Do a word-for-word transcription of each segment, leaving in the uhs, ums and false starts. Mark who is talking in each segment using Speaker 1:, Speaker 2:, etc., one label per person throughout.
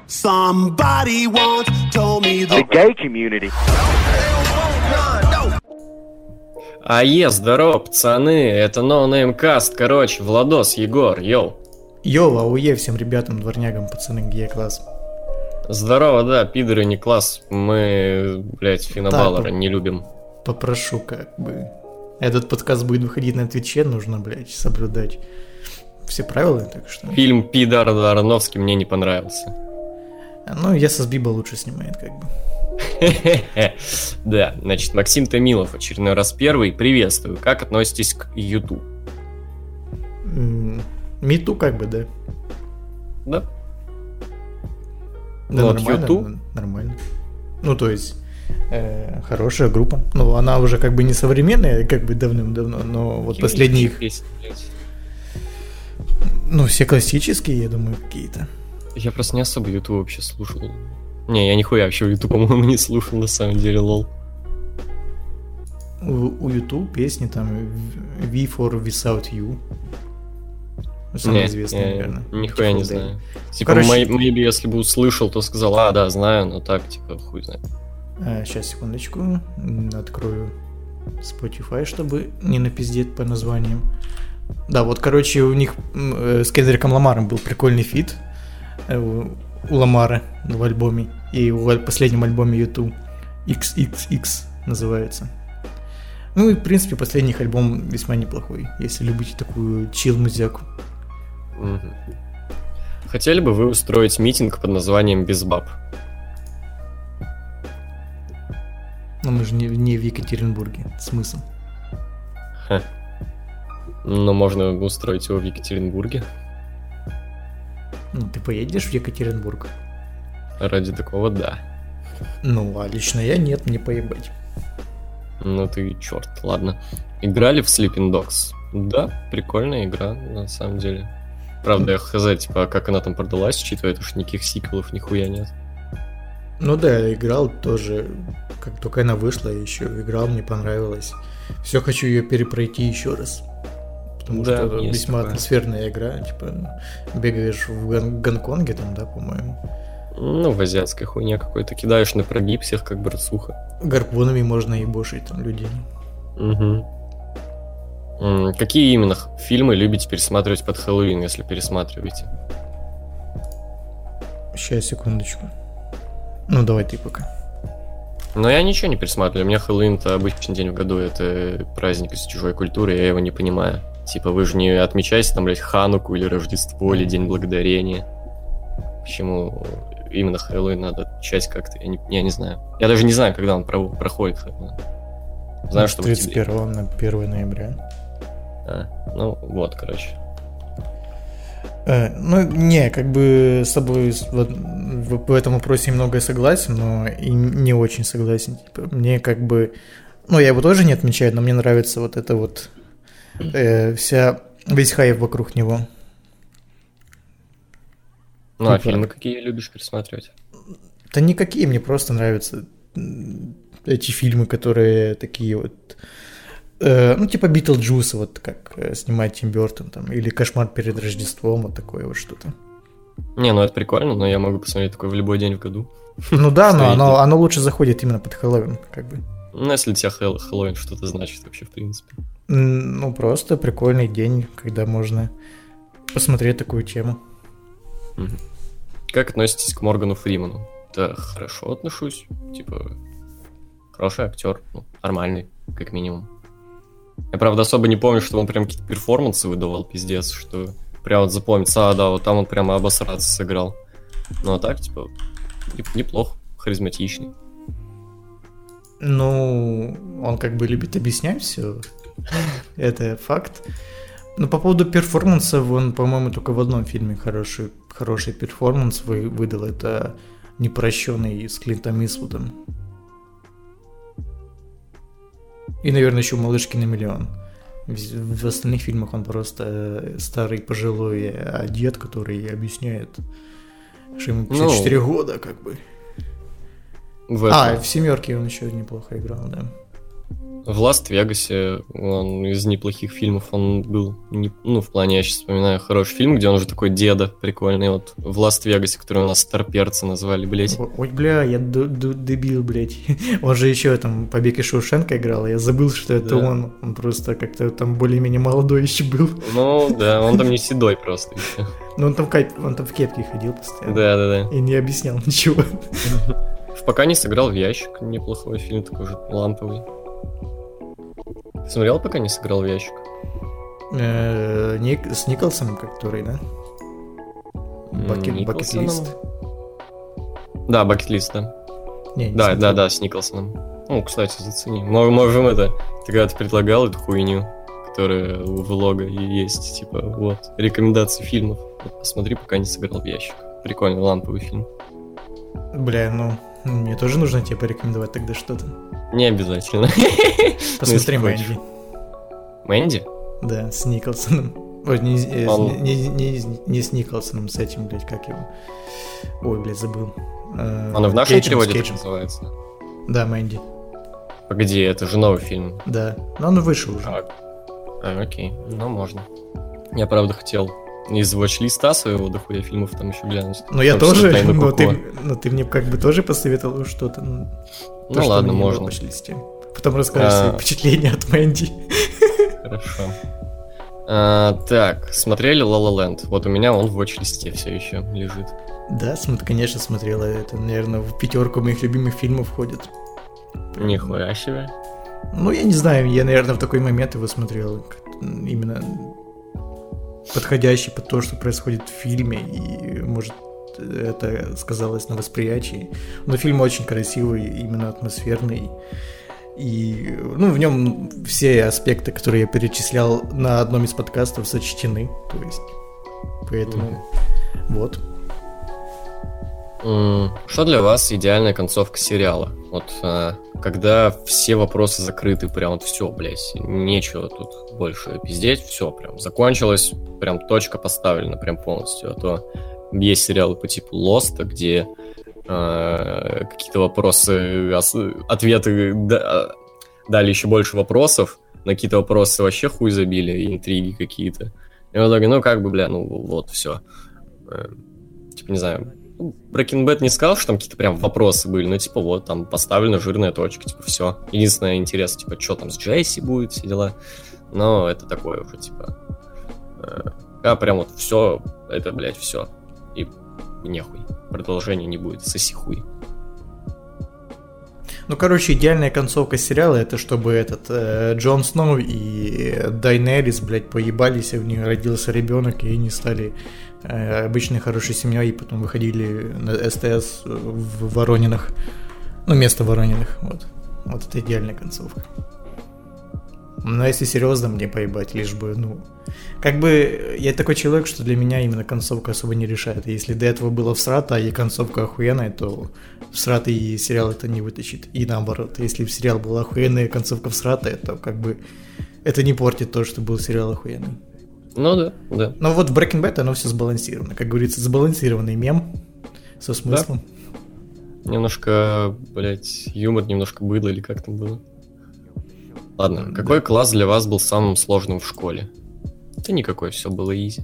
Speaker 1: Somebody once told me the
Speaker 2: gay community.
Speaker 3: Ае, здорово, пацаны, это No Name Cast, короче, Владос, Егор, йоу.
Speaker 4: Йоу, ауе всем ребятам, дворнягам, пацаны, Е-класс.
Speaker 3: Здорово, да, пидоры не класс, мы, блядь, финобаллера не любим.
Speaker 4: Попрошу, как бы, этот подкаст будет выходить на Твиче, нужно, блядь, соблюдать все правила, так что...
Speaker 3: Фильм Пидар Аронофский мне не понравился.
Speaker 4: Ну, Ясас Биба лучше снимает, как бы.
Speaker 3: Да, значит, Максим Томилов, очередной раз первый, приветствую. Как относитесь к Юту?
Speaker 4: Миту, как бы, да.
Speaker 3: Да.
Speaker 4: Да,
Speaker 3: вот
Speaker 4: нормально,
Speaker 3: Юту?
Speaker 4: Нормально. Ну, то есть, э, хорошая группа. Ну, она уже как бы не современная, как бы давным-давно, но вот последние их... Ну, все классические, я думаю, какие-то.
Speaker 3: Я просто не особо Юту вообще слушал. Не, я нихуя вообще Юту, по-моему, не слушал, на самом деле, лол.
Speaker 4: У Юту песни там V for Without You. Самый известный,
Speaker 3: не,
Speaker 4: наверное.
Speaker 3: Нихуя не знаю. Типа,
Speaker 4: Короче...
Speaker 3: maybe, если бы услышал, то сказал, а, да, знаю, но так, типа, хуй знает.
Speaker 4: А, сейчас, секундочку. Открою Spotify, чтобы не напиздеть по названиям. Да, вот, короче, у них э, с Кендриком Ламаром был прикольный фит. Э, у Ламара в альбоме. И в последнем альбоме Юту икс икс икс называется. Ну и, в принципе, последний их альбом весьма неплохой, если любите такую чил-музяку.
Speaker 3: Угу. Хотели бы вы устроить митинг под названием «Без баб»?
Speaker 4: Но мы же не, не в Екатеринбурге. Смысл?
Speaker 3: Ха. Но можно устроить его в Екатеринбурге.
Speaker 4: Ну, ты поедешь в Екатеринбург?
Speaker 3: Ради такого, да.
Speaker 4: Ну, а лично я нет, мне поебать.
Speaker 3: Ну ты черт, ладно. Играли в Sleeping Dogs? Да, прикольная игра, на самом деле. Правда, я хз, типа, как она там продалась, учитывая, что никаких сиквелов нихуя нет.
Speaker 4: Ну да, я играл тоже, как только она вышла, еще играл, мне понравилось. Все, хочу ее перепройти еще раз. Потому
Speaker 3: да,
Speaker 4: что весьма
Speaker 3: такое.
Speaker 4: Атмосферная игра, типа, бегаешь в Гон- Гонконге там, да, по-моему.
Speaker 3: Ну, в азиатской хуйне какой-то, кидаешь на прогиб всех, как братсуха.
Speaker 4: Гарпунами можно ебошить там людей.
Speaker 3: Угу. М- какие именно фильмы любите пересматривать под Хэллоуин, если пересматриваете?
Speaker 4: Сейчас, секундочку. Ну, давай ты пока.
Speaker 3: Но я ничего не пересматриваю. У меня Хэллоуин-то обычный день в году, это праздник из чужой культуры, я его не понимаю. Типа, вы же не отмечаете там, блядь, Хануку или Рождество, или День Благодарения. Почему именно Хэллоуин надо отмечать как-то? Я не, я не знаю. Я даже не знаю, когда он про- проходит Хэллоуин. Знаю, что
Speaker 4: тридцать первого на первое ноября.
Speaker 3: А, ну, вот, короче.
Speaker 4: Э, ну, не, как бы с тобой в, в, в этом вопросе немного согласен, но и не очень согласен. Типа, мне как бы... Ну, я его тоже не отмечаю, но мне нравится вот это вот... Э, вся... Весь хайп вокруг него.
Speaker 3: Ну, а
Speaker 4: Типа...
Speaker 3: фильмы какие любишь пересматривать?
Speaker 4: Да никакие, мне просто нравятся эти фильмы, которые такие вот... Э, ну, типа Битлджус, вот как э, снимает Тим Бёртон, там, или Кошмар перед Рождеством, вот такое вот что-то.
Speaker 3: Не, ну это прикольно, но я могу посмотреть такое в любой день в году.
Speaker 4: Ну да, но оно, оно лучше заходит именно под Хэллоуин, как бы.
Speaker 3: Ну, если для тебя Хэлл- Хэллоуин что-то значит вообще, в принципе.
Speaker 4: Ну, просто прикольный день, когда можно посмотреть такую тему.
Speaker 3: Угу. Как относитесь к Моргану Фриману? Да, хорошо отношусь. Типа, хороший актер, ну, нормальный, как минимум. Я, правда, особо не помню, что он прям какие-то перформансы выдавал, пиздец, что прям вот запомнится, а, да, вот там он прямо обосраться сыграл. Ну, а так, типа, неплохо, харизматичный.
Speaker 4: Ну, он как бы любит объяснять все. Это факт. Но по поводу перформансов, он, по-моему, только в одном фильме хороший, хороший перформанс вы, выдал. Это «Непрощенный» с Клинтом Иствудом. И, наверное, еще «Малышки на миллион». В, в остальных фильмах он просто старый пожилой дед, который объясняет, что ему пятьдесят четыре ну, года, как бы. В а, в «Семерке» он еще неплохо играл, да.
Speaker 3: В Лас-Вегасе он из неплохих фильмов, он был, не, ну, в плане, я сейчас вспоминаю, хороший фильм, где он уже такой деда прикольный, вот, в Лас-Вегасе, который у нас старперцы назвали, блядь.
Speaker 4: Ой, бля, я д- д- дебил, блядь. Он же еще там «Побег из Шоушенка» играл, я забыл, что это
Speaker 3: Да.
Speaker 4: он. Он просто как-то там более-менее молодой еще был.
Speaker 3: Ну, да, он там не седой просто еще.
Speaker 4: Но он там, в кап- он там в кепке ходил постоянно.
Speaker 3: Да-да-да.
Speaker 4: И не объяснял ничего.
Speaker 3: В «Пока не сыграл в ящик», неплохой фильм, такой же ламповый. Ты смотрел «Пока не сыграл в ящик»?
Speaker 4: Э, Ник- С Николсоном, который, да?
Speaker 3: М,
Speaker 4: Бакет-
Speaker 3: Николсоном?
Speaker 4: Бакет-лист.
Speaker 3: Да, «Бакет-лист», да.
Speaker 4: Не, не
Speaker 3: Да,
Speaker 4: смотрел.
Speaker 3: да, да, с Николсоном. Ну, кстати, зацени. Мо- Можем это... Ты когда-то предлагал эту хуйню, которая у влога и есть, типа, вот, рекомендации фильмов. Вот, посмотри, «Пока не сыграл в ящик». Прикольный ламповый фильм.
Speaker 4: Бля, ну, мне тоже нужно тебе порекомендовать тогда что-то.
Speaker 3: Не обязательно.
Speaker 4: Посмотри
Speaker 3: Ну, если хочешь.
Speaker 4: Мэнди.
Speaker 3: Мэнди?
Speaker 4: Да, с Николсоном. Ой, не, э, с-
Speaker 3: Он-
Speaker 4: не, не- не с Николсоном, с этим, блядь, как его. Ой, блядь, забыл. Э,
Speaker 3: Он и в нашем
Speaker 4: Кейджем, с
Speaker 3: переводе так
Speaker 4: Кейджем.
Speaker 3: называется.
Speaker 4: Да, Мэнди.
Speaker 3: Погоди, это же новый фильм.
Speaker 4: Да. Но он вышел уже.
Speaker 3: А, а, окей, ну можно. Я, правда, хотел из watch-листа своего дохуя фильмов там еще глянуть.
Speaker 4: Но я
Speaker 3: В том числе
Speaker 4: тоже,
Speaker 3: «Тайну
Speaker 4: но ты,
Speaker 3: Коко».
Speaker 4: но ты мне как бы тоже посоветовал что-то. Ну, то,
Speaker 3: Ну
Speaker 4: что
Speaker 3: ладно,
Speaker 4: мне не было
Speaker 3: можно.
Speaker 4: в watch-листе. Потом расскажешь
Speaker 3: А.
Speaker 4: свои впечатления от Мэнди.
Speaker 3: Хорошо. А, так, смотрели «Ла Ла Ленд». Вот у меня он в watch-листе все еще лежит.
Speaker 4: Да, см- конечно, смотрела. Это, наверное, в пятерку моих любимых фильмов входит.
Speaker 3: Нихуя себе.
Speaker 4: Ну, я не знаю, я, наверное, в такой момент его смотрел. как- Именно подходящий под то, что происходит в фильме. И, может, это сказалось на восприятии. Но фильм очень красивый, именно атмосферный. И, ну, в нем все аспекты, которые я перечислял на одном из подкастов, сочтены. То есть, поэтому, вот.
Speaker 3: М, Что для вас идеальная концовка сериала? Вот а, когда все вопросы закрыты, прям вот все, блядь, нечего тут больше пиздеть, все, прям закончилось, прям точка поставлена, прям полностью. А то есть сериалы по типу Lost, где а, какие-то вопросы, ос- ответы да- дали еще больше вопросов, на какие-то вопросы вообще хуй забили, и интриги какие-то. И в итоге, ну как бы, бля, ну вот, все. Типа, не знаю, Breaking Bad не сказал, что там какие-то прям вопросы были, но типа вот, там поставлена жирная точка, типа все. Единственное интересно, типа, что там с Джесси будет, все дела. Но это такое уже, типа, э, а прям вот все, это, блядь, все. И нехуй, продолжения не будет, соси хуй.
Speaker 4: Ну, короче, идеальная концовка сериала это чтобы этот э, Джон Сноу и Дайнерис, блядь, поебались, и у них родился ребенок, и они стали э, обычной хорошей семьей, и потом выходили на СТС в Воронинах. Ну, место Ворониных, вот. Вот это идеальная концовка. Но если серьезно, мне поебать, лишь бы, ну... Как бы я такой человек, что для меня именно концовка особо не решает. Если до этого было всрато, и концовка охуенная, то всратый и сериал это не вытащит. И наоборот, если в сериал была охуенная, концовка всратая, то как бы это не портит то, что был сериал охуенный.
Speaker 3: Ну да, да.
Speaker 4: Но вот в Breaking Bad оно все сбалансировано. Как говорится, сбалансированный мем со смыслом.
Speaker 3: Немножко, блядь, юмор, немножко быдло или как там было. Ладно, какой класс для вас был самым сложным в школе? Да никакой, все было изи.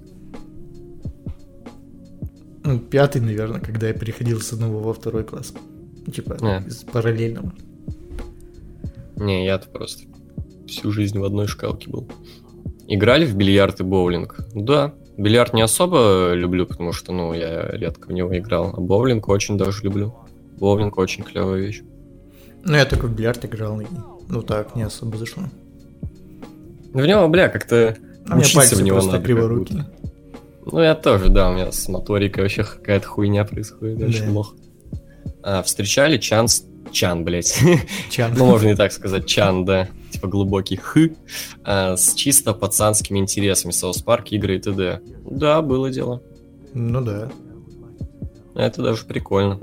Speaker 4: Ну, пятый, наверное, когда я переходил с одного во второй класс. Ну, типа,
Speaker 3: А.
Speaker 4: из параллельного.
Speaker 3: Не, я-то просто всю жизнь в одной шкалке был. Играли в бильярд и боулинг? Да, бильярд не особо люблю, потому что, ну, я редко в него играл, а боулинг очень даже люблю. Боулинг очень клевая вещь.
Speaker 4: Ну, я только в бильярд играл, и, ну так, не особо зашло.
Speaker 3: В него, бля, как-то
Speaker 4: А у меня
Speaker 3: учиться
Speaker 4: пальцы
Speaker 3: в него
Speaker 4: просто
Speaker 3: надо.
Speaker 4: криворукие.
Speaker 3: как будто. Ну, я тоже, да, у меня с моторикой вообще какая-то хуйня происходит, дальше
Speaker 4: Да.
Speaker 3: плохо. А, встречали Чан... с- Чан, блядь.
Speaker 4: Чан.
Speaker 3: Ну, можно и так сказать, Чан, да. Типа глубокий х. а, С чисто пацанскими интересами. Саус Парк, игры и т.д. Да, было дело.
Speaker 4: Ну да.
Speaker 3: Это даже прикольно.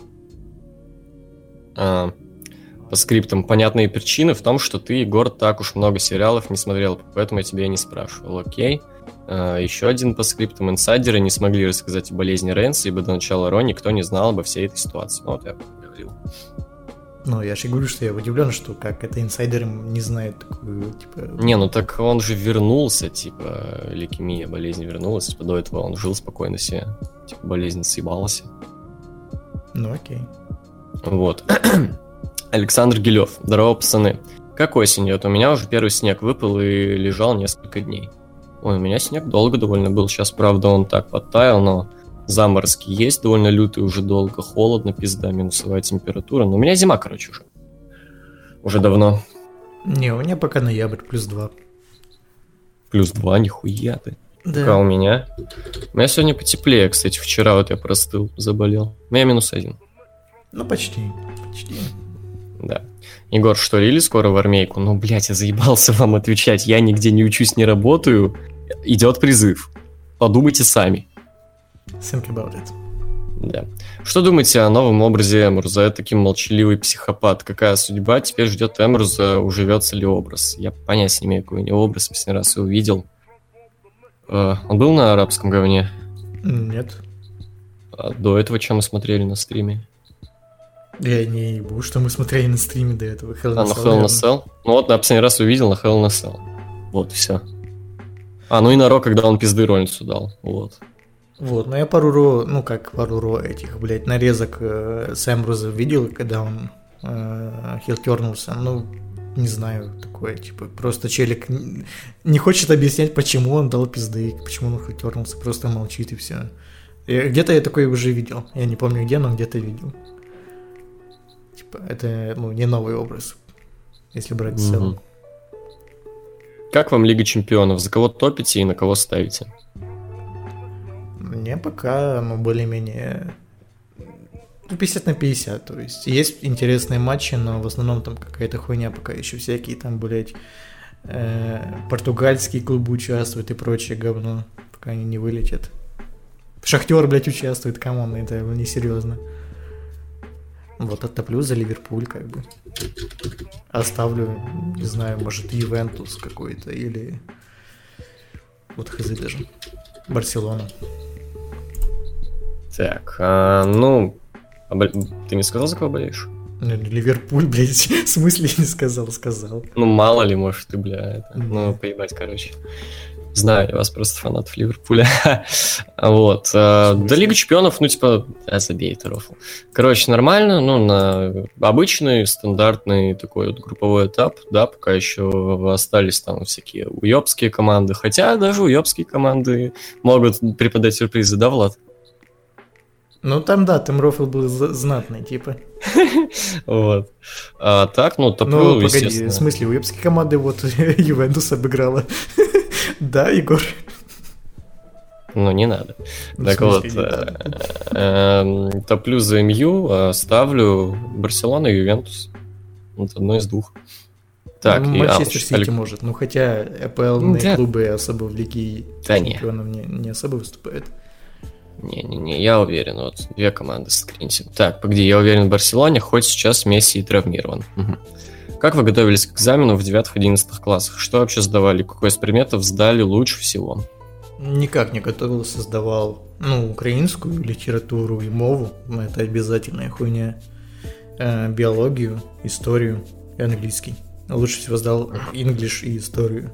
Speaker 3: А, По скриптам. Понятные причины в том, что ты, Егор, так уж много сериалов не смотрел, поэтому я тебя и не спрашивал. Окей. А, Еще один по скриптам. Инсайдеры не смогли рассказать о болезни Рэнса, ибо до начала Ро никто не знал обо всей этой ситуации. Ну, вот я говорил.
Speaker 4: Ну, я же и говорю, что я удивлен, что как это инсайдеры не знают такую, типа...
Speaker 3: Не, ну так он же вернулся, типа, лейкемия, болезнь вернулась, типа, до этого он жил спокойно себе, типа, болезнь съебалась.
Speaker 4: Ну, окей.
Speaker 3: Вот. Александр Гилев. Здорово, пацаны. Как осень идет? У меня уже первый снег выпал и лежал несколько дней. Ой, у меня снег долго довольно был, сейчас, правда, он так подтаял, но... Заморозки есть, довольно лютые, уже долго, холодно, пизда, минусовая температура. Но у меня зима, короче, уже. Уже давно.
Speaker 4: Не, у меня пока ноябрь, плюс два.
Speaker 3: Плюс два, нихуя ты.
Speaker 4: Да.
Speaker 3: Пока у меня. У меня сегодня потеплее, кстати, вчера вот я простыл, заболел. У меня минус один.
Speaker 4: Ну, почти, почти.
Speaker 3: Да. Егор, что, рили скоро в армейку? Ну, блядь, я заебался вам отвечать. Я нигде не учусь, не работаю. Идет призыв. Подумайте сами.
Speaker 4: Think about it.
Speaker 3: Да. Что думаете о новом образе Эмруза? Таким молчаливый психопат. Какая судьба теперь ждет Эмруза? Уживется ли образ? Я понятия не имею, какой у него образ. Последний раз его видел. Uh, он был на арабском говне?
Speaker 4: Нет.
Speaker 3: А до этого что мы смотрели на стриме?
Speaker 4: Я не ебу, что мы смотрели на стриме до этого. Hell
Speaker 3: а, на Hell in a Cell? Ну вот, на последний раз увидел на Hell in a Cell. Вот, все. А, ну и на Ро, когда он пизды Роллинсу дал. Вот.
Speaker 4: Вот, но я пару ро, ну как пару ро этих, блядь, нарезок э, с Эмбруза видел, когда он э, хилтернулся, ну, не знаю, такое, типа, просто челик не, не хочет объяснять, почему он дал пизды, почему он хилтернулся, просто молчит и все. Я, где-то я такое уже видел, я не помню где, но где-то видел. Типа, это, ну, не новый образ, если брать в целом.
Speaker 3: Как вам Лига Чемпионов? За кого топите и на кого ставите?
Speaker 4: Мне пока, ну, более-менее пятьдесят на пятьдесят, то есть есть интересные матчи, но в основном там какая-то хуйня пока еще всякие там, блядь, э, португальские клубы участвуют и прочее говно, пока они не вылетят. Шахтер, блядь, участвует, камон, это несерьезно. Вот оттоплю за Ливерпуль, как бы. Оставлю, не знаю, может, Ювентус какой-то или вот хз даже. Барселона.
Speaker 3: Так, а, ну, обо... ты не сказал, за кого болеешь?
Speaker 4: Ливерпуль, блядь, в смысле не сказал, сказал.
Speaker 3: Ну, мало ли, может, ты, бля, это... ну, поебать, короче. Знаю, я вас просто фанатов Ливерпуля. Вот. А, да, Лига Чемпионов, ну, типа, а, забей это рофл. Короче, нормально, ну, на обычный, стандартный такой вот групповой этап, да, пока еще остались там всякие уёбские команды, хотя даже уёбские команды могут преподать сюрпризы, да, Влад?
Speaker 4: Ну, там, да, там рофл был знатный, типа.
Speaker 3: Вот. А так, ну, топлю,
Speaker 4: ну, погоди,
Speaker 3: естественно.
Speaker 4: В смысле, уёбские команды вот Ювентус обыграла. Да, Егор?
Speaker 3: Ну, не надо.
Speaker 4: Ну,
Speaker 3: так
Speaker 4: смысле,
Speaker 3: вот, э, э, топлю за МЮ, а ставлю Барселону и Ювентус. Вот одно из двух. Так,
Speaker 4: ну,
Speaker 3: и,
Speaker 4: Манчестер
Speaker 3: а,
Speaker 4: Сити
Speaker 3: Алек...
Speaker 4: может, ну хотя АПЛ-ные
Speaker 3: да.
Speaker 4: клубы особо в Лиге
Speaker 3: да
Speaker 4: Чемпионов не, не особо выступают.
Speaker 3: Не-не-не, я уверен, вот две команды скриньте. Так, погоди, я уверен в Барселоне, хоть сейчас Месси и травмирован. Угу. Как вы готовились к экзамену в девятых-одиннадцатых классах? Что вообще сдавали? Какой из предметов сдали лучше всего?
Speaker 4: Никак не готовился, сдавал, ну, украинскую литературу и мову, это обязательная хуйня, э, биологию, историю и английский. Лучше всего сдал English и историю.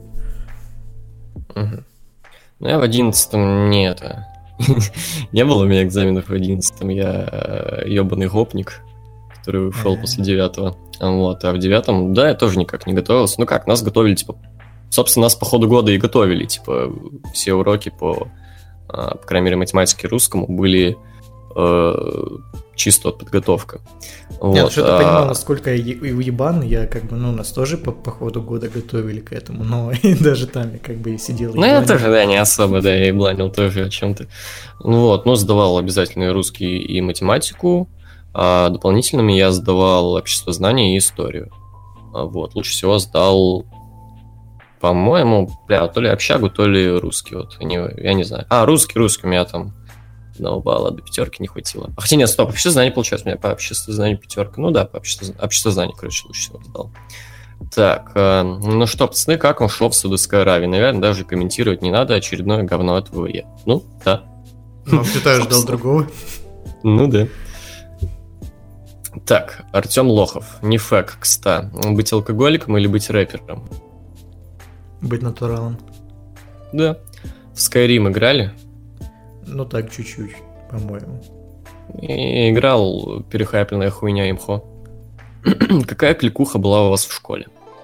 Speaker 3: Угу. Ну, я в одиннадцатом не это... Не было у меня экзаменов в одиннадцатом, я ебаный гопник, который ушел после девятого. Вот, а в девятом, да, я тоже никак не готовился. Ну как, нас готовили, типа, собственно, нас по ходу года и готовили, типа, все уроки по, по крайней мере, математике и русскому были э, чисто от подготовка.
Speaker 4: Нет,
Speaker 3: вот,
Speaker 4: что ты
Speaker 3: а...
Speaker 4: понимал, насколько я уебан, я как бы, ну, нас тоже по, по ходу года готовили к этому, но и даже там я как бы и сидел.
Speaker 3: Ну, я тоже, да, не особо, да, я и бланил тоже о чем-то. Ну вот, но сдавал обязательно и русский, и математику, а дополнительными я сдавал обществознание и историю. Вот, лучше всего сдал, по-моему, бля, то ли общагу, то ли русский, вот, я не, я не знаю. А, русский, русский, у меня там одного балла до пятерки не хватило. А хотя нет, стоп, обществознание получается, у меня по обществознанию пятерка. Ну да, по обществознанию, обществознанию, короче, лучше всего сдал. Так, э, ну что, пацаны, как он шел в Саудовской Аравии? Наверное, даже комментировать не надо, очередное говно от ВВЕ. Ну, да.
Speaker 4: Ну, ты тоже ждал другого.
Speaker 3: Ну да. Так, Артем Лохов. Не фэк, кста. Быть алкоголиком или быть рэпером?
Speaker 4: Быть натуралом.
Speaker 3: Да. В Skyrim играли?
Speaker 4: Ну так, чуть-чуть, по-моему.
Speaker 3: И играл перехайпленная хуйня имхо. Какая кликуха была у вас в школе?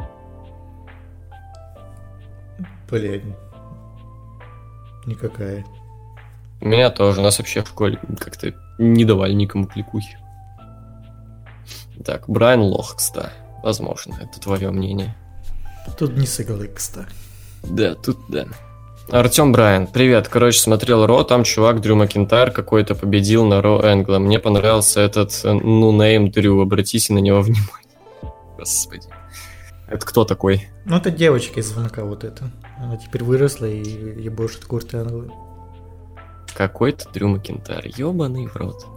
Speaker 4: Блядь. Никакая.
Speaker 3: У меня тоже. У нас вообще в школе как-то не давали никому кликухи. Так, Брайан Лох, кстати. Возможно, это твое мнение.
Speaker 4: Тут не согласен, кстати.
Speaker 3: Да, тут да. Артем Брайан, привет. Короче, смотрел Ро, там чувак Дрю Макинтайр какой-то победил на Ро Энгла. Мне понравился этот ну-нейм Дрю, обратите на него внимание. Господи. Это кто такой?
Speaker 4: Ну, это девочка из звонка вот эта. Она теперь выросла и ебошит Курт Энгла.
Speaker 3: Какой-то Дрю Макинтайр, ебаный в рот.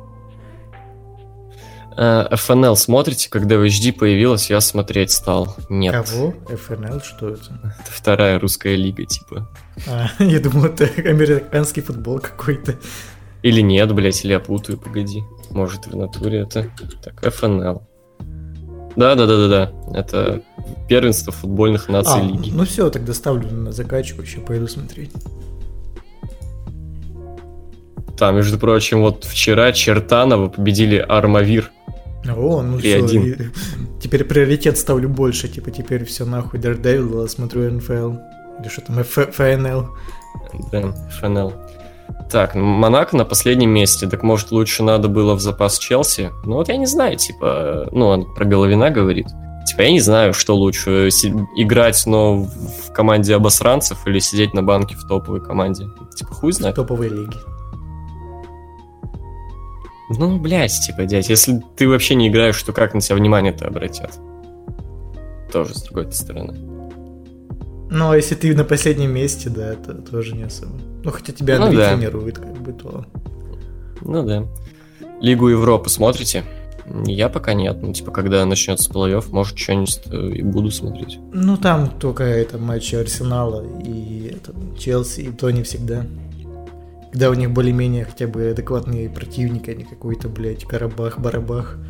Speaker 3: эф эн эл смотрите? Когда в эйч ди появилась, я смотреть стал. Нет.
Speaker 4: Кого? эф эн эл? Что это?
Speaker 3: Это вторая русская лига, типа.
Speaker 4: А, я думал, это американский футбол какой-то.
Speaker 3: Или нет, блять, или я путаю, погоди. Может, в натуре это... Так, эф эн эл. Да-да-да-да-да. Это первенство футбольных наций
Speaker 4: а,
Speaker 3: лиги.
Speaker 4: Ну все, тогда ставлю на закачку, еще пойду смотреть.
Speaker 3: Там, между прочим, вот вчера Чертаново победили Армавир.
Speaker 4: О, ну все, теперь приоритет ставлю больше, типа теперь все нахуй Daredevil, смотрю эн эф эл. Или что там, эф эн эл.
Speaker 3: Да, эф эн эл. Так, Монако на последнем месте, так может лучше надо было в запас Челси? Ну вот я не знаю, типа, ну он про Головина говорит. Типа я не знаю, что лучше, си- играть, но в команде обосранцев или сидеть на банке в топовой команде. Типа хуй знает.
Speaker 4: В топовой лиге.
Speaker 3: Ну, блядь, типа, дядь, если ты вообще не играешь, то как на тебя внимание-то обратят? Тоже с другой стороны.
Speaker 4: Ну, а если ты на последнем месте, да, это тоже не особо. Ну, хотя тебя
Speaker 3: Ну,
Speaker 4: Андрей
Speaker 3: да.
Speaker 4: тренирует, как бы, то...
Speaker 3: Ну да. Лигу Европы смотрите? Я пока нет. Ну, типа, когда начнется плей-офф, может, что-нибудь и буду смотреть.
Speaker 4: Ну, там только это матчи Арсенала и это, Челси, и то не всегда. Когда у них более-менее хотя бы адекватные противники, а не какой-то, блядь, Карабах-Барабах.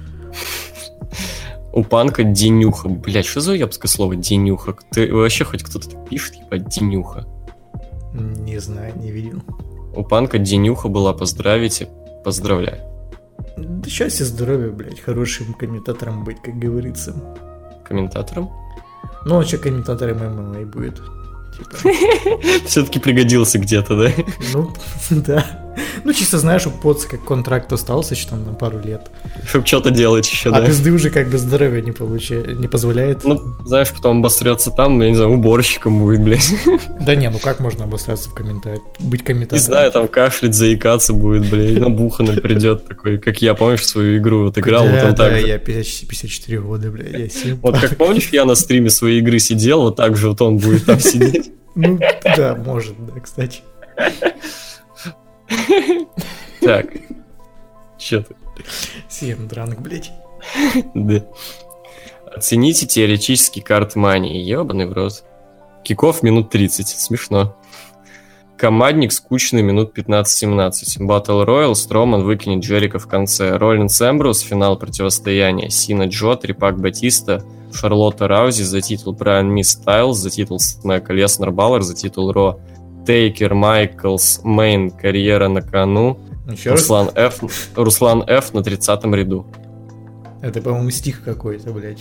Speaker 3: У Панка Денюха. Блядь, что за ебское слово Денюха? Ты вообще хоть кто-то так пишет, типа Денюха?
Speaker 4: Не знаю, не видел.
Speaker 3: У Панка Денюха была, поздравите. Поздравляю.
Speaker 4: Да счастья, здоровья, блядь, хорошим комментатором быть, как говорится.
Speaker 3: Комментатором?
Speaker 4: Ну, он еще комментатором эм эм а будет. Типа.
Speaker 3: Все-таки пригодился где-то, да?
Speaker 4: Ну, да. Ну, чисто знаешь, у Поца как контракт остался еще там на пару лет.
Speaker 3: Чтоб что-то делать еще,
Speaker 4: А
Speaker 3: да?
Speaker 4: пизды уже как бы здоровья не получает, не позволяет.
Speaker 3: Ну, знаешь, потом обосрется там, я не знаю, уборщиком будет, блядь.
Speaker 4: Да не, ну как можно обосраться в комментариях? Быть
Speaker 3: Не
Speaker 4: комментатором?
Speaker 3: знаю, там кашлять, заикаться будет, блядь, набуханный придет такой, как я, помнишь, свою игру вот играл,
Speaker 4: да,
Speaker 3: вот он
Speaker 4: да,
Speaker 3: так же.
Speaker 4: я пятьдесят, пятьдесят четыре года, блядь, я сим.
Speaker 3: Вот как помнишь, я на стриме своей игры сидел, вот так же вот он будет там сидеть.
Speaker 4: Ну, да, может, да, кстати.
Speaker 3: Так, чё ты?
Speaker 4: Сим, дранг, блядь.
Speaker 3: Да. Оцените теоретически карты мании. Ёбаный в рот. Киков минут тридцать. Смешно. Командник скучный минут пятнадцать-семнадцать. Battle Royale. Строман выкинет Джерика в конце. Роллинс Эмбрус. Финал противостояния. Сина Джо. Трипак Батиста. Шарлотта Раузи за титул. Брайан Мисс Стайлз за титул. Смэк Леснер Баллар за титул Ро. Тейкер Майклс Мейн. Карьера на кону.
Speaker 4: Еще раз?
Speaker 3: Руслан Ф. Руслан Ф. на тридцатом ряду.
Speaker 4: Это, по-моему, стих какой-то, блядь.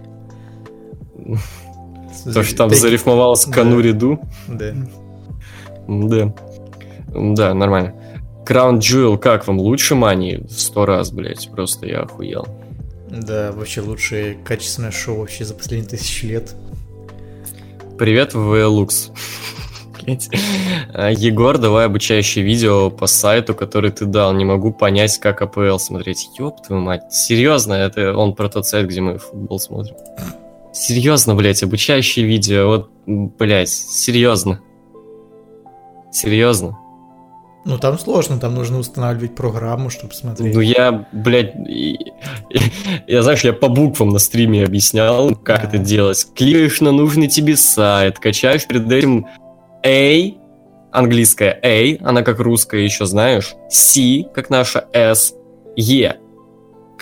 Speaker 3: То, что там
Speaker 4: Тейк-
Speaker 3: зарифмовалось к кону
Speaker 4: Да.
Speaker 3: ряду.
Speaker 4: Да.
Speaker 3: Да. Да, нормально. Crown Jewel, как вам? Лучше мании? В сто раз, блять. Просто я охуел.
Speaker 4: Да, вообще лучшее качественное шоу вообще за последние тысячи лет.
Speaker 3: Привет, ВВЛукс. Блять. А, Егор, давай обучающее видео по сайту, который ты дал. Не могу понять, как АПЛ смотреть. Ёб твою мать. Серьезно, это он про тот сайт, где мы футбол смотрим. Серьезно, блять, обучающее видео. Вот, блять, серьезно. Серьезно.
Speaker 4: Ну, там сложно, там нужно устанавливать программу, чтобы смотреть.
Speaker 3: Ну я, блядь, и- и- я, знаешь, я по буквам на стриме объяснял, как
Speaker 4: Да.
Speaker 3: это делать. Кликаешь на нужный тебе сайт, качаешь перед этим A, английская A, она как русская еще, знаешь, C, как наша S, E.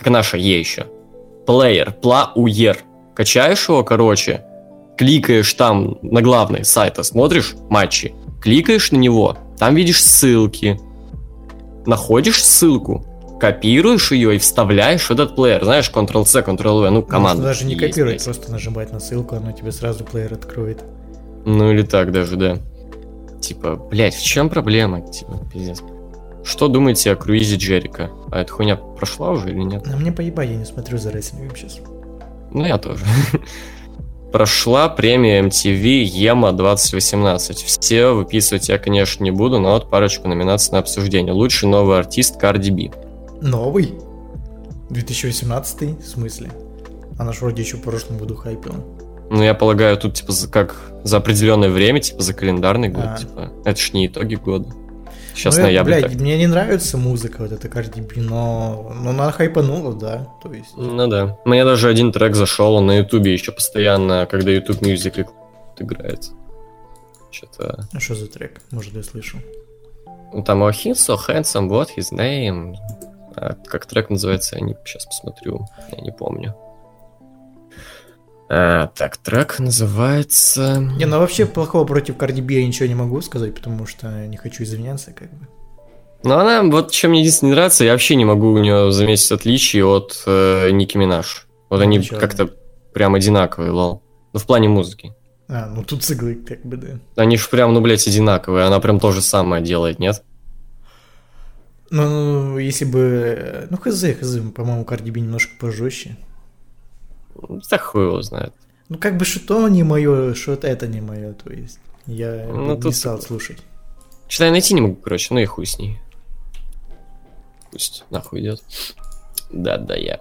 Speaker 3: как наша Е еще. Плеер, плауер. Качаешь его, короче, кликаешь там на главный сайт, смотришь матчи, кликаешь на него, там видишь ссылки, находишь ссылку, копируешь ее и вставляешь в этот плеер. Знаешь, контрол-C, контрол-V, ну, команда.
Speaker 4: Можно даже не
Speaker 3: есть,
Speaker 4: копировать,
Speaker 3: есть.
Speaker 4: просто нажимать на ссылку, она тебе сразу плеер откроет.
Speaker 3: Ну или так даже, да. Типа, блять, в чем проблема? Типа, пиздец. Что думаете о круизе Джерика? А эта хуйня прошла уже или нет?
Speaker 4: А мне поебать, я не смотрю за рестлингом сейчас.
Speaker 3: Ну, я тоже. Прошла премия эм ти ви Ема двадцать восемнадцать. Все выписывать я, конечно, не буду, но вот парочку номинаций на обсуждение. Лучший новый артист Cardi B.
Speaker 4: Новый? две тысячи восемнадцатый? В смысле? Она ж вроде еще в прошлом году хайпила.
Speaker 3: Ну, я полагаю, тут, типа, за, как за определенное время, типа, за календарный год,
Speaker 4: А.
Speaker 3: типа. Это ж не итоги года. Сейчас
Speaker 4: Ну, я,
Speaker 3: ноябрь.
Speaker 4: блядь,
Speaker 3: так.
Speaker 4: мне не нравится музыка вот эта Cardi B, но, но она хайпанула, да, то есть...
Speaker 3: Ну да. Мне даже один трек зашел, он на Ютубе еще постоянно, когда YouTube Music играет. Что-то...
Speaker 4: А что за трек? Может, я слышал.
Speaker 3: Ну, там oh, he's so handsome, what his name? А как трек называется, я не... сейчас посмотрю. Я не помню. А, так, трек называется...
Speaker 4: Не, ну вообще плохого против Cardi B я ничего не могу сказать, потому что не хочу извиняться, как бы.
Speaker 3: Ну, она, вот чем мне единственное не нравится, я вообще не могу у нее заметить отличий от э, Ники Минаж. Вот они
Speaker 4: Ничего.
Speaker 3: как-то прям одинаковые, лол. Ну, в плане музыки.
Speaker 4: А, ну тут циклы, как бы, да.
Speaker 3: Они же прям, ну, блядь, одинаковые. Она прям то же самое делает, нет?
Speaker 4: Ну, если бы... Ну, хз, хз, по-моему, Cardi B немножко пожестче.
Speaker 3: Да хуй его знает.
Speaker 4: Ну, как бы, что не мое, что-то это не мое, то есть. Я
Speaker 3: Ну,
Speaker 4: не
Speaker 3: тут-
Speaker 4: стал слушать.
Speaker 3: Что-то я найти не могу, короче, ну и хуй с ней. Пусть нахуй идет. Да-да, я.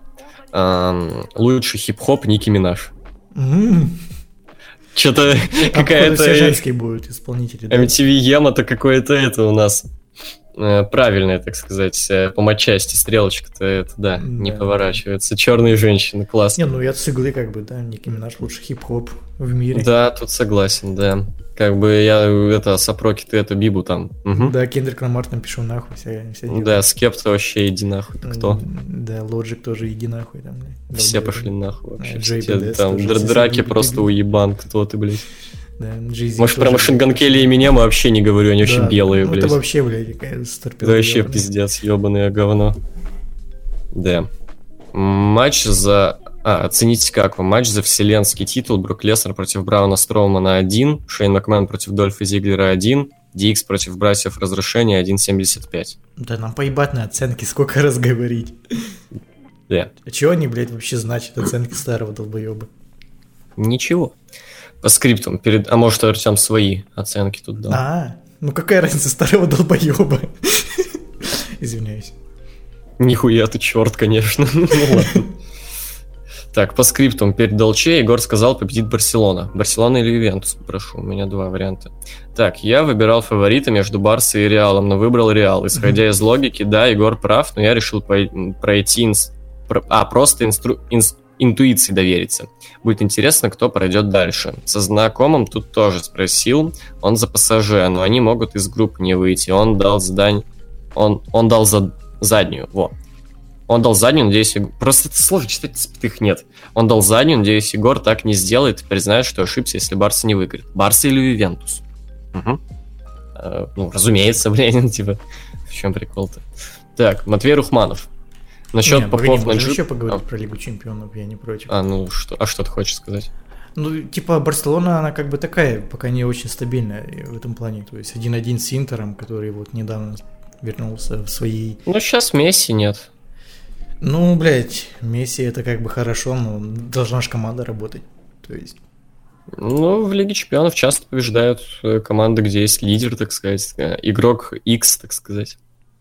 Speaker 3: Ам, лучший хип-хоп Ники Минаж.
Speaker 4: М,
Speaker 3: Что-то
Speaker 4: там, походу,
Speaker 3: какая-то
Speaker 4: все женские будут исполнители, да?
Speaker 3: эм ти ви Ема-то какое-то это у нас э, правильная, так сказать, э, по матчасти стрелочка-то это, да, не
Speaker 4: Да.
Speaker 3: поворачивается. Черные женщины, класс.
Speaker 4: Не, ну я с иглы, как бы, да, Ники Минаж лучший хип-хоп в мире.
Speaker 3: Да, тут согласен, да. Как бы я, это, Сапроки, ты это, Бибу там. Мгм.
Speaker 4: Да, Кендрик Ламар там пишу нахуй, вся, вся дела.
Speaker 3: Да, Скепта вообще иди нахуй, ты кто?
Speaker 4: М, Да, Лоджик тоже иди нахуй там. бля.
Speaker 3: Все
Speaker 4: Долбоёбы.
Speaker 3: пошли нахуй вообще.
Speaker 4: А,
Speaker 3: Все
Speaker 4: Джей
Speaker 3: те
Speaker 4: Пи Ди Эс
Speaker 3: там
Speaker 4: тоже,
Speaker 3: др-
Speaker 4: все
Speaker 3: драки
Speaker 4: сидели,
Speaker 3: просто
Speaker 4: дебил.
Speaker 3: уебан, кто ты, блядь.
Speaker 4: Да, Jay-Z
Speaker 3: Может, про
Speaker 4: тоже,
Speaker 3: Машинган
Speaker 4: блядь,
Speaker 3: Келли и Эминема вообще не говорю, они
Speaker 4: да,
Speaker 3: очень белые,
Speaker 4: ну,
Speaker 3: блядь.
Speaker 4: это вообще, блядь, какая
Speaker 3: Это вообще пиздец, ебаное говно. Да. Матч за... А, оцените как вам. Матч за вселенский титул. Брук Леснер против Брауна Строумана один, Шейн Макмен против Дольфа Зиглера один, ди икс против Братьев Разрушения один семьдесят пять.
Speaker 4: Да нам поебать на оценки, сколько раз говорить.
Speaker 3: Да.
Speaker 4: А чего они, блядь, вообще значат, оценки старого долбоеба?
Speaker 3: Ничего. По скриптам. Перед... А может, Артем свои оценки тут дал.
Speaker 4: А, ну какая разница старого долбоеба? Извиняюсь.
Speaker 3: Нихуя ты черт, конечно. Ну ладно. Так, по скриптам передал Че, Егор сказал, победит Барселона. Барселона или Ювентус, прошу, у меня два варианта. Так, я выбирал фаворита между Барсой и Реалом, но выбрал Реал. Исходя из логики, да, Егор прав, но я решил пой- пройти... инс- про- А, просто инстру... инс- интуиции довериться. Будет интересно, кто пройдет дальше. Со знакомым тут тоже спросил, он за ПСЖ, но они могут из группы не выйти. Он дал задание... Он, он дал за... заднюю, во. Он дал заднюю, надеюсь, Егор... Просто это сложно читать, спитых нет. Он дал заднюю, надеюсь, Егор так не сделает и признает, что ошибся, если Барса не выиграет. Барса или Ювентус? Угу. Э, ну, разумеется, блин, типа, в чем прикол-то? Так, Матвей Рухманов. Насчет
Speaker 4: Не, погоди,
Speaker 3: Попов на
Speaker 4: можем
Speaker 3: джип...
Speaker 4: еще поговорить
Speaker 3: А,
Speaker 4: про Лигу Чемпионов, я не против.
Speaker 3: а, ну, что, а что ты хочешь сказать?
Speaker 4: Ну, типа, Барселона, она как бы такая, пока не очень стабильная в этом плане. То есть один-один с Интером, который вот недавно вернулся в свои...
Speaker 3: Ну, сейчас Месси нет.
Speaker 4: Ну, блядь, Месси это как бы хорошо, но должна же команда работать. То есть...
Speaker 3: Ну, в Лиге Чемпионов часто побеждают э, команды, где есть лидер, так сказать, э, игрок X, так сказать.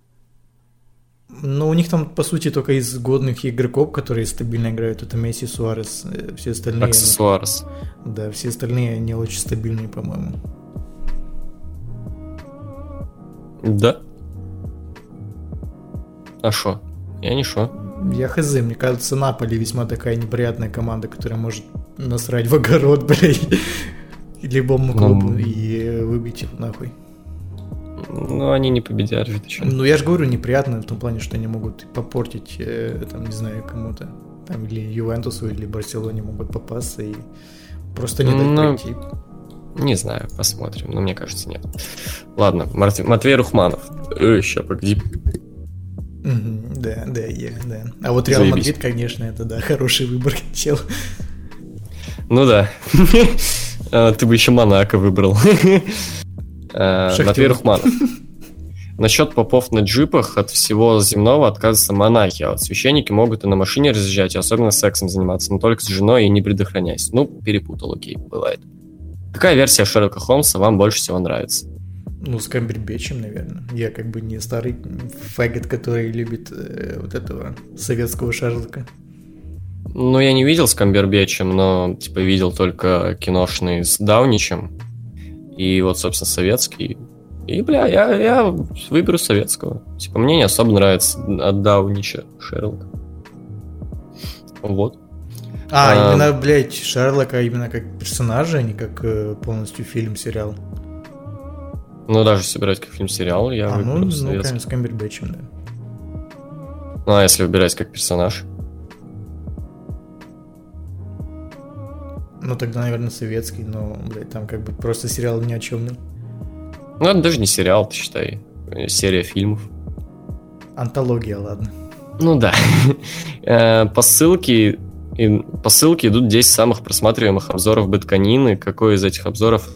Speaker 4: Ну, у них там, по сути, только из годных игроков, которые стабильно играют, это Месси, Суарес, э, все остальные...
Speaker 3: Аксессуарс.
Speaker 4: ну, да, все остальные не очень стабильные, по-моему.
Speaker 3: Да. А шо? Я не шо.
Speaker 4: Я хз, мне кажется, Наполи весьма такая неприятная команда, которая может насрать в огород, блядь, любому клубу
Speaker 3: Ну,
Speaker 4: и выбить их нахуй.
Speaker 3: Ну, они не победят же, ты чё?
Speaker 4: Ну, я же говорю, неприятно в том плане, что они могут попортить, э, там, не знаю, кому-то. Там, или Ювентусу, или Барселоне могут попасться и просто не дать
Speaker 3: Ну,
Speaker 4: пройти.
Speaker 3: Не знаю, посмотрим, но мне кажется, нет. Ладно, Мар- Матвей Рухманов. Э, ща, погоди.
Speaker 4: Мгм, да, да, я, да. А вот Реал
Speaker 3: Заебись.
Speaker 4: Мадрид, конечно, это, да, хороший выбор, чел.
Speaker 3: Ну да. А, Ты бы еще Монако выбрал. А,
Speaker 4: Шахтер.
Speaker 3: Матвей Рухманов. Насчет попов на джипах от всего земного отказываются монахи, а вот священники могут и на машине разъезжать, и особенно сексом заниматься, но только с женой и не предохраняясь. Ну, перепутал, окей, бывает. Какая версия Шерлока Холмса вам больше всего нравится?
Speaker 4: Ну, с Камбербэтчем, наверное. Я как бы не старый фагgot, который любит э, вот этого советского Шерлока.
Speaker 3: Ну, я не видел с Камбербэтчем, но, типа, видел только киношный с Дауничем. И вот, собственно, советский. И, бля, я, я выберу советского. Типа, мне не особо нравится от Даунича Шерлок. Вот.
Speaker 4: А,
Speaker 3: А,
Speaker 4: именно, блядь, Шерлока именно как персонажа, а не как э, полностью фильм-сериал.
Speaker 3: Ну, даже собирать как фильм-сериал, я
Speaker 4: А, ну,
Speaker 3: выберу
Speaker 4: ну,
Speaker 3: советский.
Speaker 4: конечно, с Камбербэтчем, да.
Speaker 3: Ну, а если выбирать как персонаж?
Speaker 4: Ну, тогда, наверное, советский, но, блядь, там как бы просто сериал ни о чем.
Speaker 3: Ну, это даже не сериал, ты считай. э, Серия фильмов.
Speaker 4: Антология, ладно.
Speaker 3: Ну да. Э, По ссылке, и- по ссылке идут десять самых просматриваемых обзоров Бэтканины. Какой из этих обзоров?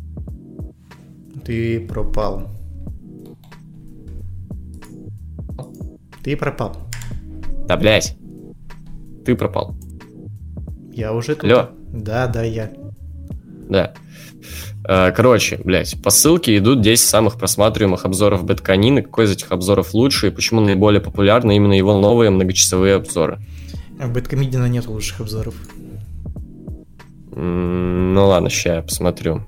Speaker 4: Ты пропал. Ты пропал.
Speaker 3: Да, блядь. Ты пропал.
Speaker 4: Я уже тут.
Speaker 3: Алло.
Speaker 4: Да, да, я.
Speaker 3: Да. Э, Короче, блядь, по ссылке идут десять самых просматриваемых обзоров Бэтканины. Какой из этих обзоров лучше и почему наиболее популярны именно его новые многочасовые обзоры?
Speaker 4: А в Бэткомедиана нет лучших обзоров.
Speaker 3: М, Ну ладно, ща я посмотрю.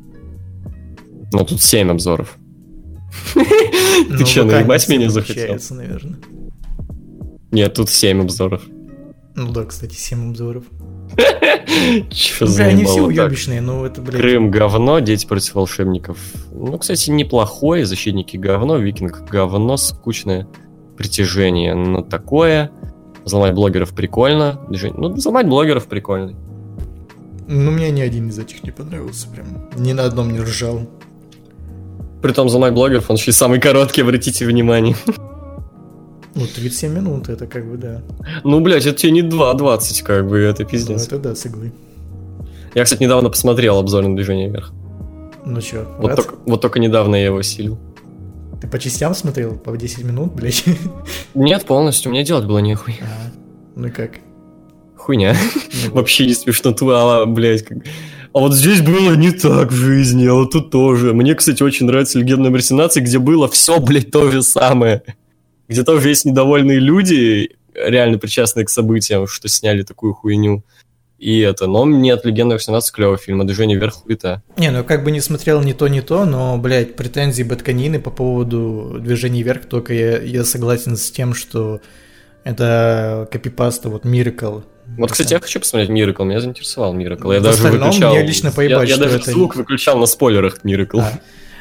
Speaker 3: Ну тут семь обзоров.
Speaker 4: Ну,
Speaker 3: Ты что,
Speaker 4: ВК
Speaker 3: наебать
Speaker 4: не
Speaker 3: меня
Speaker 4: все
Speaker 3: захотел?
Speaker 4: получается, наверное.
Speaker 3: Нет, тут семь обзоров.
Speaker 4: Ну да, кстати, семь обзоров.
Speaker 3: Че
Speaker 4: Ну,
Speaker 3: за
Speaker 4: бля, они все
Speaker 3: ебало так?
Speaker 4: уебищные, но это, блядь...
Speaker 3: Крым говно, Дети против волшебников. Ну, кстати, неплохой. Защитники говно, Викинг говно, скучное притяжение. Но такое. Взломать блогеров прикольно. Движение- Ну, взломать блогеров прикольно.
Speaker 4: Ну, мне ни один из этих не понравился прям. Ни на одном не ржал.
Speaker 3: Притом взломать блогеров, он еще и самый короткий, обратите внимание.
Speaker 4: Ну, тридцать семь минут, это как бы, да.
Speaker 3: Ну, блядь, это тебе не два двадцать, как бы, это
Speaker 4: Ну,
Speaker 3: пиздец.
Speaker 4: это да, соглы.
Speaker 3: Я, кстати, недавно посмотрел обзор на движение вверх.
Speaker 4: Ну чё,
Speaker 3: Вот
Speaker 4: рад?
Speaker 3: только, вот только недавно я его силил.
Speaker 4: Ты по частям смотрел? По десять минут, блядь?
Speaker 3: Нет, полностью, мне делать было нехуй.
Speaker 4: А, ну и как?
Speaker 3: Хуйня.
Speaker 4: Ну, вот.
Speaker 3: Вообще не смешно, туала, блядь. Как... А вот здесь было не так в жизни, а вот тут тоже. Мне, кстати, очень нравится «Легенда номер семнадцать», где было все, блядь, то же самое. Где тоже есть недовольные люди, реально причастные к событиям, что сняли такую хуйню. И это, но нет, «Легенда номер семнадцать» клевый фильм, а «Движение вверх» хуета.
Speaker 4: Не, ну как бы не смотрел ни то, ни то, но, блядь, претензии Бэтканины по поводу движения вверх, только я, я согласен с тем, что это копипаста, вот, Miracle.
Speaker 3: Вот, кстати, я хочу посмотреть «Миракл», меня заинтересовал «Миракл». Я
Speaker 4: В
Speaker 3: даже
Speaker 4: остальном
Speaker 3: выключал...
Speaker 4: мне лично поебать,
Speaker 3: я, я
Speaker 4: что
Speaker 3: даже
Speaker 4: это-
Speaker 3: звук выключал на спойлерах «Миракл».
Speaker 4: А.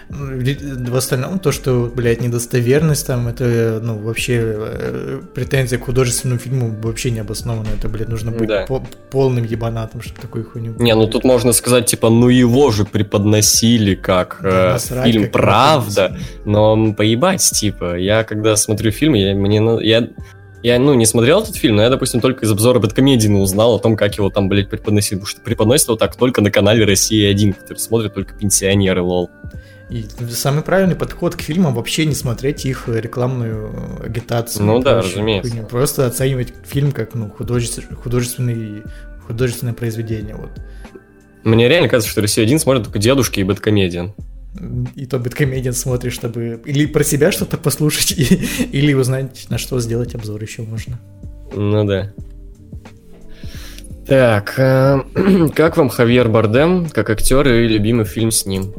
Speaker 4: В остальном то, что, блядь, недостоверность там, это, ну, вообще э, претензия к художественному фильму вообще не обоснована. Это, блядь, нужно быть
Speaker 3: Да.
Speaker 4: по- полным ебанатом, чтобы такую хуйню...
Speaker 3: Не, ну тут можно сказать, типа, ну его же преподносили как
Speaker 4: Да
Speaker 3: э,
Speaker 4: насрать,
Speaker 3: фильм
Speaker 4: как
Speaker 3: «Правда»,
Speaker 4: преподносили.
Speaker 3: но поебать, типа, я когда смотрю фильм, я, мне, на- я, я, ну, не смотрел этот фильм, но я, допустим, только из обзора Бэткомедиана узнал о том, как его там, блядь, преподносили, потому что преподносят его так только на канале «Россия один», который смотрят только пенсионеры, лол.
Speaker 4: И самый правильный подход к фильмам вообще не смотреть их рекламную агитацию.
Speaker 3: Ну
Speaker 4: и
Speaker 3: да,
Speaker 4: прочую
Speaker 3: разумеется.
Speaker 4: хуйню. Просто оценивать фильм как, ну, художестве- художественный, художественное произведение, вот.
Speaker 3: Мне реально кажется, что «Россия один» смотрят только дедушки и Бэткомедиан.
Speaker 4: И то Бэткомедиан смотришь, чтобы или про себя что-то послушать, и- или узнать, на что сделать обзор еще можно.
Speaker 3: Ну да. Так, э, как вам Хавьер Бардем как актер и любимый фильм с ним?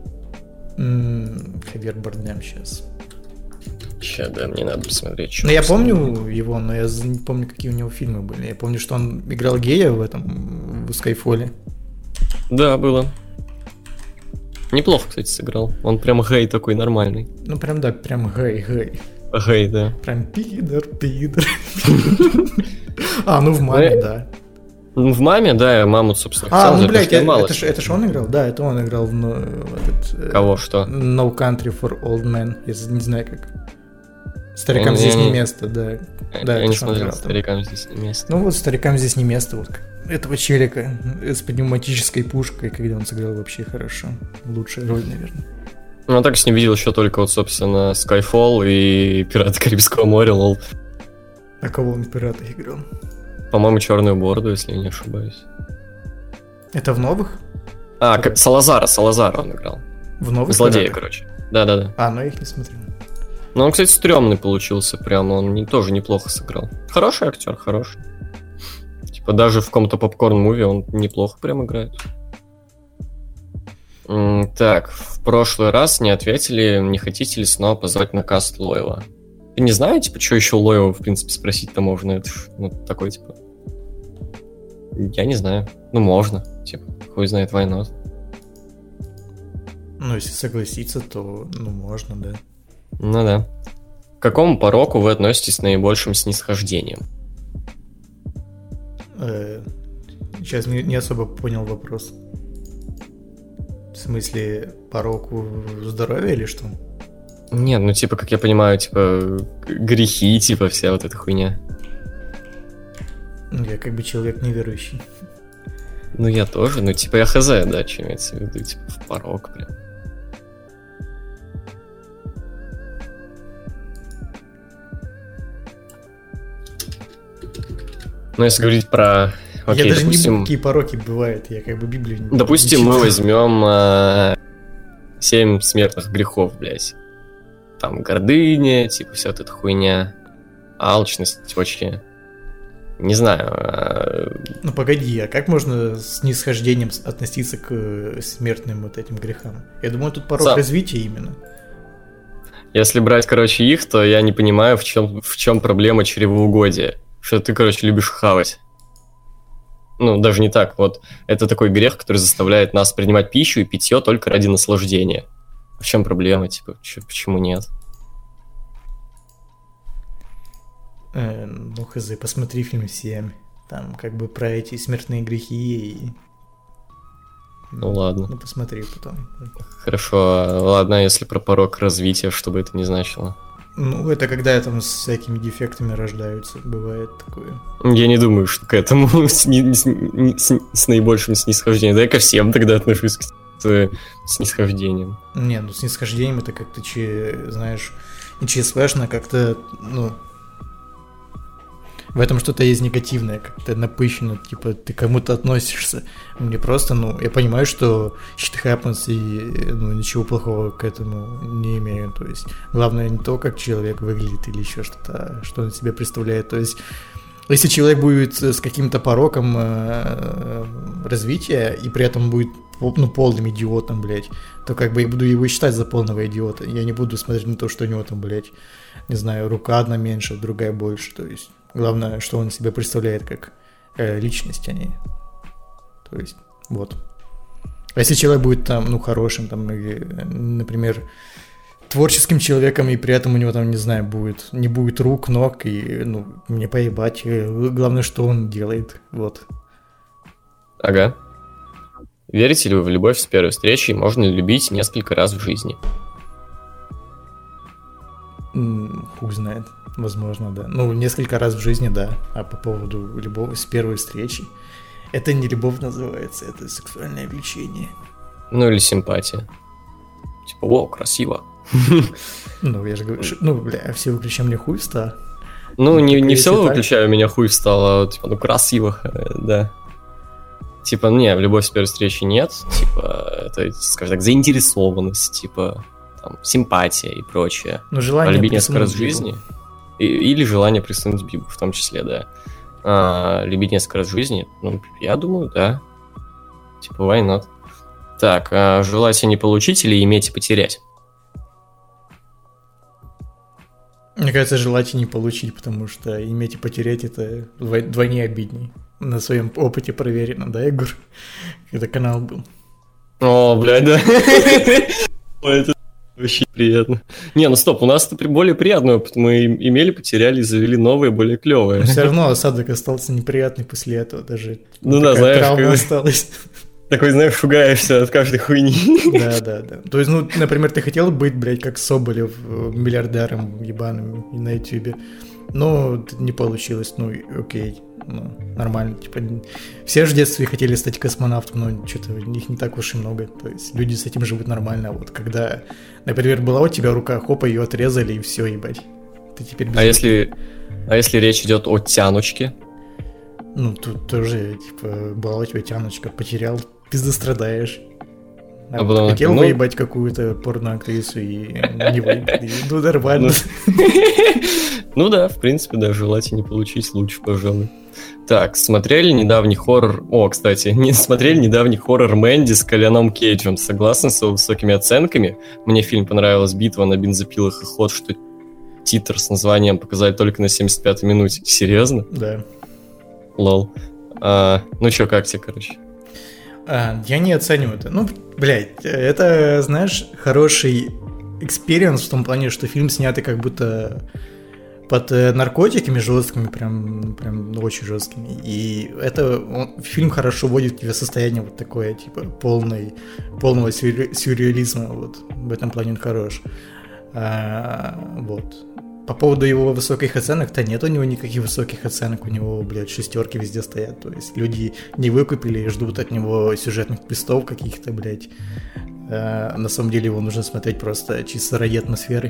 Speaker 4: М, Хавьер Бардем сейчас.
Speaker 3: Ща, да, мне надо посмотреть. что
Speaker 4: Ну, я
Speaker 3: с ним.
Speaker 4: помню его, но я з- не помню, какие у него фильмы были. Я помню, что он играл гея в этом, в Скайфоле.
Speaker 3: Да, было. Неплохо, кстати, сыграл. Он прям гей такой нормальный.
Speaker 4: Ну прям да, прям гей-гей.
Speaker 3: Гей, да.
Speaker 4: Прям пидор, пидор. А, ну в маме, да.
Speaker 3: Ну, в маме, да, я маму, собственно,
Speaker 4: А,
Speaker 3: хотел,
Speaker 4: ну, блядь,
Speaker 3: я-
Speaker 4: это ж это ж он играл? Да, это он играл в ну, в этот... э,
Speaker 3: Кого, что?
Speaker 4: No Country for Old Men. Я не знаю, как. Старикам
Speaker 3: Я-
Speaker 4: здесь
Speaker 3: я
Speaker 4: не
Speaker 3: не-
Speaker 4: место, да. Да,
Speaker 3: я
Speaker 4: это
Speaker 3: не
Speaker 4: ж он
Speaker 3: смотрел,
Speaker 4: играл там.
Speaker 3: старикам здесь не место.
Speaker 4: Ну вот старикам здесь не место. Вот этого челика с пневматической пушкой, когда он сыграл вообще хорошо. Лучшая роль, наверное.
Speaker 3: Ну, а так с ним видел еще только вот, собственно, Skyfall и Пираты Карибского моря, лол.
Speaker 4: А кого он в пиратах играл?
Speaker 3: По-моему, Черную бороду, если я не ошибаюсь.
Speaker 4: Это в новых?
Speaker 3: А, как Салазара, Салазара он играл.
Speaker 4: В новых
Speaker 3: Злодея,
Speaker 4: пиратах?
Speaker 3: короче. Да-да-да.
Speaker 4: А, ну я их не смотрел.
Speaker 3: Ну, он, кстати, стрёмный получился прям, он не, тоже неплохо сыграл. Хороший актер, хороший. Типа даже в каком-то попкорн-муви он неплохо прям играет. М, Так, в прошлый раз не ответили, не хотите ли снова позвать на каст Лоева? Ты не знаю, типа, что еще у Лоева, в принципе, спросить-то можно? Это ж, ну, такой, типа... Я не знаю. Ну, можно. Типа, хуй знает, why not.
Speaker 4: Ну, если согласиться, то, ну, можно, да.
Speaker 3: Ну да. К какому пороку вы относитесь с наибольшим снисхождением?
Speaker 4: Э, Сейчас не, не особо понял вопрос. В смысле, пороку здоровья или что?
Speaker 3: Нет, ну, типа, как я понимаю, типа, г- грехи, типа, вся вот эта хуйня.
Speaker 4: Ну, я как бы человек неверующий.
Speaker 3: Ну, я тоже, ну, типа, я хз, да, что имеется в виду, типа, в порок прям. Ну, если говорить про... Окей,
Speaker 4: я даже не
Speaker 3: допустим,
Speaker 4: знаю, какие пороки бывают, я как бы Библию не
Speaker 3: допустим,
Speaker 4: не
Speaker 3: мы
Speaker 4: читал.
Speaker 3: возьмем э, семь смертных грехов, блядь. Там гордыня, типа, вся вот эта хуйня, алчность, вообще. Не знаю. э,
Speaker 4: Ну погоди, а как можно с нисхождением с- относиться к э, смертным вот этим грехам? Я думаю, тут порог
Speaker 3: За-
Speaker 4: развития именно.
Speaker 3: Если брать, короче, их, то я не понимаю, в чем, в чем проблема чревоугодия. Что ты, короче, любишь хавать. Ну, даже не так. Вот это такой грех, который заставляет нас принимать пищу и питье только ради наслаждения. В чем проблема, типа, чё- почему нет?
Speaker 4: Э, ну хз, посмотри фильм семь. Там как бы про эти смертные грехи и...
Speaker 3: Ну ладно.
Speaker 4: Ну посмотри потом.
Speaker 3: Хорошо, ладно, если про порог развития, что бы это ни значило.
Speaker 4: Ну это когда там с всякими дефектами рождаются, бывает такое.
Speaker 3: Я не думаю, что к этому с, ни- с ни- с- с наибольшим снисхождением. Да я ко всем тогда отношусь к с снисхождением.
Speaker 4: Не, ну с нисхождением это как-то, че, знаешь, не ЧСВшно, как-то, ну... В этом что-то есть негативное, как-то напыщенно, типа, ты к кому-то относишься. Мне просто, ну, я понимаю, что shit happens, и, ну, ничего плохого к этому не имею. То есть, главное не то, как человек выглядит или еще что-то, а что он из себя представляет. То есть, если человек будет с каким-то пороком э, развития и при этом будет ну, полным идиотом, блядь, то как бы я буду его считать за полного идиота. Я не буду смотреть на то, что у него там, блядь, не знаю, рука одна меньше, другая больше. То есть, главное, что он себя представляет как э, личность, а не... То есть, вот. А если человек будет там, ну, хорошим, там, или, например, творческим человеком, и при этом у него там, не знаю, будет, не будет рук, ног, и, ну, мне поебать. Главное, что он делает, вот.
Speaker 3: Ага. Верите ли вы в любовь с первой встречи и можно ли любить несколько раз в жизни?
Speaker 4: М, Хуй знает, возможно, да. Ну, несколько раз в жизни, да. А по поводу любови с первой встречи, это не любовь называется, это сексуальное влечение.
Speaker 3: Ну или симпатия. Типа, о, красиво.
Speaker 4: Ну, я же говорю, что- ну, бля, все выключаем мне хуй ста.
Speaker 3: Ну, не, не
Speaker 4: если
Speaker 3: все
Speaker 4: так.
Speaker 3: выключаю, меня хуй встало, типа, ну красиво, э, да. Типа, не, в любовь с первой встречи нет, типа, это, скажем так, заинтересованность, типа, там, симпатия и прочее.
Speaker 4: Ну,
Speaker 3: А
Speaker 4: желание
Speaker 3: любить несколько раз в
Speaker 4: присунуть
Speaker 3: жизни? И- или желание присунуть бибу, в том числе, да. А, любить несколько раз в жизни? Ну, я думаю, да. Типа, why not? Так, а желать и не получить или иметь и потерять?
Speaker 4: Мне кажется, желать и не получить, потому что иметь и потерять это вдвой- вдвойне обидней. На своем опыте проверено, да, Егор? Когда канал был.
Speaker 3: О, блядь, да. Ой, это вообще приятно. Не, ну стоп, у нас это более приятный опыт. Мы имели, потеряли, завели новые, более клевые.
Speaker 4: Все равно осадок остался неприятный после этого, даже
Speaker 3: ну да, знаешь,
Speaker 4: травма осталась.
Speaker 3: Такой, знаешь, шугаешься от каждой хуйни.
Speaker 4: Да, да, да. То есть, ну, например, ты хотел быть, блядь, как Соболев, миллиардером ебаным на ютубе, но не получилось, ну, окей, ну, нормально, типа, все же в детстве хотели стать космонавтом, но что-то их не так уж и много, то есть люди с этим живут нормально, а вот когда, например, была у тебя рука, хопа, ее отрезали, и все, ебать, ты теперь...
Speaker 3: А если, а если речь идет о тянучке?
Speaker 4: Ну, тут тоже, типа, была у тебя тянучка, потерял, пизда страдаешь. А а потом, хотел ну... выебать какую-то порноактрису и не выебать. Ну, нормально.
Speaker 3: Ну да, в принципе, да, желать и не получить лучше, пожалуй. Так, смотрели недавний хоррор... О, кстати, не смотрели недавний хоррор Мэнди с Коляном Кейджем. Согласен с его высокими оценками. Мне фильм понравилась «Битва на бензопилах» и ход, что титр с названием показали только на семьдесят пятой минуте. Серьезно?
Speaker 4: Да.
Speaker 3: Лол. А, ну чё, как тебе, короче?
Speaker 4: А, я не оцениваю это. Ну, блядь, это, знаешь, хороший экспириенс в том плане, что фильм снятый как будто под наркотиками жесткими, прям, прям очень жесткими. И это он, фильм хорошо вводит тебя в состояние вот такое, типа, полной, полного сюрре, сюрреализма. Вот в этом плане он хорош. А, вот. По поводу его высоких оценок, то нет у него никаких высоких оценок, у него, блядь, шестерки везде стоят, то есть люди не выкупили и ждут от него сюжетных твистов каких-то, блядь. А, на самом деле его нужно смотреть просто чисто ради атмосферы.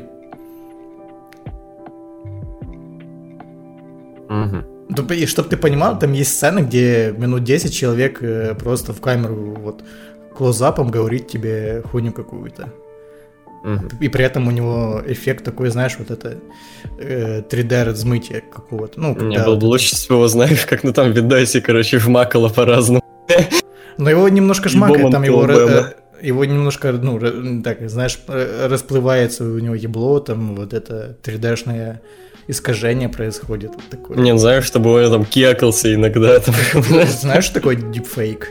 Speaker 4: Угу. И чтоб ты понимал, там есть сцены, где минут десять человек просто в камеру вот клоузапом говорит тебе хуйню какую-то. Uh-huh. И при этом у него эффект такой, знаешь, вот это э, три дэ размытия какого-то. Ну,
Speaker 3: не, был бы лучше всего, знаешь, как ну там в видосе, короче, жмакало по-разному.
Speaker 4: Но его немножко жмакает, там его, э, его немножко, ну, так, знаешь, расплывается у него ебло, там вот это три дэ-шное искажение происходит. Вот такое.
Speaker 3: Не, знаешь, чтобы он там кекался иногда. Там...
Speaker 4: Знаешь, что такое дипфейк?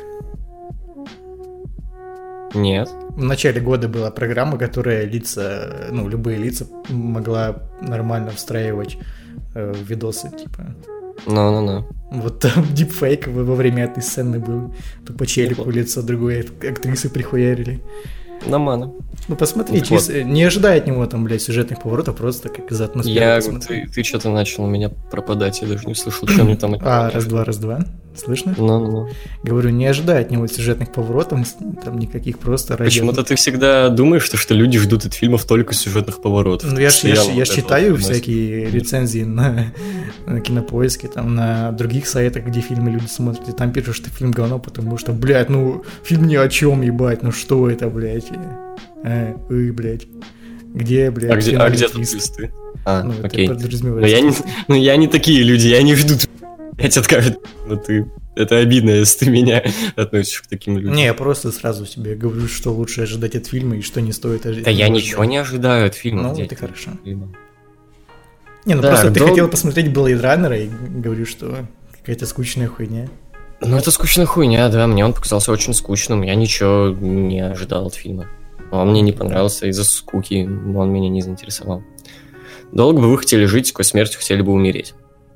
Speaker 3: Нет.
Speaker 4: В начале года была программа, которая лица, ну, любые лица могла нормально встраивать э, в видосы, типа.
Speaker 3: Ну-ну-ну.
Speaker 4: Вот там дипфейк во время этой сцены был. То по челику лицо другой актрисы прихуярили.
Speaker 3: Нормально.
Speaker 4: Ну, посмотри, вот, чис... вот. Не ожидай от него там, блядь, сюжетных поворотов, просто как из-за атмосферы.
Speaker 3: Я, ты, ты что-то начал у меня пропадать, я даже не слышал, что мне там...
Speaker 4: А, раз-два, раз-два. Слышно?
Speaker 3: Ну-ну-ну.
Speaker 4: Говорю, не ожидай от него сюжетных поворотов, там никаких просто...
Speaker 3: Почему-то ты всегда думаешь, что, что люди ждут от фильмов только сюжетных поворотов.
Speaker 4: Ну, я ж, я ж, я ж читаю всякие рецензии на, на Кинопоиске, там, на других сайтах, где фильмы люди смотрят, и там пишут, что фильм говно, потому что, блядь, ну, фильм ни о чем, ебать, ну что это, блядь? А, ой, блядь. Где, блядь?
Speaker 3: А где, а где тут твисты? А,
Speaker 4: ну,
Speaker 3: окей. Но я, не, ну, я не такие люди, я не жду... Блять, откажет. Ну ты... Это обидно, если ты меня относишь к таким людям.
Speaker 4: Не, я просто сразу тебе говорю, что лучше ожидать от фильма и что не стоит ожидать.
Speaker 3: Да я ничего не ожидаю от фильма.
Speaker 4: Ну, это хорошо. Фильма. Не, ну да, просто дол... ты хотел посмотреть Blade Runner и говорю, что какая-то скучная хуйня.
Speaker 3: Ну это скучная хуйня, да, мне он показался очень скучным, я ничего не ожидал от фильма. Он мне не понравился из-за скуки, он меня не заинтересовал. Долго бы вы хотели жить, с какой смертью хотели бы умереть?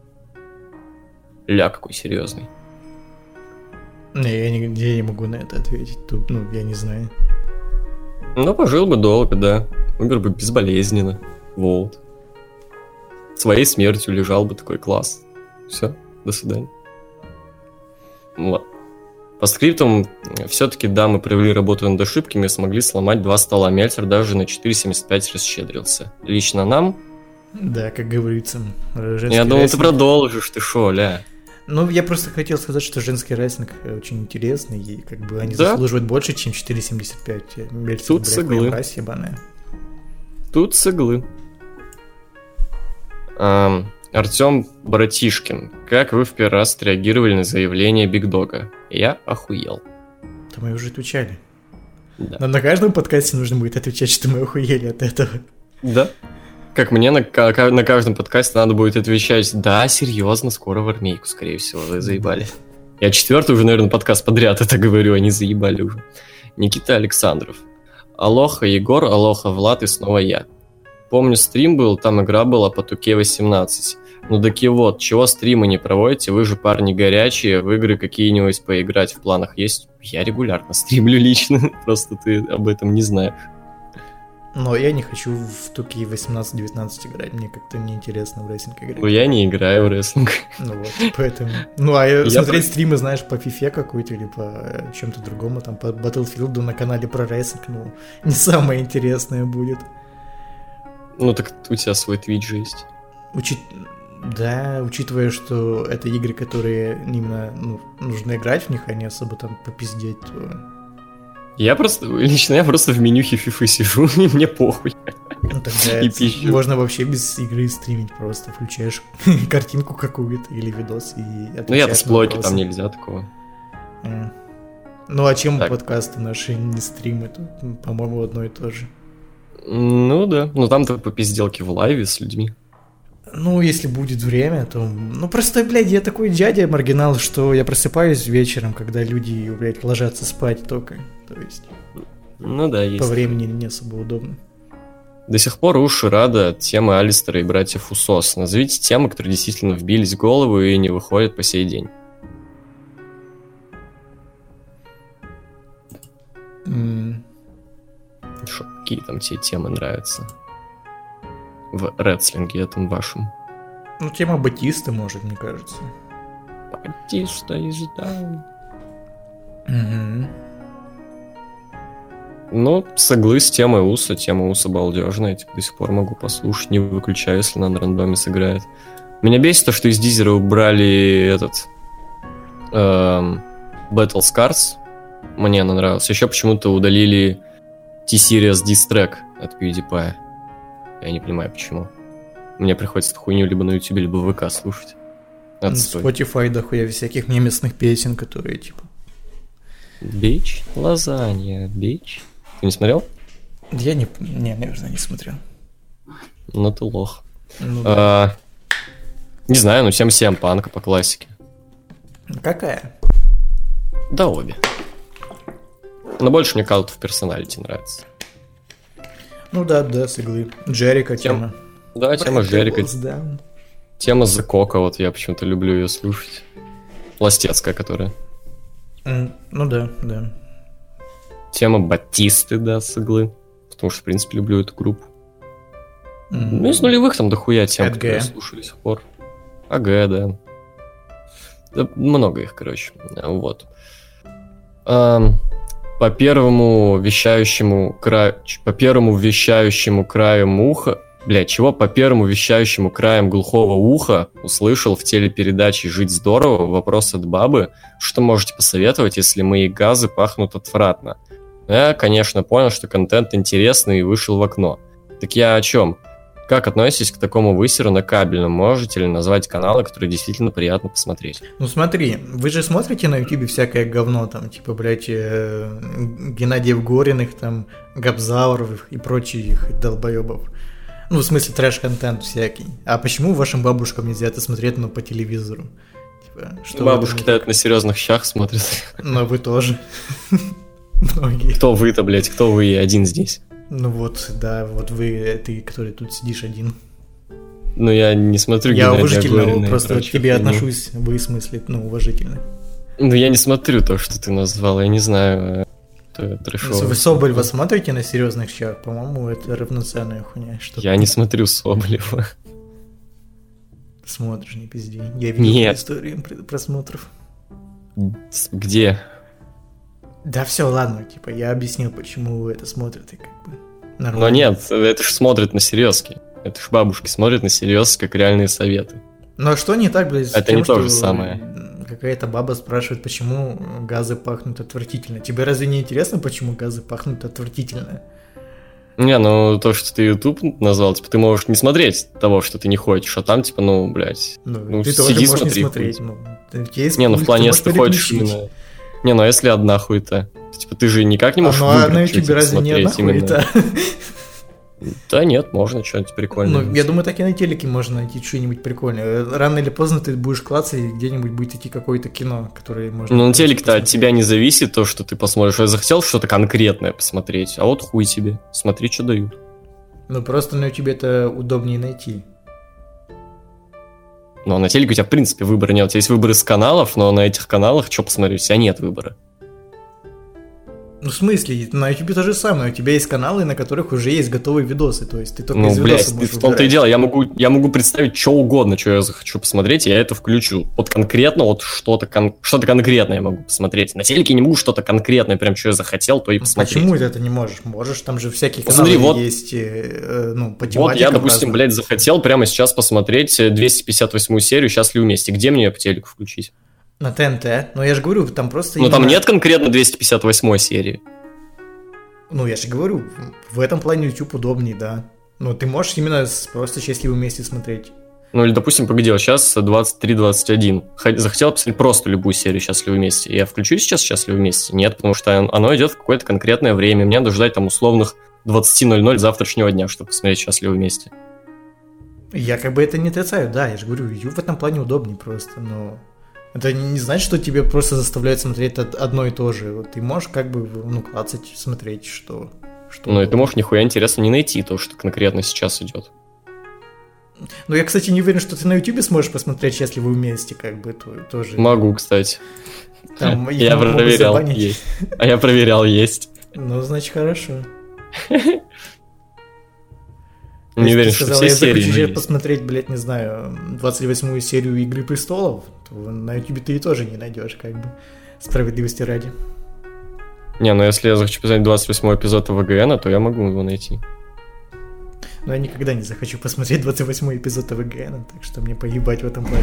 Speaker 3: Ля, какой серьезный.
Speaker 4: Не, я не, я не могу на это ответить. Тут, ну, я не знаю.
Speaker 3: Ну, пожил бы долго, да. Умер бы безболезненно. Вот. Своей смертью лежал бы такой класс. Все, до свидания. Вот. По скриптам, все-таки, да, мы провели работу над ошибками и смогли сломать два стола. Мельцер даже на четыре семьдесят пять расщедрился. Лично нам...
Speaker 4: Да, как говорится.
Speaker 3: Я думал, рейсинг... ты продолжишь, ты шо, ля.
Speaker 4: Ну, я просто хотел сказать, что женский рейсинг очень интересный, и как бы они да? заслуживают больше, чем четыре семьдесят пять. Мельцер,
Speaker 3: тут с иглы. Тут с иглы. Эм, Артем Братишкин. Как вы в первый раз отреагировали на заявление Биг Дога? Я охуел.
Speaker 4: Да мы уже отвечали.
Speaker 3: Да.
Speaker 4: Но на каждом подкасте нужно будет отвечать, что мы охуели от этого.
Speaker 3: Да. Как мне на, на каждом подкасте надо будет отвечать: да, серьезно, скоро в армейку, скорее всего, вы заебали. Я четвертый уже, наверное, подкаст подряд это говорю, они заебали уже. Никита Александров. Алоха, Егор, алоха, Влад и снова я. Помню, стрим был, там игра была по ту кей восемнадцать. Ну таки вот, чего стримы не проводите? Вы же парни горячие, в игры какие-нибудь поиграть в планах есть? Я регулярно стримлю лично, просто ты об этом не знаешь.
Speaker 4: Но я не хочу в ту кей восемнадцать девятнадцать играть, мне как-то неинтересно в рестлинг играть.
Speaker 3: Ну я не играю в рестлинг.
Speaker 4: Ну вот, поэтому... Ну а я смотреть про... стримы, знаешь, по фифе какой-то или по чем-то другому, там по Battlefield на канале про рестлинг, ну, не самое интересное будет.
Speaker 3: Ну так у тебя свой Twitch же есть.
Speaker 4: Учи... Да, учитывая, что это игры, которые именно ну, нужно играть в них, а не особо там попиздеть, то...
Speaker 3: Я просто, лично я просто в менюхе FIFA сижу, и мне похуй.
Speaker 4: Ну тогда и пищу. Можно вообще без игры стримить, просто включаешь картинку какую-то или видос и отвечаешь.
Speaker 3: Ну я-то с блоки, там нельзя такого.
Speaker 4: Mm. Ну а чем так. Подкасты наши не стримы? Тут, по-моему, одно и то же.
Speaker 3: Ну да, ну там-то по пизделке в лайве с людьми.
Speaker 4: Ну, если будет время, то... Ну, просто, блядь, я такой дядя маргинал, что я просыпаюсь вечером, когда люди, блядь, ложатся спать только. То есть...
Speaker 3: Ну да, есть.
Speaker 4: По времени не особо удобно.
Speaker 3: До сих пор уши рада от темы Алистера и братьев Усос. Назовите темы, которые действительно вбились в голову и не выходят по сей день.
Speaker 4: Mm.
Speaker 3: Шо, какие там тебе темы нравятся? В рестлинге этом вашем.
Speaker 4: Ну, тема Батиста, может, мне кажется.
Speaker 3: Батиста is down.
Speaker 4: Угу.
Speaker 3: Ну, соглы с темой Уса. Тема Уса балдежная. Типа, до сих пор могу послушать, не выключаю, если она на рандоме сыграет. Меня бесит то, что из Дизера убрали этот... Эм, Battle Scars. Мне она нравилась. Еще почему-то удалили T-Series Diss Track от PewDiePie. Я не понимаю, почему. Мне приходится эту хуйню либо на YouTube, либо в ВК слушать.
Speaker 4: Отстой. Spotify дохуя всяких немецких песен, которые типа...
Speaker 3: Бич, лазанья, бич. Ты не смотрел?
Speaker 4: Я не... Не, наверное, не смотрел.
Speaker 3: Ну ты лох.
Speaker 4: Ну,
Speaker 3: а,
Speaker 4: да.
Speaker 3: Не знаю, ну всем всем панка по классике.
Speaker 4: Какая?
Speaker 3: Да обе. Но больше мне Cult of Personality нравится.
Speaker 4: Ну да, да, с иглы. Джерика тема.
Speaker 3: Да, тема Джерика. Тема The Coca, вот я почему-то люблю ее слушать. Пластецкая, которая.
Speaker 4: Mm, ну да, да.
Speaker 3: Тема Батисты, да, с иглы. Потому что, в принципе, люблю эту группу. Mm. Ну, из нулевых там дохуя тем, которые я слушаю до сих пор. АГ, да. Да. Много их, короче. Вот. Um, По первому вещающему краю... По первому вещающему краю уха... Блядь, чего? По первому вещающему краем глухого уха услышал в телепередаче «Жить здорово» вопрос от бабы, что можете посоветовать, если мои газы пахнут отвратно. Я, конечно, понял, что контент интересный и вышел в окно. Так я о чем? Как относитесь к такому высеру на кабельном? Можете ли назвать каналы, которые действительно приятно посмотреть?
Speaker 4: Ну смотри, вы же смотрите на ютубе всякое говно, там, типа, блядь, э, Геннадиев Гориных, там, Габзауровых и прочих долбоебов. Ну, в смысле, трэш-контент всякий. А почему вашим бабушкам нельзя это смотреть, ну, по телевизору? Типа, что
Speaker 3: бабушки-то это на серьезных щах смотрят.
Speaker 4: Но вы тоже. Многие.
Speaker 3: Кто вы-то, блядь, кто вы один здесь?
Speaker 4: Ну вот, да, вот вы, ты, который тут сидишь один.
Speaker 3: Ну, я не смотрю
Speaker 4: Я уважительно просто к тебе отношусь, вы, в смысле, ну, уважительно.
Speaker 3: Ну, я не смотрю то, что ты назвал, я не знаю, это трэшово.
Speaker 4: Вы Соболева смотрите на серьезных щах? По-моему, это равноценная хуйня. Что
Speaker 3: я не смотрю Соболева.
Speaker 4: Смотришь, не пизди. Я видел
Speaker 3: Нет.
Speaker 4: историю просмотров.
Speaker 3: Где?
Speaker 4: Да все, ладно, типа, я объяснил, почему вы это смотрите, как бы, нормально.
Speaker 3: Но нет, это ж смотрят на серьезки. Это ж бабушки смотрят на серьезки, как реальные советы.
Speaker 4: Ну а что не так, блядь, с
Speaker 3: это
Speaker 4: тем,
Speaker 3: не то же
Speaker 4: что
Speaker 3: самое.
Speaker 4: Какая-то баба спрашивает, почему газы пахнут отвратительно. Тебе разве не интересно, почему газы пахнут отвратительно?
Speaker 3: Не, ну то, что ты YouTube назвал, типа, ты можешь не смотреть того, что ты не хочешь, а там, типа, ну, блядь,
Speaker 4: ну,
Speaker 3: ну
Speaker 4: ты
Speaker 3: сиди,
Speaker 4: тоже можешь
Speaker 3: смотри.
Speaker 4: Не, смотреть, ну,
Speaker 3: не, ну в плане, если ты хочешь именно... Не, ну а если одна хуйта? Типа ты же никак не можешь
Speaker 4: а, ну,
Speaker 3: выбрать,
Speaker 4: а на YouTube разве не одна
Speaker 3: именно.
Speaker 4: хуйта?
Speaker 3: Да нет, можно что-нибудь прикольное.
Speaker 4: Ну, я думаю, так и на телеке можно найти что-нибудь прикольное. Рано или поздно ты будешь клацать, и где-нибудь будет идти какое-то кино, которое можно...
Speaker 3: Ну, на телеке-то от тебя не зависит то, что ты посмотришь. Я захотел что-то конкретное посмотреть, а вот хуй тебе. Смотри, что дают.
Speaker 4: Ну, просто на YouTube это удобнее найти.
Speaker 3: Ну, а на телеке у тебя, в принципе, выбора нет. У тебя есть выбор из каналов, но на этих каналах, что посмотреть, у тебя нет выбора.
Speaker 4: Ну, в смысле? На YouTube то же самое. У тебя есть каналы, на которых уже есть готовые видосы. То есть ты только
Speaker 3: Ну,
Speaker 4: из
Speaker 3: блядь,
Speaker 4: видоса можешь
Speaker 3: в том-то и
Speaker 4: выбирать.
Speaker 3: дело. Я могу, я могу представить что угодно, что я захочу посмотреть, и я это включу. Вот конкретно, вот что-то, кон- что-то конкретное я могу посмотреть. На телеке не могу что-то конкретное, прям что я захотел, то и посмотреть.
Speaker 4: Почему это ты не можешь? Можешь, там же всякие каналы
Speaker 3: Смотри, вот-
Speaker 4: есть, э, ну, по
Speaker 3: Вот
Speaker 4: тематикам
Speaker 3: я, допустим,
Speaker 4: разным.
Speaker 3: блядь, захотел прямо сейчас посмотреть двести пятьдесят восьмую серию «Счастливы вместе». Где мне ее по телеку включить?
Speaker 4: На ТНТ. Но я же говорю, там просто...
Speaker 3: Ну, там
Speaker 4: именно-
Speaker 3: нет конкретно двести пятьдесят восьмой серии.
Speaker 4: Ну, я же говорю, в этом плане YouTube удобнее, да. Ну, ты можешь именно с- просто счастливы вместе смотреть.
Speaker 3: Ну, или, допустим, погоди, вот сейчас двадцать три двадцать один. Х- Захотел посмотреть просто любую серию «Счастливы вместе». Я включу сейчас «Счастливы вместе»? Нет, потому что он- оно идет в какое-то конкретное время. Мне надо ждать там условных двадцать ноль ноль завтрашнего дня, чтобы посмотреть «Счастливы вместе».
Speaker 4: Я как бы это не отрицаю, да, я же говорю, YouTube в этом плане удобнее просто, но... Это не не значит, что тебе просто заставляют смотреть од- одно и то же. Вот ты можешь как бы, ну, клацать, смотреть, что... что
Speaker 3: Ну, и ты можешь нихуя интересно не найти то, что конкретно сейчас идет.
Speaker 4: Ну, я, кстати, не уверен, что ты на YouTube сможешь посмотреть «Счастливы вместе», как бы, то, тоже.
Speaker 3: Могу, кстати.
Speaker 4: Там их
Speaker 3: Я
Speaker 4: могут
Speaker 3: проверял,
Speaker 4: забанить.
Speaker 3: есть. А я проверял, есть.
Speaker 4: Ну, значит, хорошо.
Speaker 3: Не
Speaker 4: Если
Speaker 3: уверен,
Speaker 4: ты
Speaker 3: что
Speaker 4: сказал,
Speaker 3: все
Speaker 4: я
Speaker 3: серии
Speaker 4: захочу
Speaker 3: но
Speaker 4: сейчас
Speaker 3: есть.
Speaker 4: посмотреть, блядь, не знаю, двадцать восьмую серию «Игры престолов», то на YouTube ты и тоже не найдешь, как бы, справедливости ради.
Speaker 3: Не, ну если я захочу посмотреть двадцать восьмой эпизод АВГН, то я могу его найти.
Speaker 4: Но я никогда не захочу посмотреть двадцать восьмой эпизод АВГН, так что мне поебать в этом плане.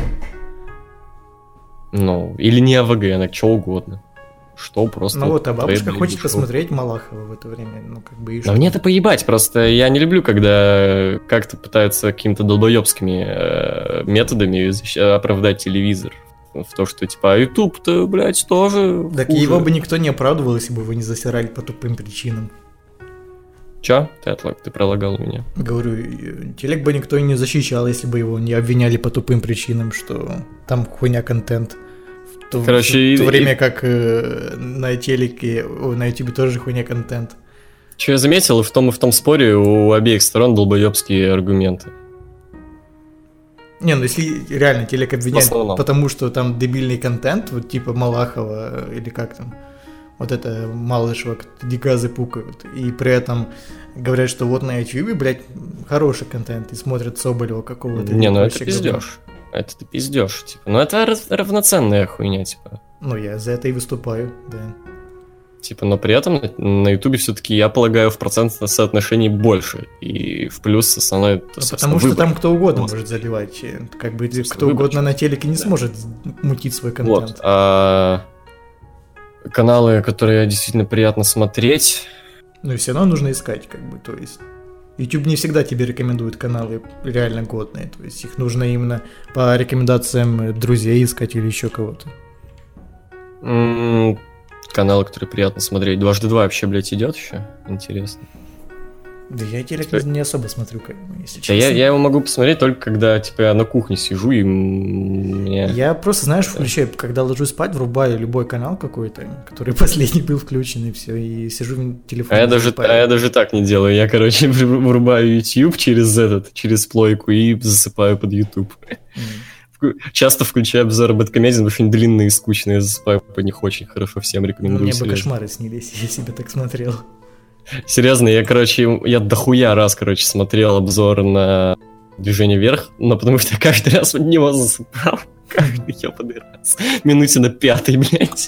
Speaker 3: Ну, или не АВГН, а что угодно. Что просто...
Speaker 4: Ну вот, а
Speaker 3: твоей,
Speaker 4: бабушка
Speaker 3: блядь,
Speaker 4: хочет
Speaker 3: душой.
Speaker 4: посмотреть Малахова в это время, ну как бы и
Speaker 3: Да
Speaker 4: что?
Speaker 3: мне это поебать, просто я не люблю, когда как-то пытаются какими-то долбоебскими э, методами защ- оправдать телевизор. В то, что типа, а YouTube-то, блядь, тоже
Speaker 4: Так
Speaker 3: хуже.
Speaker 4: его бы никто не оправдывал, если бы его не засирали по тупым причинам.
Speaker 3: Чё? Ты, отлог, ты пролагал меня.
Speaker 4: Говорю, и телек бы никто и не защищал, если бы его не обвиняли по тупым причинам, что там хуйня контент. В то,
Speaker 3: Короче,
Speaker 4: в то
Speaker 3: и-
Speaker 4: время
Speaker 3: и-
Speaker 4: как э, на телеке, о, на ютубе тоже хуйня контент.
Speaker 3: Что я заметил, и в том и в том споре у обеих сторон долбоебские аргументы.
Speaker 4: Не, ну если реально телек
Speaker 3: В
Speaker 4: обвиняет,
Speaker 3: основном.
Speaker 4: потому что там дебильный контент, вот типа Малахова или как там, вот это Малышева, диказы пукают, и при этом говорят, что вот на ютубе, блядь, хороший контент, и смотрят Соболева какого-то.
Speaker 3: Не,
Speaker 4: или
Speaker 3: ну это
Speaker 4: прочее говно.
Speaker 3: пиздешь. Это ты пиздешь, типа. Ну это рав- равноценная хуйня, типа.
Speaker 4: Ну, я за это и выступаю, да.
Speaker 3: Типа, но при этом на Ютубе все-таки, я полагаю, в процентном соотношении больше. И в плюс основной... это,
Speaker 4: Ну,
Speaker 3: собственно,
Speaker 4: потому что
Speaker 3: выбор.
Speaker 4: там кто угодно
Speaker 3: Вот.
Speaker 4: может заливать. э, Как бы
Speaker 3: Собственно,
Speaker 4: кто
Speaker 3: выбор.
Speaker 4: угодно на телеке не
Speaker 3: Да.
Speaker 4: сможет мутить свой контент.
Speaker 3: Вот. А каналы, которые действительно приятно смотреть...
Speaker 4: Ну и все равно нужно искать, как бы, то есть. YouTube не всегда тебе рекомендует каналы реально годные. То есть их нужно именно по рекомендациям друзей искать или еще кого-то.
Speaker 3: м, Каналы, которые приятно смотреть. Дважды два вообще, блядь, идет еще? Интересно.
Speaker 4: Да я телек
Speaker 3: Что-
Speaker 4: не особо смотрю, как бы, если
Speaker 3: Да
Speaker 4: честно.
Speaker 3: я, я его могу посмотреть только когда, типа, я на кухне сижу и м, мне...
Speaker 4: Я просто, знаешь, включаю, когда ложусь спать, врубаю любой канал какой-то, который последний был включен, и все, и сижу в телефоне.
Speaker 3: А я, даже,
Speaker 4: залипаю.
Speaker 3: а я даже так не делаю. Я, короче, врубаю YouTube через этот, через плойку и засыпаю под YouTube.
Speaker 4: М.
Speaker 3: Вку- Часто включаю обзоры бэдкомедиан, очень длинные и скучные, засыпаю по них очень хорошо, всем рекомендую.
Speaker 4: Мне бы
Speaker 3: серьезно.
Speaker 4: кошмары снились, если бы так смотрел.
Speaker 3: Серьезно, я, короче, я дохуя раз, короче, смотрел обзор на «Движение вверх», но потому что я каждый раз под него засыпал. Каждый ебаный раз. Минуте на пятой, блядь.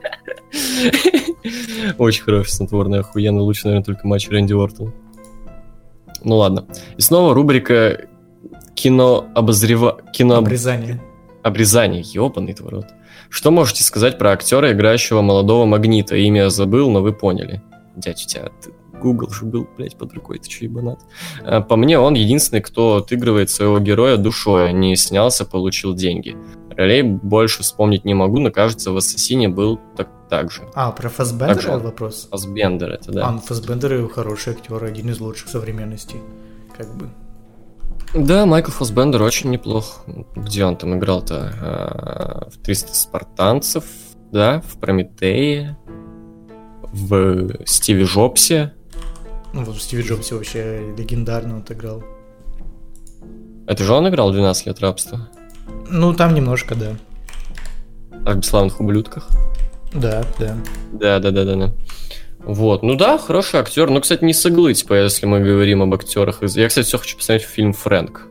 Speaker 3: Очень хороший, снотворный, охуенно. Лучше, наверное, только матч Рэнди Уортон. Ну ладно. И снова рубрика кино обозрева... кино об-
Speaker 4: Обрезание.
Speaker 3: обрезание. Ёбаный твой рот. Что можете сказать про актера, играющего молодого Магнита? Имя я забыл, но вы поняли. Дядь, у тебя ты Google же был, блядь, под рукой, ты че, ебанат? А, По мне, он единственный, кто отыгрывает своего героя душой, а не снялся, получил деньги. Ролей больше вспомнить не могу, но кажется, в «Ассасине» был так- также.
Speaker 4: А, про Фассбендера
Speaker 3: Также.
Speaker 4: вопрос?
Speaker 3: Фассбендер это, да.
Speaker 4: А, Фассбендер хороший актер, один из лучших современности. Как бы.
Speaker 3: Да, Майкл Фассбендер очень неплох. Где он там играл-то? А, в триста спартанцев, да, в Прометее, в Стиве Джобсе.
Speaker 4: Ну, вот в Стиве Джобсе вообще легендарно отыграл.
Speaker 3: Это же он играл двенадцать лет рабства?
Speaker 4: Ну, там немножко, да.
Speaker 3: А в «Бесславных ублюдках»?
Speaker 4: Да, да.
Speaker 3: Да, да, да, да, да. Вот, ну да, хороший актер. Ну, кстати, не с иглы, типа, если мы говорим об актерах. из- Я, кстати, все хочу посмотреть фильм «Фрэнк».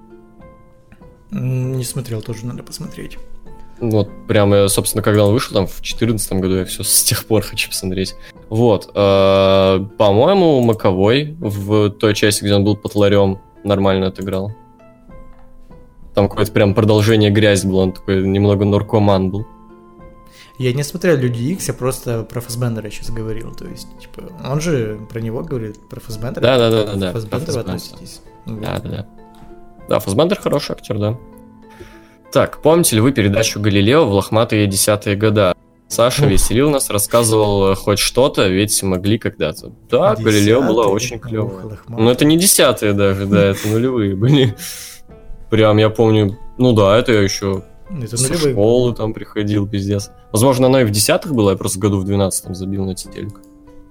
Speaker 4: М, Не смотрел, тоже надо посмотреть.
Speaker 3: Вот, прямо, собственно, когда он вышел, там, в четырнадцатом году, я все с тех пор хочу посмотреть. Вот, э, по-моему, Маковой в той части, где он был потларем, нормально отыграл. Там какое-то прям продолжение грязи было, он такой немного наркоман был.
Speaker 4: Я не смотрел «Люди Икс», я просто про Фассбендера сейчас говорил. То есть, типа, он же про него говорит, про Фассбендера.
Speaker 3: Да, да,
Speaker 4: как
Speaker 3: да,
Speaker 4: вы
Speaker 3: да,
Speaker 4: к
Speaker 3: да,
Speaker 4: Фассбендеру
Speaker 3: про Фассбендера.
Speaker 4: относитесь. Вот.
Speaker 3: Да, да, да. Да, Фассбендер хороший актер, да. Так, помните ли вы передачу «Галилео» в лохматые десятые года? Саша
Speaker 4: Ух.
Speaker 3: веселил нас, рассказывал э, хоть что-то, ведь могли когда-то. Да, «Галилео» была
Speaker 4: Десятые,
Speaker 3: очень клевая.
Speaker 4: ох, лохматые.
Speaker 3: Но это не десятые даже, да, это нулевые были. Прям, я помню, ну да, это я еще
Speaker 4: Это
Speaker 3: со
Speaker 4: нулевые.
Speaker 3: школы там приходил, пиздец. Возможно, оно и в десятых было, я просто году в двенадцатом забил на телек.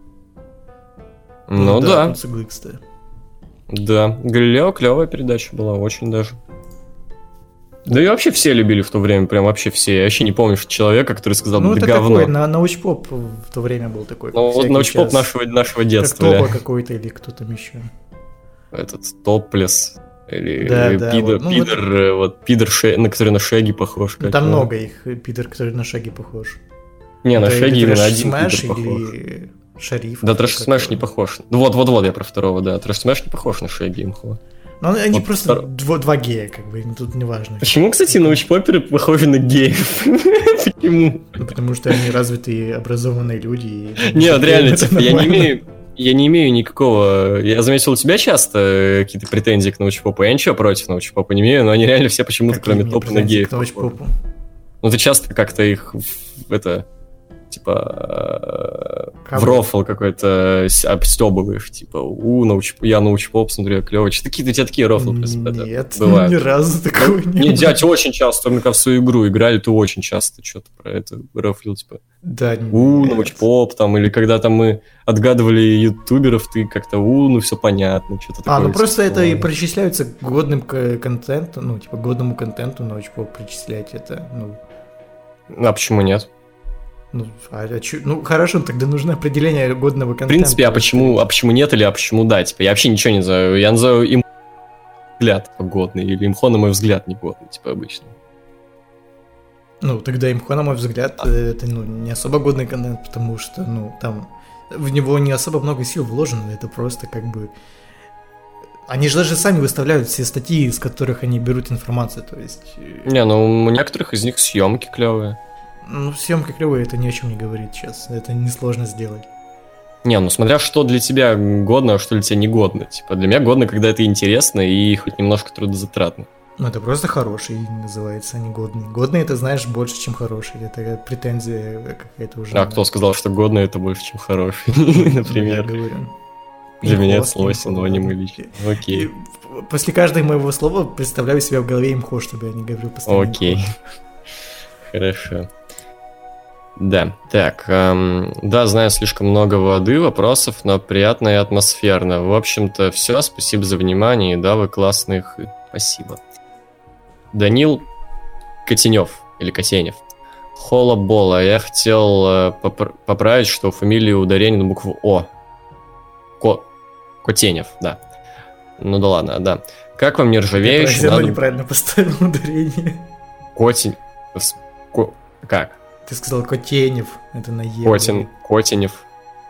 Speaker 3: Ну да,
Speaker 4: тут с иглы, кстати.
Speaker 3: да. «Галилео» клевая передача была, очень даже. Да и вообще все любили в то время, прям вообще все. Я вообще не помню что человека, который сказал,
Speaker 4: Ну,
Speaker 3: да
Speaker 4: это
Speaker 3: говно.
Speaker 4: такой, на, научпоп в то время был такой.
Speaker 3: Ну, вот
Speaker 4: всякий
Speaker 3: научпоп
Speaker 4: час.
Speaker 3: нашего, нашего
Speaker 4: Как
Speaker 3: детства,
Speaker 4: Тоба
Speaker 3: бля.
Speaker 4: какой-то или кто там еще.
Speaker 3: Этот топлес. Или
Speaker 4: Да,
Speaker 3: или
Speaker 4: да,
Speaker 3: пидор,
Speaker 4: вот, ну,
Speaker 3: пидор, э, вот, пидор, Ше- на который на Шеги похож.
Speaker 4: Ну,
Speaker 3: как
Speaker 4: там
Speaker 3: его.
Speaker 4: много их, э, пидор, который на Шаги похож.
Speaker 3: Не, на
Speaker 4: Это
Speaker 3: Шеги
Speaker 4: или
Speaker 3: именно
Speaker 4: Трэш
Speaker 3: один
Speaker 4: Смэш,
Speaker 3: пидор похож.
Speaker 4: или Шариф.
Speaker 3: Да, Трэш
Speaker 4: Как
Speaker 3: Смэш
Speaker 4: его.
Speaker 3: не похож. Ну, Вот-вот-вот, я про второго, да. Трэш Смэш не похож на Шеги имхо.
Speaker 4: Ну, они
Speaker 3: Вот
Speaker 4: просто
Speaker 3: втор-
Speaker 4: дво- два гея, как бы, тут не важно.
Speaker 3: Почему, кстати, научпоперы похожи на геев? Почему?
Speaker 4: Ну, потому что они развитые, образованные люди. и-
Speaker 3: Нет, реально,
Speaker 4: это
Speaker 3: типа, я не
Speaker 4: нормально.
Speaker 3: имею... Я не имею никакого... Я заметил у тебя часто э, какие-то претензии к научпопу. Я ничего против научпопа не имею, но они реально все почему-то,
Speaker 4: Какие
Speaker 3: кроме
Speaker 4: мне
Speaker 3: топа на
Speaker 4: претензии
Speaker 3: геев,
Speaker 4: к научпопу?
Speaker 3: похожи. Ну, ты часто как-то их в- это... Типа... э,
Speaker 4: Кого?
Speaker 3: В рофл какой-то с- обстебываешь. Типа, у, науч... я научпоп, смотрю, клево. Что такие у тебя такие рофлы просто, это
Speaker 4: Нет,
Speaker 3: бывают?
Speaker 4: ни разу такого не
Speaker 3: Не,
Speaker 4: было.
Speaker 3: дядь, очень часто, мы когда в свою игру играли, ты очень часто что-то про это рофлил, типа,
Speaker 4: Да,
Speaker 3: у,
Speaker 4: нет.
Speaker 3: научпоп, там, или когда там мы отгадывали ютуберов, ты как-то, у, ну все понятно, что-то такое.
Speaker 4: А, ну просто
Speaker 3: типа,
Speaker 4: это и
Speaker 3: ладно.
Speaker 4: причисляется к годным к- контенту, ну, типа, годному контенту научпоп причислять это, ну,
Speaker 3: А почему нет?
Speaker 4: ну, а, а чё- ну, хорошо, тогда нужно определение годного контента.
Speaker 3: В принципе, а почему, а почему нет или а почему да? Типа, я вообще ничего не знаю. Я называю им взгляд годный, или имхо, на мой взгляд, негодный, типа, обычно.
Speaker 4: Ну, тогда имхо, на мой взгляд,
Speaker 3: А.
Speaker 4: это, ну, не особо годный контент, потому что, ну, там в него не особо много сил вложено, это просто как бы... Они же даже сами выставляют все статьи, из которых они берут информацию, то есть... э,
Speaker 3: Не, ну, у некоторых из них съемки клевые.
Speaker 4: Ну, съемка клевая, это ни о чем не говорит сейчас, это несложно сделать.
Speaker 3: Не, ну смотря что для тебя годно, а что для тебя не годно. Типа, для меня годно, когда это интересно и хоть немножко трудозатратно.
Speaker 4: Ну, это просто хороший называется, а не годный. Годный, это, знаешь, больше, чем хороший. Это претензия какая-то уже.
Speaker 3: А кто сказал, что годно это больше, чем хороший,
Speaker 4: Я
Speaker 3: например?
Speaker 4: говорю.
Speaker 3: Для меня это
Speaker 4: Имхо,
Speaker 3: слово
Speaker 4: имхо,
Speaker 3: синоним
Speaker 4: ладно.
Speaker 3: и лично.
Speaker 4: И
Speaker 3: Окей,
Speaker 4: после каждого моего слова представляю себя в голове имхо, чтобы я не говорил постоянно
Speaker 3: окей.
Speaker 4: имхо.
Speaker 3: Хорошо. Да, так, эм, да, знаю слишком много воды, вопросов, но приятно и атмосферно. В общем-то, все, спасибо за внимание, да, вы классных, спасибо. Данил Котенев, или Котенев. Хола-бола, я хотел э, попр- поправить, что у фамилии ударение на букву О. Ко... Котенев, да. Ну да ладно, да. Как вам
Speaker 4: Я
Speaker 3: нержавеющий?
Speaker 4: все равно
Speaker 3: Надо...
Speaker 4: неправильно поставил ударение.
Speaker 3: Котень... с- ко- Как?
Speaker 4: Ты сказал Котенев, это на Е.
Speaker 3: Котин... Котенев.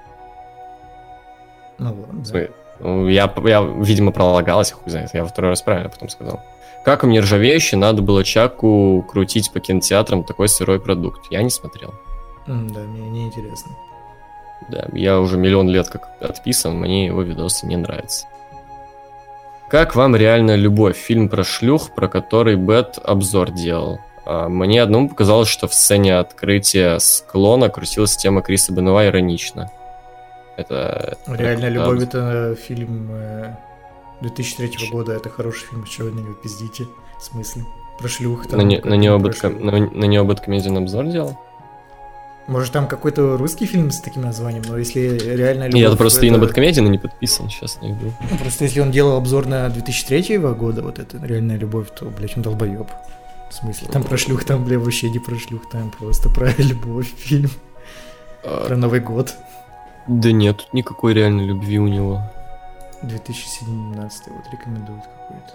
Speaker 4: Ну ладно.
Speaker 3: В смысле, ну, Я, я, видимо, пролагалась, хуй знает. Я во второй раз правильно потом сказал. Как вам нержавеющий? Надо было Чаку крутить по кинотеатрам такой сырой продукт. Я не смотрел.
Speaker 4: М, Да, мне не интересно.
Speaker 3: Да, я уже миллион лет как отписан, мне его видосы не нравятся. Как вам реально любовь? Фильм про шлюх, про который Бэт обзор делал. А, мне одному показалось, что в сцене открытия склона крутилась тема Криса Бенуа иронично. Это...
Speaker 4: «Реальная
Speaker 3: это,
Speaker 4: любовь» —
Speaker 3: да.
Speaker 4: это фильм э, две тысячи третьего года, это хороший фильм, чего вы на него пиздите, в смысле? Про шлюх там.
Speaker 3: На, не-
Speaker 4: как
Speaker 3: на него
Speaker 4: про
Speaker 3: Бэтком-
Speaker 4: шлюх.
Speaker 3: на, на него Бэткомедиан обзор делал?
Speaker 4: Может, там какой-то русский фильм с таким названием, но если «Реальная любовь»...
Speaker 3: Я просто и на
Speaker 4: это-
Speaker 3: Бэткомедиана не подписан, сейчас не иду.
Speaker 4: Ну, просто если он делал обзор на две тысячи третьего года, вот это «Реальная любовь», то, блядь, он долбоеб. В смысле? Там про шлюх, там, бля, вообще не про шлюх, там просто про любовь фильм,
Speaker 3: А,
Speaker 4: про Новый год.
Speaker 3: да нет, тут никакой реальной любви у него.
Speaker 4: две тысячи семнадцатый вот рекомендуют какой-то.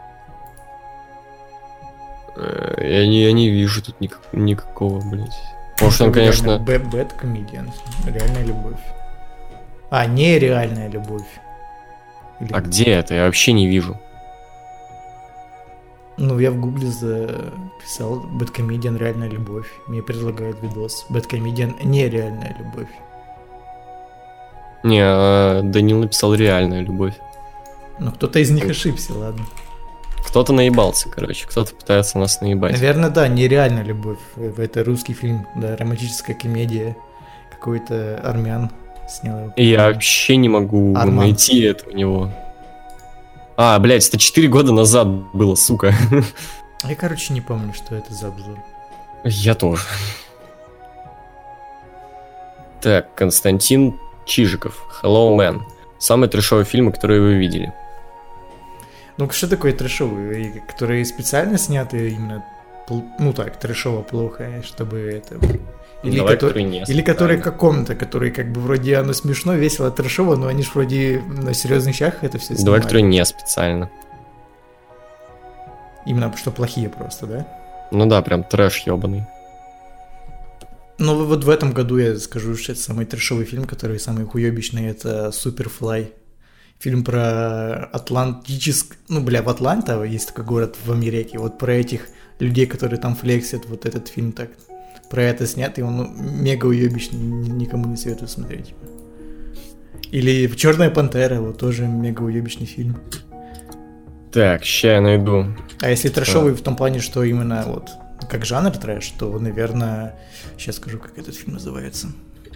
Speaker 3: Э, Я не, я не вижу тут никак- никакого, блядь. Может, он, конечно...
Speaker 4: Bad, bad Comedian. Реальная любовь. А, нереальная любовь. Или-
Speaker 3: А где это? Я вообще не вижу.
Speaker 4: Ну, я в гугле записал Bad Comedian реальная любовь. Мне предлагают видос. Bad Comedian нереальная любовь.
Speaker 3: Не, а, Данил написал реальная любовь.
Speaker 4: Ну, кто-то из них ошибся, ладно.
Speaker 3: Кто-то наебался, короче, кто-то пытается нас наебать.
Speaker 4: Наверное, да, нереальная любовь. Это русский фильм, да, романтическая комедия. Какой-то армян снял его.
Speaker 3: И я вообще не могу
Speaker 4: Арман.
Speaker 3: найти это у него. А, блядь, это четыре года назад было, сука.
Speaker 4: Я, короче, не помню, что это за обзор.
Speaker 3: Я тоже. Так, Константин Чижиков. Hello, Man. Самые трешовые фильмы, которые вы видели.
Speaker 4: Ну, что такое трэшовые? Которые специально сняты именно, пл- ну так, трэшово плохо, чтобы это... Или,
Speaker 3: Давай,
Speaker 4: кото-
Speaker 3: которые не
Speaker 4: или которые
Speaker 3: специально.
Speaker 4: как комната, которые как бы вроде оно смешно, весело, трэшово, но они ж вроде на серьезных щах это все
Speaker 3: Давай,
Speaker 4: снимали.
Speaker 3: которые не специально.
Speaker 4: Именно что плохие просто, да?
Speaker 3: Ну да, прям трэш ебаный.
Speaker 4: Ну вот в этом году я скажу, что это самый трэшовый фильм, который самый хуёбичный, это Суперфлай. Фильм про Атлантический... Ну, бля, в Атланта есть такой город в Америке. Вот про этих людей, которые там флексят, вот этот фильм так... Про это снят, и он ну, мега уебищный, ни- никому не советую смотреть. Или «Черная пантера», вот тоже мега уебищный фильм.
Speaker 3: Так, ща я найду.
Speaker 4: А если трэшовый в том плане, что именно вот как жанр трэш, то, наверное... Сейчас скажу, как этот фильм называется.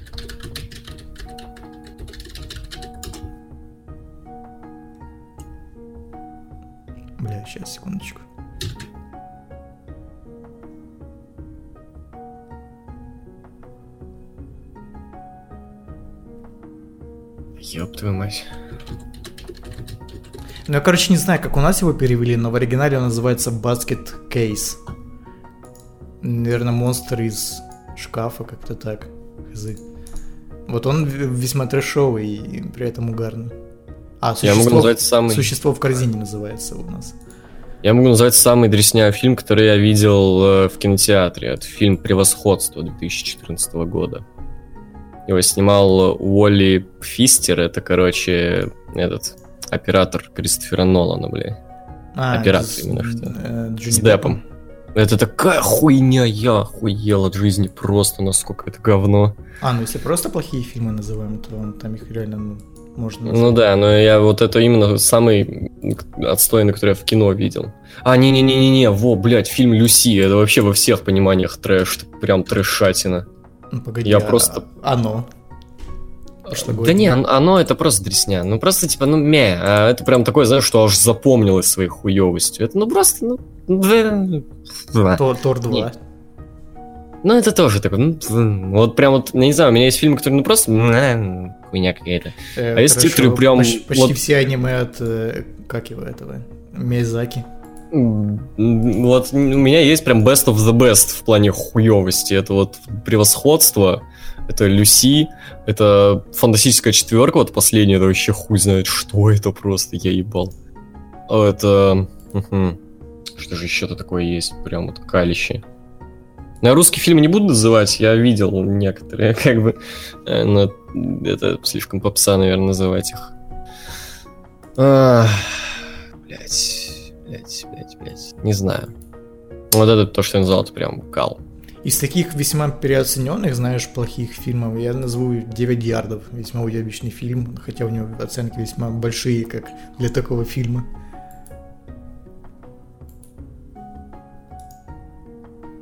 Speaker 4: Бля, сейчас, секундочку.
Speaker 3: Ёб твою мать.
Speaker 4: Ну, я, короче, не знаю, как у нас его перевели, но в оригинале он называется Basket Case. Наверное, монстр из шкафа, как-то так. Хз. Вот он в- весьма трэшовый и при этом угарный. А,
Speaker 3: Я могу
Speaker 4: существо,
Speaker 3: назвать самый...
Speaker 4: существо в корзине называется у нас.
Speaker 3: Я могу назвать самый дресня фильм, который я видел э, в кинотеатре. Это фильм «Превосходство» две тысячи четырнадцатого года. Его снимал Уолли Фистер. Это, короче, этот оператор Кристофера Нолана, бля.
Speaker 4: А,
Speaker 3: Оператор
Speaker 4: с-
Speaker 3: именно что.
Speaker 4: э, Джонни
Speaker 3: С Деппом. Это такая хуйня, я охуел от жизни просто, насколько это говно.
Speaker 4: А, ну если просто плохие фильмы называем, то он, там их реально ну, можно
Speaker 3: Ну
Speaker 4: назвать.
Speaker 3: да, но я вот это именно самый отстойный, который я в кино видел. А, не-не-не-не-не, во, блядь, фильм «Люси», это вообще во всех пониманиях трэш, это прям трэшатина.
Speaker 4: Ну, погоди,
Speaker 3: я
Speaker 4: а-
Speaker 3: просто-
Speaker 4: Оно.
Speaker 3: Да
Speaker 4: Прошлогодний.
Speaker 3: не, оно, оно это просто дресня, ну просто типа, ну ме, а это прям такое, знаешь, что аж запомнилось своей хуёвостью. Это ну просто, ну... да.
Speaker 4: Тор, Тор два.
Speaker 3: Не. Ну, это тоже такой, ну, блин, вот прям вот, я не знаю, у меня есть фильмы, которые, ну, просто, м, хуйня какая-то.
Speaker 4: Э,
Speaker 3: А есть
Speaker 4: хорошо,
Speaker 3: титры прям
Speaker 4: Почти, почти
Speaker 3: вот-
Speaker 4: все аниме от... э, как его этого? Миязаки.
Speaker 3: М, Вот у меня есть прям best of the best в плане хуёвости. Это вот «Превосходство», это «Люси», это «Фантастическая четверка», вот последняя, это вообще хуй знает, что это просто, я ебал. А это... мгм. Что же еще-то такое есть, прям вот калище. Ну, я русские фильмы не буду называть, я видел некоторые, как бы, э, но это слишком попса, наверное, называть их. Ах, блять, блять, блять, блять, не знаю. Вот это то, что я назвал, это прям кал.
Speaker 4: Из таких весьма переоцененных, знаешь, плохих фильмов, я назову «девять ярдов». Весьма уебищный фильм, хотя у него оценки весьма большие, как для такого фильма.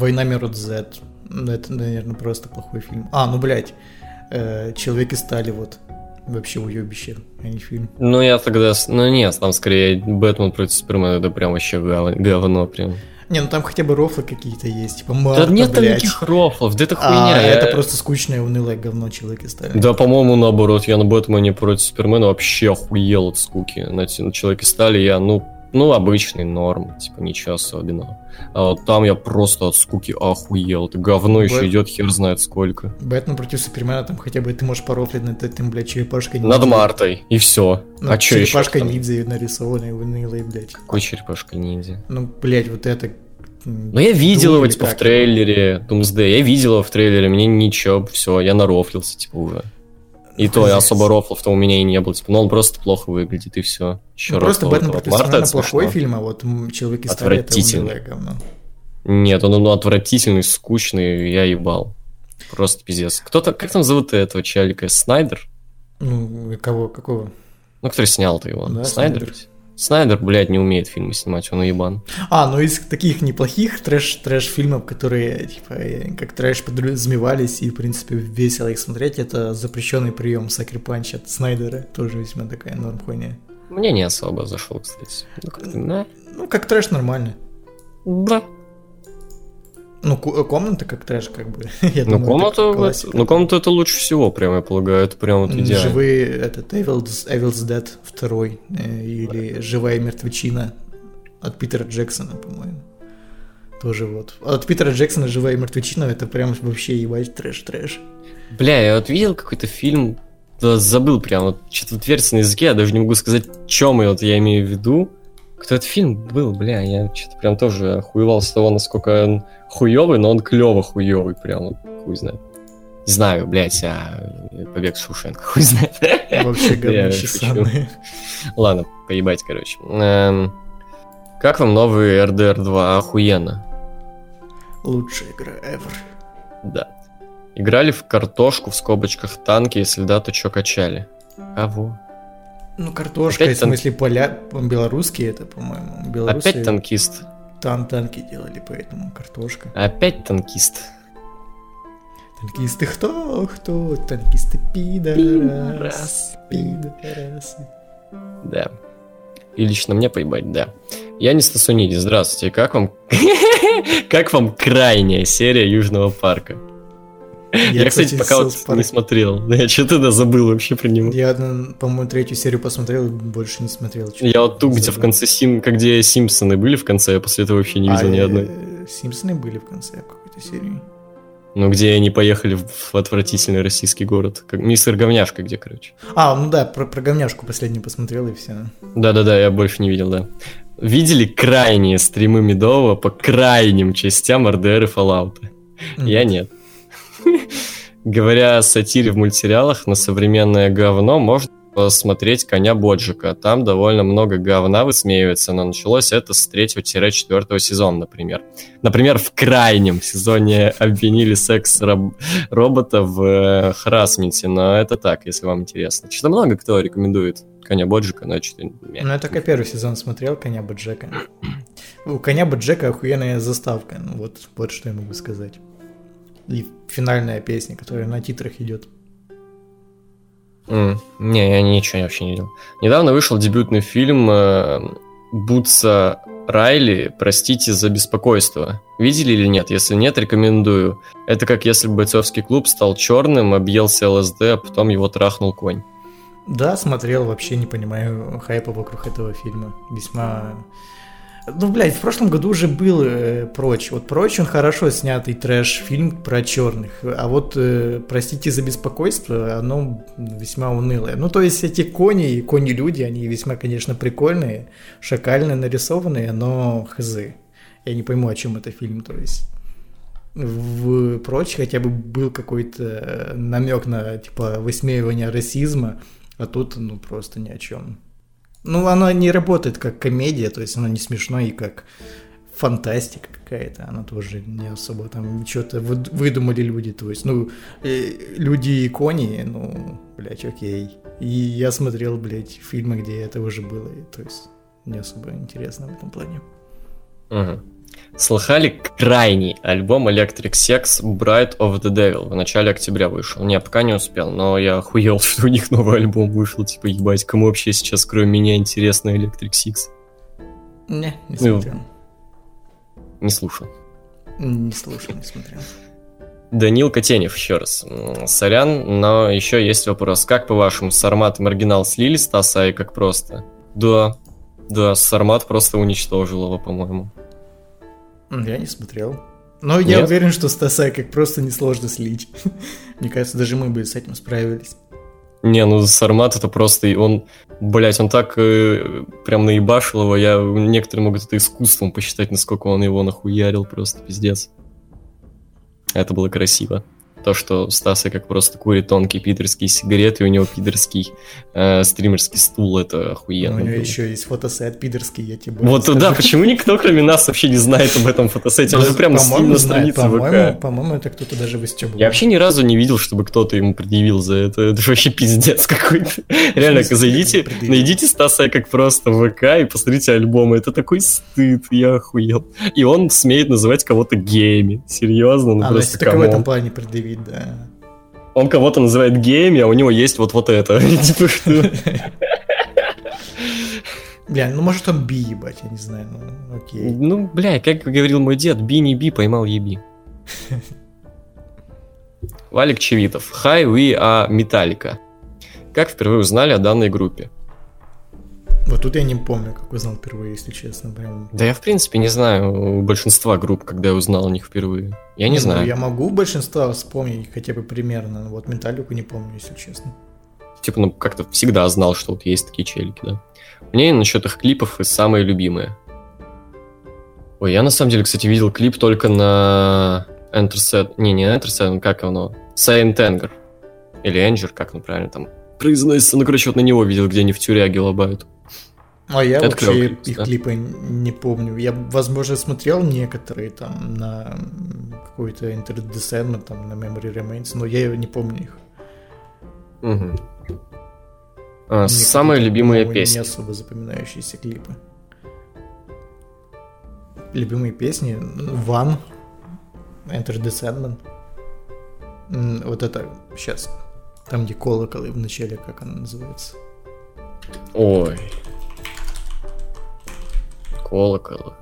Speaker 4: «Война мирот Z». Ну, это, наверное, просто плохой фильм. А, ну, блядь, э, «Человек из стали», вот. Вообще уебище, а не фильм.
Speaker 3: Ну, я тогда... Ну, нет, там скорее «Бэтмен против Супермена», это прям вообще гов- говно прям.
Speaker 4: Не, ну там хотя бы рофлы какие-то есть, типа Марта,
Speaker 3: Да нет там
Speaker 4: блядь.
Speaker 3: никаких рофлов, да это
Speaker 4: А,
Speaker 3: хуйня. я-
Speaker 4: это просто скучное, унылое говно «Человек из стали».
Speaker 3: Да, по-моему, наоборот, я на «Бэтмене против Супермена» вообще охуел от скуки. На, те- на «Человеке стали» я, ну, ну, обычный норм, типа, ничего особенного. А вот там я просто от скуки охуел. Это говно еще
Speaker 4: Бэт-
Speaker 3: идет хер знает сколько.
Speaker 4: «Бэтмен против Супермена», там хотя бы ты можешь порофлить над этим, блядь, черепашкой
Speaker 3: Над Мартой, и все.
Speaker 4: Ну,
Speaker 3: а че еще?
Speaker 4: черепашка ниндзя нарисованная, унылая, блядь.
Speaker 3: Какой черепашка ниндзя?
Speaker 4: Ну, блядь, вот это...
Speaker 3: Ну, я видел его, типа, в трейлере Doomsday. Я видел его в трейлере, мне ничего, все, я нарофлился, типа, уже. И то я особо рофлов-то у меня и не было, типа, но он просто плохо выглядит, и все. Еще
Speaker 4: Ну, просто
Speaker 3: рофлов.
Speaker 4: «Бэтмен
Speaker 3: Вот
Speaker 4: против
Speaker 3: Марта
Speaker 4: Супермена»
Speaker 3: это
Speaker 4: плохой
Speaker 3: смешно.
Speaker 4: фильм, а вот м, «Человек из стали» — это
Speaker 3: Отвратительный.
Speaker 4: унылое говно.
Speaker 3: Нет, он, он отвратительный, скучный, я ебал. Просто пиздец. Кто-то, как там зовут этого челика? Снайдер?
Speaker 4: Ну, и кого, какого?
Speaker 3: Ну, который снял-то его?
Speaker 4: Да,
Speaker 3: Снайдер?
Speaker 4: Снайдер.
Speaker 3: Снайдер, блядь, не умеет фильмы снимать, он уебан.
Speaker 4: А, ну из таких неплохих трэш, трэш-фильмов, которые, типа, э, как трэш подразумевались, и, в принципе, весело их смотреть, это «Запрещенный прием» Сакер Панч от Снайдера, тоже весьма такая норм хуйня.
Speaker 3: Мне не особо зашел, кстати. Ну, как-то, да.
Speaker 4: Ну, как трэш нормально.
Speaker 3: Да.
Speaker 4: Ну, ку- комната как трэш, как бы. Я
Speaker 3: Ну,
Speaker 4: думаю,
Speaker 3: комнату,
Speaker 4: это классика.
Speaker 3: ну, комнату это лучше всего, прям, я полагаю, это прям вот
Speaker 4: М,
Speaker 3: идеально.
Speaker 4: Живые, этот, Evil's, Evil's Dead второй, э, или «Живая мертвечина» от Питера Джексона, по-моему. Тоже вот. От Питера Джексона «Живая мертвечина» это прям вообще ебать трэш-трэш.
Speaker 3: Бля, я вот видел какой-то фильм, да, забыл прям, вот что-то вот вертится на языке, я даже не могу сказать, в чем вот я имею в виду. Кто этот фильм был, бля, я что-то прям тоже охуевал с того, насколько он хуёвый, но он клёво хуёвый, прям, вот, хуй знает. Не знаю, блядь, а «Побег с Шоушенка», хуй знает.
Speaker 4: Вообще
Speaker 3: Я
Speaker 4: говнище
Speaker 3: шучу.
Speaker 4: самое.
Speaker 3: Ладно, поебать, короче. Эм, Как вам новый эр дэ эр два? Охуенно.
Speaker 4: Лучшая игра ever.
Speaker 3: Да. Играли в картошку в скобочках танки, если да, то чё качали? Кого?
Speaker 4: Ну, картошка,
Speaker 3: Опять
Speaker 4: в смысле, поля... белорусские это, по-моему. Белорусы
Speaker 3: Опять танкист.
Speaker 4: там танки делали, поэтому картошка.
Speaker 3: Опять танкист.
Speaker 4: Танкисты кто? Кто? Танкисты пидорас.
Speaker 3: Пидорас.
Speaker 4: Пидорасы.
Speaker 3: Да. И лично мне поебать, да. Я не Стасуниди, здравствуйте. Как вам... Как вам крайняя серия Южного парка? Я, кстати, пока вот
Speaker 4: Саус Парк-
Speaker 3: не смотрел. Я что-то да забыл вообще про него.
Speaker 4: Я, ну, по-моему, третью серию посмотрел и больше не смотрел. Чё-то
Speaker 3: Я вот ту, где в
Speaker 4: забыл.
Speaker 3: конце Сим... где Симпсоны были в конце, я после этого вообще не видел
Speaker 4: А,
Speaker 3: ни
Speaker 4: э,
Speaker 3: одной.
Speaker 4: Симпсоны были в конце какой-то серии.
Speaker 3: Ну, где они поехали в, в отвратительный российский город. Как мистер Говняшка, где, короче.
Speaker 4: А, ну да, про, про говняшку последний посмотрел и все.
Speaker 3: Да-да-да, я больше не видел, да. Видели крайние стримы Медового по крайним частям эр дэ эр и Fallout? Я нет. Говоря о сатире в мультсериалах, на современное говно можно посмотреть «Коня Боджика». Там довольно много говна высмеивается, но началось это с третьего-четвертого сезона, например. Например, в крайнем сезоне обвинили секс-робота в э, харассменте, но это так, если вам интересно. Что-то много кто рекомендует «Коня Боджика», но что-то...
Speaker 4: Ну, я только первый сезон смотрел «Коня Боджека». У «Коня Боджека» охуенная заставка. Ну, вот, вот что я могу сказать. И финальная песня, которая на титрах идет.
Speaker 3: Mm. Не, я ничего вообще не видел. Недавно вышел дебютный фильм э, Бутса Райли «Простите за беспокойство». Видели или нет? Если нет, рекомендую. Это как если бы бойцовский клуб стал черным, объелся эл эс дэ, а потом его трахнул конь.
Speaker 4: Да, смотрел, вообще не понимаю хайпа вокруг этого фильма. Весьма... Ну, блядь, в прошлом году уже был э, «Прочь». Вот «Прочь» он хорошо снятый трэш-фильм про черных. А вот э, «Простите за беспокойство», оно весьма унылое. Ну, то есть эти кони и кони-люди, они весьма, конечно, прикольные, шакально нарисованные, но хз. Я не пойму, о чем это фильм, то есть... В «Прочь» хотя бы был какой-то намек на, типа, высмеивание расизма, а тут, ну, просто ни о чем. Ну, оно не работает как комедия, то есть оно не смешно и как фантастика какая-то, она тоже не особо там что-то выдумали люди, то есть, ну, э, люди и кони, ну, блядь, окей. И я смотрел, блядь, фильмы, где это уже было, и, то есть не особо интересно в этом плане.
Speaker 3: Угу. Слыхали крайний альбом Electric Sex Bride of the Devil? В начале октября вышел. Не, пока не успел, но я охуел, что у них новый альбом вышел. Типа, ебать, кому вообще сейчас, кроме меня, интересно Electric Six?
Speaker 4: Не, не смотрел.
Speaker 3: Не слушал.
Speaker 4: Не слушал, не смотрел.
Speaker 3: Данил Котенев, еще раз. Сорян, но еще есть вопрос. Как, по-вашему, Сармат и Маргинал слили Стаса и как просто? Да, да, Сармат просто уничтожил его, по-моему.
Speaker 4: Я не смотрел. Но я
Speaker 3: Нет?
Speaker 4: уверен, что Стаса как просто несложно слить. Мне кажется, даже мы бы с этим справились.
Speaker 3: Не, ну Сармат это просто, он, блять, он так э, прям наебашил его, я, некоторые могут это искусством посчитать, насколько он его нахуярил, просто пиздец. Это было красиво. То, что Стаса как просто курит тонкие питерские сигареты, и у него питерский э, стримерский стул, это охуенно.
Speaker 4: У него
Speaker 3: было.
Speaker 4: еще есть фотосет пидорский, я тебе
Speaker 3: Вот
Speaker 4: скажу.
Speaker 3: да, почему никто, кроме нас, вообще не знает об этом фотосете? Он же прямо
Speaker 4: По-моему,
Speaker 3: на
Speaker 4: знает.
Speaker 3: странице
Speaker 4: По-моему,
Speaker 3: ВК.
Speaker 4: по-моему, это кто-то даже выстебывал.
Speaker 3: Я вообще ни разу не видел, чтобы кто-то ему предъявил за это. Это же вообще пиздец какой-то. Реально,
Speaker 4: смысле,
Speaker 3: зайдите,
Speaker 4: предъявил?
Speaker 3: найдите Стаса как просто в ВК и посмотрите альбомы. Это такой стыд, я охуел. И он смеет называть кого-то геями. Серьезно, ну
Speaker 4: А, ну,
Speaker 3: просто
Speaker 4: если только в этом
Speaker 3: камон.
Speaker 4: плане предъявить, да.
Speaker 3: Он кого-то называет геями, а у него есть вот вот это. Типа что?
Speaker 4: Бля, ну может он би ебать, я не знаю, ну окей.
Speaker 3: Ну, бля, как говорил мой дед, би не би, поймал еби. Валик Чевитов. Hi, we are Metallica. Как впервые узнали о данной группе?
Speaker 4: Вот тут я не помню, как узнал впервые, если честно, прям.
Speaker 3: Да я, в принципе, не знаю у большинства групп, когда я узнал о них впервые. Я не
Speaker 4: Ну,
Speaker 3: знаю.
Speaker 4: я могу большинство вспомнить хотя бы примерно, но вот Металлику не помню, если честно.
Speaker 3: Типа, ну, как-то всегда знал, что вот есть такие челики, да. Мне насчет их клипов и самые любимые. Ой, я на самом деле, кстати, видел клип только на Enter Sad... Не, не Enter Sad, как оно? Saint Anger. Или Anger, как он правильно там произносится. Ну, короче, вот на него видел, где они в тюряге лобают.
Speaker 4: А я
Speaker 3: Это
Speaker 4: вообще
Speaker 3: клёвый клип,
Speaker 4: их
Speaker 3: да.
Speaker 4: клипы не помню. Я, возможно, смотрел некоторые там на какой-то Enter the Sandman, там на Memory Remains, но я не помню их.
Speaker 3: Угу. А,
Speaker 4: Мне
Speaker 3: самые
Speaker 4: какие-то,
Speaker 3: любимые
Speaker 4: по-моему,
Speaker 3: песни.
Speaker 4: Не особо запоминающиеся клипы. Любимые песни? One, Enter the Sandman. М, Вот это, сейчас, там где колоколы в начале, как она называется?
Speaker 3: Ой. Колокол.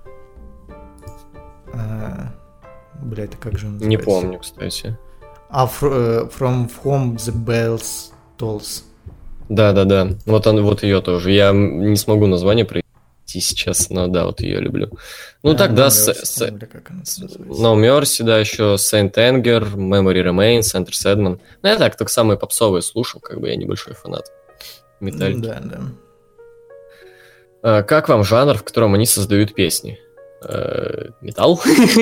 Speaker 4: А, бля, это как же он
Speaker 3: Не
Speaker 4: называется?
Speaker 3: помню, кстати.
Speaker 4: А, fr- э, From Home the Bells Tolls.
Speaker 3: Да-да-да. Вот, он, вот ее тоже. Я м, не смогу название произнести сейчас, но да, вот ее люблю. Ну
Speaker 4: А,
Speaker 3: тогда
Speaker 4: No
Speaker 3: с,
Speaker 4: Mercy,
Speaker 3: с-
Speaker 4: там, или как она называется?
Speaker 3: No Mercy, да, еще Saint Anger, Memory Remains, Enter Sandman. Ну я так, только самые попсовые слушал, как бы я небольшой фанат Металлики.
Speaker 4: Да, да.
Speaker 3: А, как вам жанр, в котором они создают песни? Э, Металл?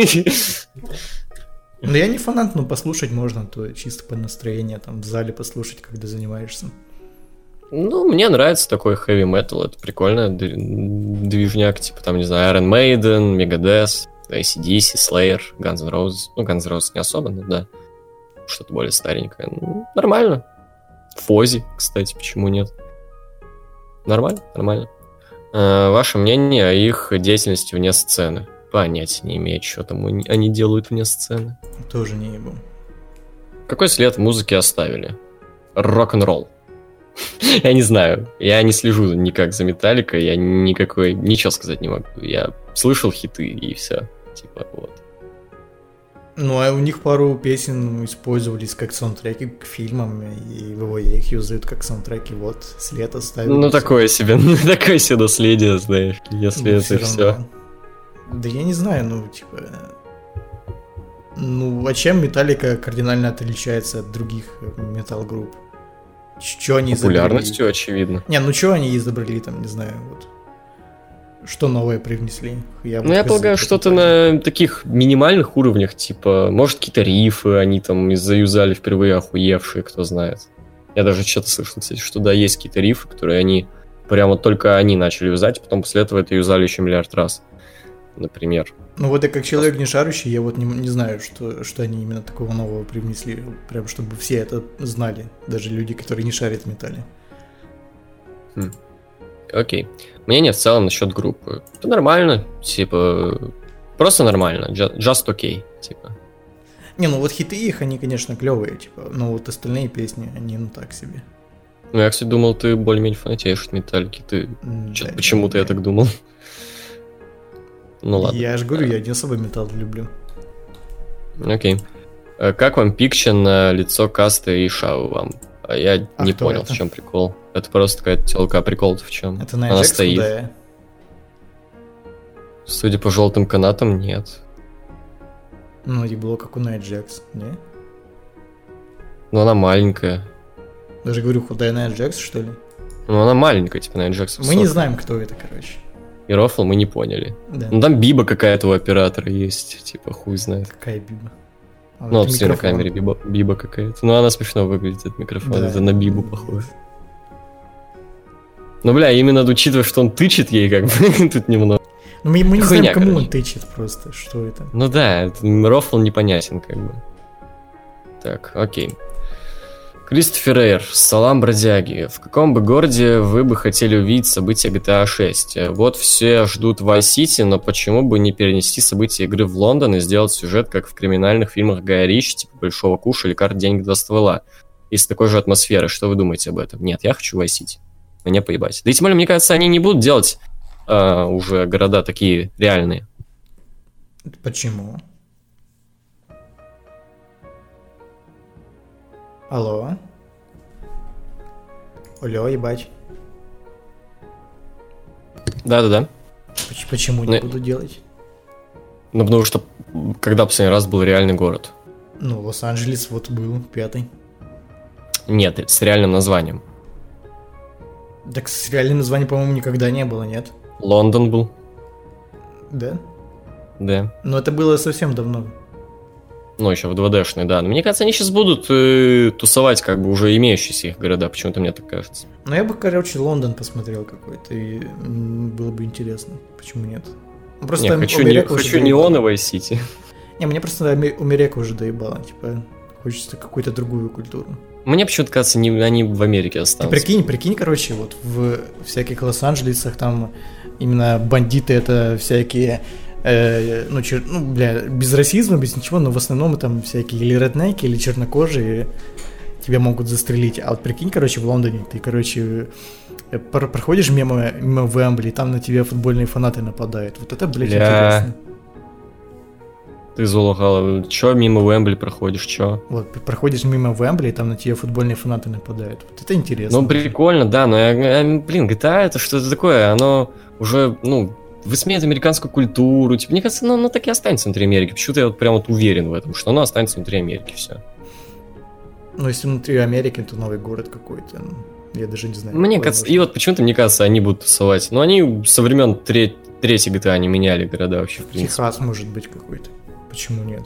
Speaker 4: Ну, я не фанат, но послушать можно, то чисто по настроению, там, в зале послушать, когда занимаешься.
Speaker 3: Ну, мне нравится такой heavy metal, это прикольно, д- движняк, типа там, не знаю, Iron Maiden, Megadeth, эй си ди си, Slayer, Guns N' Roses. Ну, Guns N' Roses не особо, но да, что-то более старенькое. Ну, нормально. Фози, кстати, почему нет? Нормально, нормально. А, ваше мнение о их деятельности вне сцены? Понятия не имею, что там они они делают вне сцены.
Speaker 4: Тоже не ебу.
Speaker 3: Какой след в музыке оставили? Рок-н-ролл. Я не знаю, я не слежу никак за Металликой, я никакой, ничего сказать не могу. Я слышал хиты и все, типа вот.
Speaker 4: Ну, а у них пару песен использовались как саундтреки к фильмам, и в ВВЕ их юзают как саундтреки, вот, след оставили.
Speaker 3: Ну такое себе, ну такое себе наследие, знаешь, если
Speaker 4: Ну,
Speaker 3: это
Speaker 4: всё
Speaker 3: все.
Speaker 4: равно. Да я не знаю, ну, типа... Ну, а чем Металлика кардинально отличается от других метал-групп? Что они изобрели?
Speaker 3: Популярностью, очевидно.
Speaker 4: Не, ну что они изобрели там, не знаю, вот. Что новое привнесли? Я
Speaker 3: Ну,
Speaker 4: вот
Speaker 3: я
Speaker 4: хз,
Speaker 3: полагаю,
Speaker 4: как
Speaker 3: что-то
Speaker 4: Металлика.
Speaker 3: на таких минимальных уровнях, типа, может, какие-то рифы они там заюзали впервые охуевшие, кто знает. Я даже что-то слышал, кстати, что да, есть какие-то рифы, которые они, прямо только они начали юзать, потом после этого это юзали еще миллиард раз, например.
Speaker 4: Ну вот я как человек не шарящий, я вот не, не знаю, что, что они именно такого нового привнесли, прям чтобы все это знали, даже люди, которые не шарят в металле.
Speaker 3: Окей. Мнение в целом насчет группы. Это нормально, типа, Просто нормально, just, just okay, типа.
Speaker 4: Не, ну вот хиты их, они, конечно, клевые, типа, но вот остальные песни, они, ну, так себе.
Speaker 3: Ну, я, кстати, думал, ты более-менее фанатеешь от Металлики, ты...
Speaker 4: М,
Speaker 3: Чё-то
Speaker 4: да,
Speaker 3: почему-то
Speaker 4: да.
Speaker 3: я так думал. Ну ладно.
Speaker 4: Я же говорю, я не особо металл люблю.
Speaker 3: Окей. Э, Как вам пикча на лицо Каста и Шау вам? А Я
Speaker 4: А
Speaker 3: не
Speaker 4: кто
Speaker 3: понял,
Speaker 4: это?
Speaker 3: в чем прикол. Это просто какая-то телка, а прикол-то в чем?
Speaker 4: Это на
Speaker 3: Она
Speaker 4: Джекс
Speaker 3: стоит.
Speaker 4: худая?
Speaker 3: Судя по желтым канатам, нет.
Speaker 4: Ну, и было как у Найт Джекс, не?
Speaker 3: Но она маленькая.
Speaker 4: Даже говорю, худая Найт Джекс, что ли?
Speaker 3: Ну, она маленькая, типа, на Джекс.
Speaker 4: Мы не знаем, кто это, короче.
Speaker 3: И рофл мы не поняли.
Speaker 4: Да.
Speaker 3: Ну, там биба какая-то у оператора есть, типа, хуй знает.
Speaker 4: Какая биба? А,
Speaker 3: Ну,
Speaker 4: это
Speaker 3: вот все на
Speaker 4: микрофон.
Speaker 3: камере биба, биба какая-то. Ну, она смешно выглядит, этот микрофон.
Speaker 4: Да.
Speaker 3: Это на бибу похоже. Ну, бля, именно учитывая, что он тычет ей, как бы, тут немного.
Speaker 4: Ну, мы, мы не
Speaker 3: Хуйня,
Speaker 4: знаем, кому
Speaker 3: короче.
Speaker 4: он тычет просто, что это.
Speaker 3: Ну да, это рофл непонятен, как бы. Так, окей. Кристофер Эйр, салам, бродяги. В каком бы городе вы бы хотели увидеть события джи ти эй шесть? Вот все ждут Vice City, но почему бы не перенести события игры в Лондон и сделать сюжет, как в криминальных фильмах Гая Ричи, типа Большого Куша или Карт Денег Два Ствола? Из такой же атмосферы. Что вы думаете об этом? Нет, я хочу Vice City. Мне поебать. Да и тем более, мне кажется, они не будут делать а, уже города такие реальные.
Speaker 4: Почему? Алло? Алло, ебать.
Speaker 3: Да-да-да.
Speaker 4: Поч- Почему не
Speaker 3: Ну,
Speaker 4: буду делать?
Speaker 3: Ну, потому что когда последний раз был реальный город?
Speaker 4: Ну, Лос-Анджелес вот был, пятый.
Speaker 3: Нет, с реальным названием.
Speaker 4: Так с реальным названием, по-моему, никогда не было, нет?
Speaker 3: Лондон был,
Speaker 4: Да?
Speaker 3: да.
Speaker 4: Но это было совсем давно.
Speaker 3: Ну, еще в два дэ-шный, да. Но мне кажется, они сейчас будут э, тусовать как бы уже имеющиеся их города, почему-то мне так кажется.
Speaker 4: Но я бы, короче, Лондон посмотрел какой-то, и м, было бы интересно. Почему нет? Ну, просто
Speaker 3: Не,
Speaker 4: там
Speaker 3: хочу, не,
Speaker 4: Умерека уже
Speaker 3: хочу
Speaker 4: доебало.
Speaker 3: неоновой Сити.
Speaker 4: Не, мне просто Ами- Умерека уже доебало, типа, хочется какую-то другую культуру.
Speaker 3: Мне почему-то кажется, не, они в Америке
Speaker 4: Ты
Speaker 3: останутся.
Speaker 4: прикинь, прикинь, короче, вот в всяких Лос-Анджелесах там именно бандиты это всякие, э, ну, чер- ну, бля, без расизма, без ничего, но в основном там всякие или реднеки, или чернокожие, тебя могут застрелить. А вот прикинь, короче, в Лондоне ты, короче, э, пр- проходишь мимо, мимо Вэмбли, там на тебя футбольные фанаты нападают. Вот это, блядь,
Speaker 3: Бля.
Speaker 4: интересно.
Speaker 3: Ты Золохала, чё мимо Уэмбли проходишь, чё?
Speaker 4: Вот, ты проходишь мимо Вэмбли, там на тебя футбольные фанаты нападают. Вот это интересно.
Speaker 3: Ну, прикольно, да, но, я, я- блин, джи ти эй это что-то такое, оно уже, ну, высмеет американскую культуру, типа, мне кажется, ну, оно так и останется внутри Америки, почему-то я вот прям вот уверен в этом, что оно останется внутри Америки, все.
Speaker 4: Ну, если внутри Америки, то новый город какой-то. ну, Я даже не знаю.
Speaker 3: Мне
Speaker 4: какой
Speaker 3: кажется,
Speaker 4: может.
Speaker 3: и вот почему-то мне кажется, они будут тусовать, ну, они со времен треть, третьей джи ти эй не меняли города вообще, в принципе.
Speaker 4: Техас может быть какой-то. Почему нет?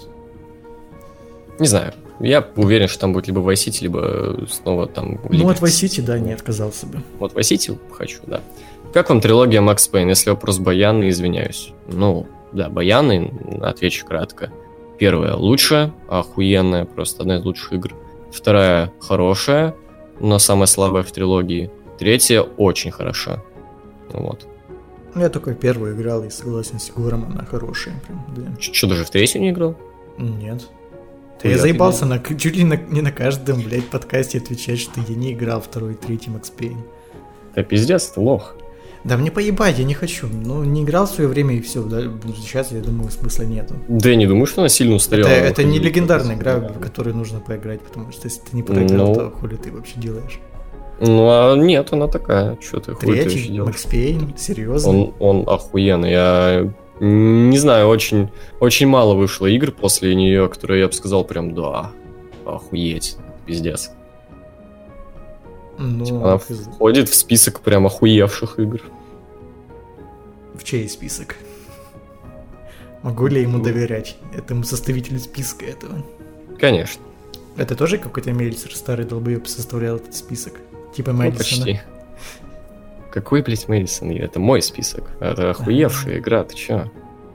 Speaker 3: Не знаю, я уверен, что там будет либо Vice City, либо снова там...
Speaker 4: Ну, от
Speaker 3: Liberty
Speaker 4: Vice
Speaker 3: City.
Speaker 4: City, да, не отказался бы.
Speaker 3: Вот Vice City хочу, да. Как вам трилогия Макс Пейн? Если вопрос баянный, извиняюсь. Ну, да, баянный, отвечу кратко. Первая лучшая, охуенная, просто одна из лучших игр. Вторая хорошая, но самая слабая в трилогии. Третья очень хороша. Вот.
Speaker 4: Ну, я только первую играл и согласен с Егором, она хорошая. Прям, да.
Speaker 3: Что, даже в третью не играл?
Speaker 4: Нет. Да
Speaker 3: Хуя
Speaker 4: я
Speaker 3: ты
Speaker 4: заебался на, чуть ли на, не на каждом, блядь, подкасте отвечать, что я не играл второй и третий Макс Пейн.
Speaker 3: Да пиздец, ты лох.
Speaker 4: Да мне поебать, я не хочу. Ну, не играл в свое время и все. Да? Сейчас, я думаю, смысла нету.
Speaker 3: Да я не думаю, что она сильно устарела.
Speaker 4: Это, это не
Speaker 3: Выходила.
Speaker 4: легендарная игра, в которую нужно поиграть, потому что если ты не проиграл,
Speaker 3: Ну.
Speaker 4: то хули ты вообще делаешь?
Speaker 3: Ну, а нет, она такая. Что ты хуй ты вообще
Speaker 4: Третий,
Speaker 3: делаешь?
Speaker 4: Макс Пейн, серьезно?
Speaker 3: Он, он охуенный. Я не знаю, очень, очень мало вышло игр после нее, которые я бы сказал прям, да, охуеть, пиздец.
Speaker 4: Ну,
Speaker 3: Она
Speaker 4: хз.
Speaker 3: входит в список прям охуевших игр.
Speaker 4: В чей список? Могу ли я ему доверять, этому составителю списка этого?
Speaker 3: Конечно,
Speaker 4: Это тоже какой-то Мельцер, старый долбоеб, составлял этот список? Типа
Speaker 3: ну,
Speaker 4: Мэдисона?
Speaker 3: почти. Какой, блядь, Мэдисон? Это мой список. Это охуевшая игра, ты чё?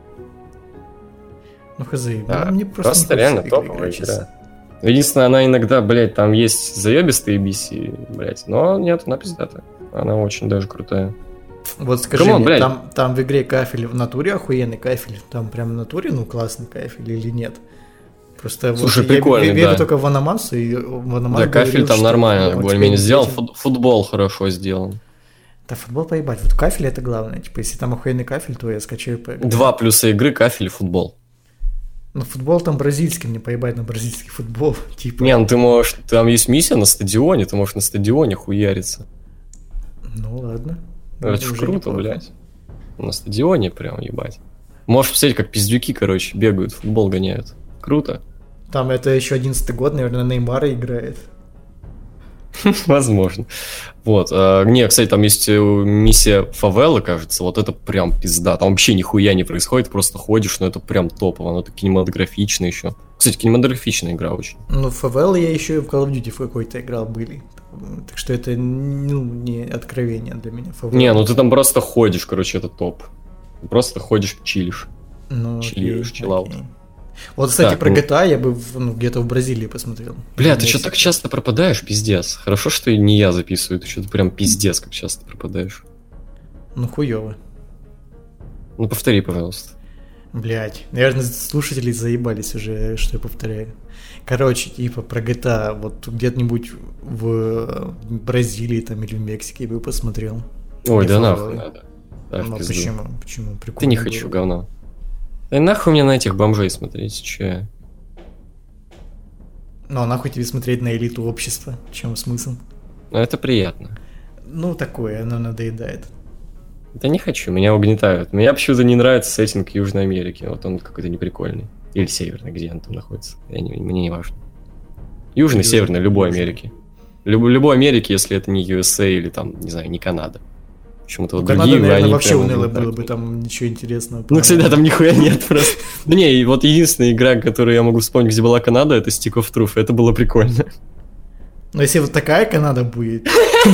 Speaker 4: Ну, хз,
Speaker 3: Да,
Speaker 4: ну, мне просто,
Speaker 3: Просто
Speaker 4: не
Speaker 3: реально
Speaker 4: хочется в игры
Speaker 3: топовая
Speaker 4: играть сейчас.
Speaker 3: игра. Единственное, она иногда, блядь, там есть заебистые би си, блядь, но нет, она пиздатая. Она очень даже крутая.
Speaker 4: Вот скажи
Speaker 3: Камон,
Speaker 4: мне,
Speaker 3: блядь.
Speaker 4: там, там в игре кафель в натуре охуенный кафель? Там прям в натуре, ну, классный кафель или нет? Просто
Speaker 3: Слушай,
Speaker 4: вот
Speaker 3: прикольный,
Speaker 4: я верю
Speaker 3: да.
Speaker 4: только в Аномасу, и в Аномас
Speaker 3: Да, кафель
Speaker 4: говорил,
Speaker 3: там
Speaker 4: что
Speaker 3: нормально,
Speaker 4: он
Speaker 3: более-менее
Speaker 4: тебя
Speaker 3: сделал.
Speaker 4: не
Speaker 3: Фут- Футбол хорошо сделан.
Speaker 4: Да, футбол поебать. Вот кафель это главное. Типа, если там охуенный кафель, то я скачаю и поиграю.
Speaker 3: Два плюса игры, кафель и футбол.
Speaker 4: Ну, футбол там бразильский, мне поебать на бразильский футбол. Типа,
Speaker 3: Не, ну ты можешь... Там есть миссия на стадионе, ты можешь на стадионе хуяриться.
Speaker 4: ну ладно.
Speaker 3: Это
Speaker 4: Уже
Speaker 3: ж круто,
Speaker 4: неплохо.
Speaker 3: блядь. На стадионе прям, ебать. Можешь посмотреть, как пиздюки, короче, бегают, футбол гоняют. Круто.
Speaker 4: Там это еще одиннадцатый год, наверное, Неймара играет.
Speaker 3: Возможно. Вот. а, Не, кстати, там есть э, миссия фавелы, кажется. Вот это прям пизда. Там вообще нихуя не происходит, просто ходишь, но это прям топово. Оно так кинематографично еще. Кстати, кинематографичная игра очень.
Speaker 4: Ну, фавелы я еще и в Call of Duty в какой-то играл были. Так что это, ну, не откровение для меня. Favela.
Speaker 3: Не, ну ты там просто ходишь, короче, это топ. Ты просто ходишь, чилишь.
Speaker 4: Ну, окей,
Speaker 3: чилишь, чиллаут.
Speaker 4: окей. Вот, кстати,
Speaker 3: Так,
Speaker 4: про
Speaker 3: ну-
Speaker 4: джи ти эй я бы в- ну, где-то в Бразилии посмотрел.
Speaker 3: Бля, ты
Speaker 4: В
Speaker 3: что
Speaker 4: Мексике.
Speaker 3: так часто пропадаешь, пиздец. Хорошо, что и не я записываю, ты что-то прям пиздец, как часто пропадаешь.
Speaker 4: Ну, хуёво.
Speaker 3: Ну, повтори, пожалуйста.
Speaker 4: Блять, наверное, слушатели заебались уже, что я повторяю. Короче, типа про джи ти эй, вот где-нибудь в Бразилии там или в Мексике я бы посмотрел.
Speaker 3: Ой,
Speaker 4: Не
Speaker 3: да
Speaker 4: фавелы.
Speaker 3: нахуй надо. Да, в
Speaker 4: Ну,
Speaker 3: пизду.
Speaker 4: почему? Почему? Прикольно.
Speaker 3: Ты не
Speaker 4: было.
Speaker 3: хочу, говно. Да и нахуй мне на этих бомжей смотреть, че я?
Speaker 4: Ну, а нахуй тебе смотреть на элиту общества? В чем смысл?
Speaker 3: Ну, это приятно.
Speaker 4: Ну, такое, оно надоедает.
Speaker 3: Да не хочу, меня угнетают. Мне почему-то не нравится сеттинг Южной Америки. Вот он какой-то неприкольный. Или Северный, где он там находится. Я не, мне не важно. Южный,
Speaker 4: Южный,
Speaker 3: Северный, любой
Speaker 4: Южный.
Speaker 3: Америки. Люб, любой Америки, если это не ю эс эй или там, не знаю, не Канада. Почему-то вот
Speaker 4: Ну, Канада,
Speaker 3: другие,
Speaker 4: наверное,
Speaker 3: они
Speaker 4: вообще
Speaker 3: прям
Speaker 4: уныло
Speaker 3: угнетают.
Speaker 4: было бы, там ничего интересного.
Speaker 3: Ну, кстати, да, там нихуя нет просто. Да не, и вот единственная игра, которую я могу вспомнить, где была Канада, это Stick of Truth. Это было прикольно.
Speaker 4: Но если вот такая Канада будет,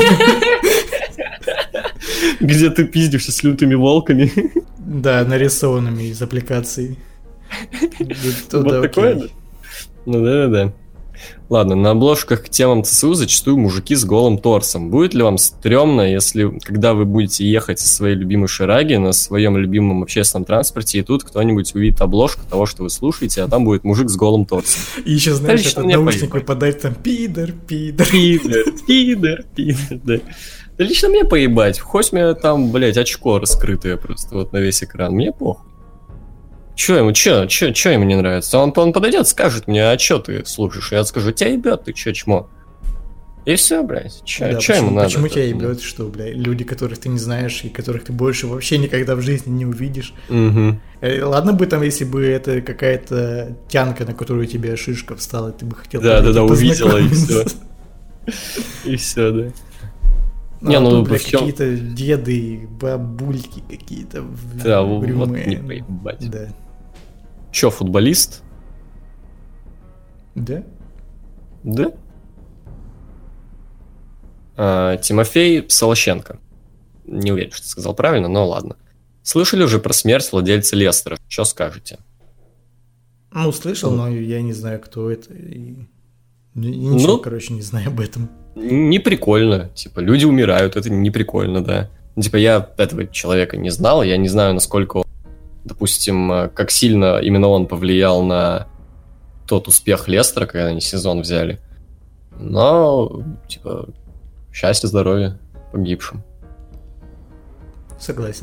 Speaker 3: Где ты пиздишься с лютыми волками.
Speaker 4: да, нарисованными из аппликации. то
Speaker 3: Вот
Speaker 4: да,
Speaker 3: такое,
Speaker 4: окей.
Speaker 3: да? Ну да-да-да. Ладно, на обложках к темам ЦСУ зачастую мужики с голым торсом. Будет ли вам стрёмно, если, когда вы будете ехать со своей любимой шараги на своем любимом общественном транспорте, и тут кто-нибудь увидит обложку того, что вы слушаете, а там будет мужик с голым торсом?
Speaker 4: И еще, знаешь,
Speaker 3: лично
Speaker 4: этот
Speaker 3: мне
Speaker 4: наушник
Speaker 3: поебать.
Speaker 4: выпадает там пидор, пидор.
Speaker 3: Пидор, пидор, пидор, да. Да лично мне поебать. Хоть у меня там, блядь, очко раскрытое просто вот на весь экран. Мне похуй. Че ему, че, че, че ему не нравится? Он, он подойдет, скажет мне, а че ты слушаешь? Я скажу, тебя ебет, ты че, чмо? И все, блядь, че,
Speaker 4: Да,
Speaker 3: че ему
Speaker 4: почему,
Speaker 3: надо?
Speaker 4: почему
Speaker 3: от
Speaker 4: тебя
Speaker 3: этого?
Speaker 4: ебет, что, бля, люди, которых ты не знаешь и которых ты больше вообще никогда в жизни не увидишь.
Speaker 3: Мгм.
Speaker 4: Э, Ладно бы там, если бы это какая-то тянка, на которую у тебя шишка встала, ты бы хотел
Speaker 3: Да, да, да,
Speaker 4: подойти
Speaker 3: увидела, и
Speaker 4: познакомиться.
Speaker 3: И все, да.
Speaker 4: Ну,
Speaker 3: Не,
Speaker 4: а
Speaker 3: ну,
Speaker 4: тут, бля,
Speaker 3: в чём-
Speaker 4: какие-то деды, бабульки какие-то. в-
Speaker 3: Да, вот
Speaker 4: угрюмые.
Speaker 3: не поебать.
Speaker 4: Да.
Speaker 3: Че, футболист?
Speaker 4: Да?
Speaker 3: Да. А, Тимофей Солощенко. Не уверен, что сказал правильно, но ладно. Слышали уже про смерть владельца Лестера? Что скажете?
Speaker 4: Ну, слышал, но я не знаю, кто это. И... и Ничего,
Speaker 3: Ну.
Speaker 4: короче, не знаю об этом.
Speaker 3: Не прикольно. Типа, люди умирают, это не прикольно, да. Типа, я этого человека не знал, я не знаю, насколько он, допустим, э, как сильно именно он повлиял на тот успех Лестера, когда они сезон взяли. Но, типа, счастья, здоровья погибшим.
Speaker 4: Согласен.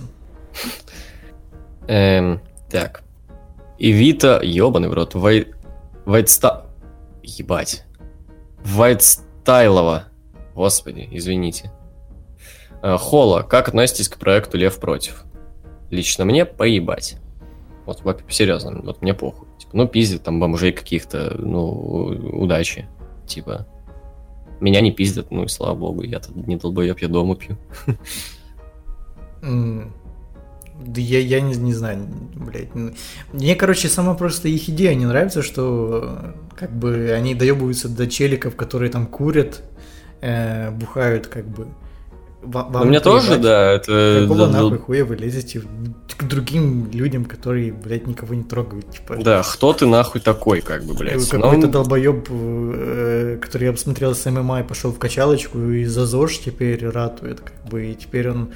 Speaker 3: Эм, так. Ивита, ёбаный в рот, Вай... Вайтста... Ебать. Вайтстайлова. Господи, извините. Э, Холла, как относитесь к проекту Лев против? Лично мне поебать. Вот, вот серьезно, вот мне похуй. Типа, ну, пиздят там бомжей каких-то, ну, удачи. Типа, меня не пиздят, ну и слава богу, я тут не долбоеб, я дома пью.
Speaker 4: М, Да я, я не, не знаю, блядь. Мне, короче, сама просто их идея не нравится, что э, как бы они доебываются до челиков, которые там курят, э, бухают, как бы. Ва-
Speaker 3: Ну,
Speaker 4: вам
Speaker 3: мне тоже,
Speaker 4: плевать?
Speaker 3: да, это...
Speaker 4: Какого
Speaker 3: да, да,
Speaker 4: нахуй хуя вы лезете в- к другим людям, которые, блядь, никого не трогают, типа.
Speaker 3: Да, кто ты нахуй такой, как бы,
Speaker 4: Э,
Speaker 3: блядь.
Speaker 4: Какой-то
Speaker 3: Ну,
Speaker 4: долбоеб, э, который я посмотрел с ММА и пошел в качалочку, и за ЗОЖ теперь ратует, как бы, и теперь он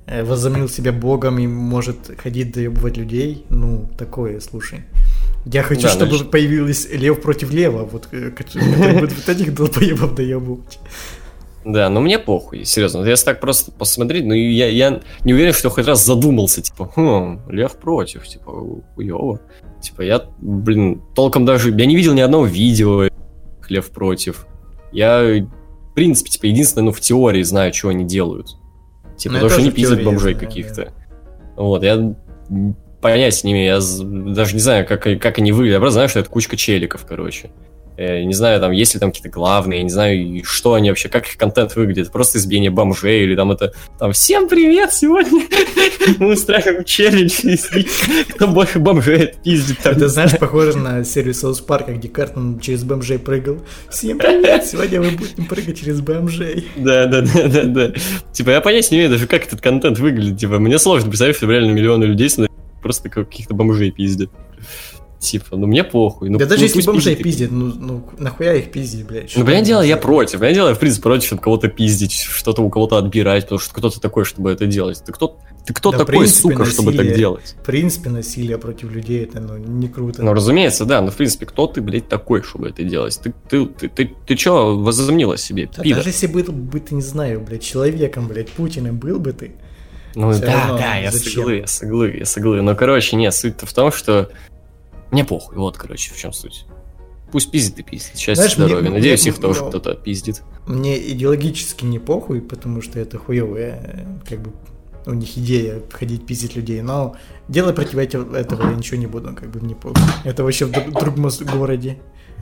Speaker 4: э, возомнил себя богом и может ходить доебывать людей. Ну, такое, слушай. Я хочу, да, чтобы значит... появился лев против лева, вот, который будет вот этих долбоебов доебывать.
Speaker 3: Да, но мне похуй, серьезно. Если так просто посмотреть, ну я, я не уверен, что хоть раз задумался, типа, хм, лев против, типа, хуёво. Типа, я, блин, толком даже, я не видел ни одного видео лев против. Я, в принципе, типа, единственное, ну, в теории знаю, что они делают. Типа, потому что они пиздят бомжей знаю, каких-то. Да. Вот, я понятия не имею, я даже не знаю, как, как они выглядят. Я просто знаю, что это кучка челиков, короче. Я не знаю, там, есть ли там какие-то главные, я не знаю, что они вообще, как их контент выглядит, просто избиение бомжей, или там это, там, всем привет, сегодня мы устраиваем челлендж, кто больше бомжей отпиздит.
Speaker 4: Это, знаешь, похоже на серию Соус Парка, где Картон через бомжей прыгал. Всем привет, сегодня мы будем прыгать через бомжей.
Speaker 3: Да, да, да, да, да. Типа, я понять не имею даже, как этот контент выглядит, типа, мне сложно представить, что реально миллионы людей просто каких-то бомжей пиздят. Типа, ну мне похуй. Ну,
Speaker 4: да
Speaker 3: ну,
Speaker 4: даже если бомжей пиздят, ну, ну нахуя их пиздить, блядь?
Speaker 3: Ну, понятное дело, я против. Понятное дело, я, в принципе, против, чтобы кого-то пиздить, что-то у кого-то отбирать, потому что кто-то такой, чтобы это делать. Ты кто, ты кто да, такой, принципе, сука, насилие, чтобы так делать?
Speaker 4: В принципе, насилие против людей, это, ну, не круто.
Speaker 3: Ну, разумеется, да, но, в принципе, кто ты, блядь, такой, чтобы это делать? Ты, ты, ты, ты, ты чё возомнил о себе,
Speaker 4: да, даже если был бы, ты, не знаю, блядь, человеком, блядь, Путиным был бы ты.
Speaker 3: Ну, да, равно, да, я соглы, я соглы, я соглы. Но, короче, нет, суть-то в том, что мне похуй, вот, короче, в чем суть. Пусть пиздит и пиздит. Счастье, знаешь, здоровья. Мне, Надеюсь, мне, их тоже но... кто-то пиздит.
Speaker 4: Мне идеологически не похуй, потому что это хуёвая, как бы, у них идея ходить пиздить людей. Но делать против этого я ничего не буду, как бы, мне похуй. Это вообще в другом городе.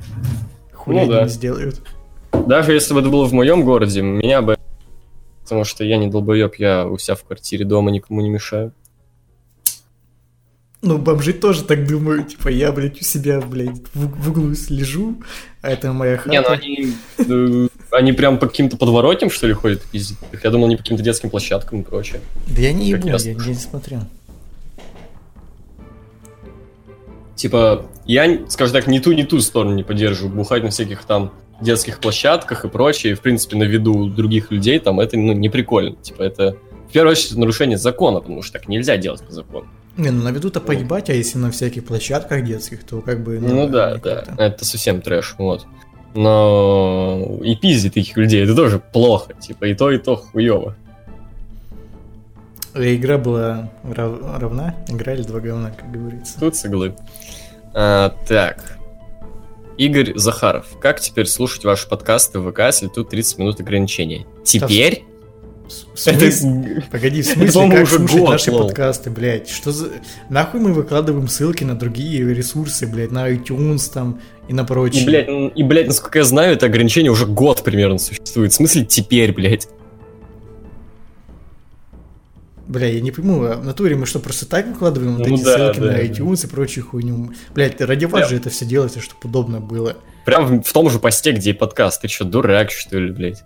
Speaker 4: Хуй ну, да. не сделают.
Speaker 3: Даже если бы это было в моем городе, меня бы... Потому что я не долбоеб, я у себя в квартире дома никому не мешаю.
Speaker 4: Ну, бомжи тоже так думают, типа, я, блядь, у себя, блядь, в, в углу лежу, а это моя хата.
Speaker 3: Не, ну они, ну, они прям по каким-то подворотням, что ли, ходят пиздить? Я думал, они по каким-то детским площадкам и прочее.
Speaker 4: Да я не ебу, я, я не смотрю.
Speaker 3: Типа, я, скажем так, ни ту, ни ту сторону не поддерживаю. Бухать на всяких там детских площадках и прочее, и, в принципе, на виду других людей, там, это, ну, не прикольно. Типа, это, в первую очередь, нарушение закона, потому что так нельзя делать по закону.
Speaker 4: Не, ну на виду-то поебать, а если на всяких площадках детских, то как бы...
Speaker 3: Ну, ну да, да, это совсем трэш, вот. Но и пиздить таких людей, это тоже плохо, типа и то, и то хуёво.
Speaker 4: Игра была рав- равна, играли два говна, как говорится.
Speaker 3: Тут соглы. А, так. Игорь Захаров. Как теперь слушать ваши подкасты в ВК, если тут тридцать минут ограничения? Теперь...
Speaker 4: В смысле? Это... Погоди, в смысле, как слушать наши лол. подкасты, блядь? Что за... Нахуй мы выкладываем ссылки на другие ресурсы, блядь, на iTunes там и на прочее.
Speaker 3: И, блядь, и, блядь, насколько я знаю, это ограничение уже год примерно существует. В смысле теперь, блядь?
Speaker 4: Бля, я не пойму, а в натуре мы что, просто так выкладываем вот ну, эти да, ссылки да, на iTunes да. и прочую хуйню? Блядь, ради вас Прям. же это все делается, чтобы удобно было.
Speaker 3: Прям в том же посте, где и подкаст. Ты что, дурак, что ли, блядь?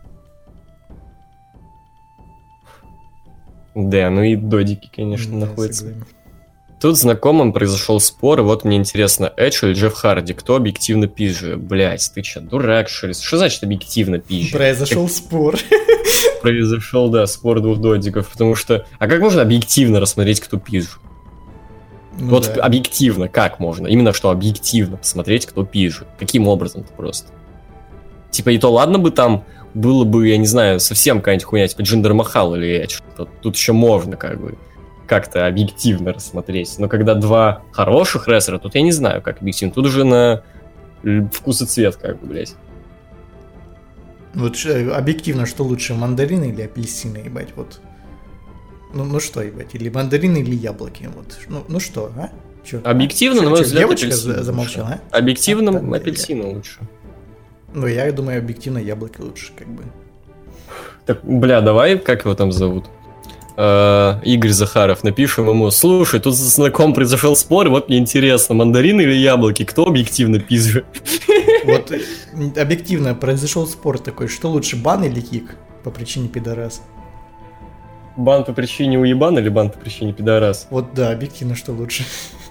Speaker 3: Да, ну и додики, конечно, да, находятся. Согласен. Тут знакомым произошел спор, и вот мне интересно, Эдж или Джефф Харди, кто объективно пизже? Блять, ты че, дурак, что ли? Что значит объективно пизже?
Speaker 4: Произошел как... спор.
Speaker 3: Произошел, да, спор двух додиков, потому что... А как можно объективно рассмотреть, кто пизже? Ну, вот да. Объективно, как можно? Именно что объективно посмотреть, кто пизже. Каким образом-то просто? Типа, и то ладно бы там... Было бы, я не знаю, совсем какая-нибудь хуйня, типа Джиндер Махал или Эдж. Тут еще можно как бы как-то объективно рассмотреть. Но когда два хороших рестлера, тут я не знаю, как объективно. Тут уже на вкус и цвет, как бы, блядь.
Speaker 4: Вот объективно, что лучше, мандарины или апельсины, ебать, вот. Ну, ну что, ебать, или мандарины, или яблоки, вот. Ну, ну что, а? Чё?
Speaker 3: Объективно,
Speaker 4: а?
Speaker 3: на мой взгляд,
Speaker 4: девочка замолчала, а?
Speaker 3: Объективно, а, апельсины лучше.
Speaker 4: Ну, я думаю, объективно яблоки лучше, как бы.
Speaker 3: Так, бля, давай, как его там зовут? Э, Игорь Захаров, напишем ему, слушай, тут с знаком произошел спор, вот мне интересно, мандарины или яблоки, кто объективно пизже?
Speaker 4: Вот, объективно произошел спор такой, что лучше, бан или кик по причине пидорас?
Speaker 3: Бан по причине уебан или бан по причине пидорас?
Speaker 4: Вот да, объективно, что лучше.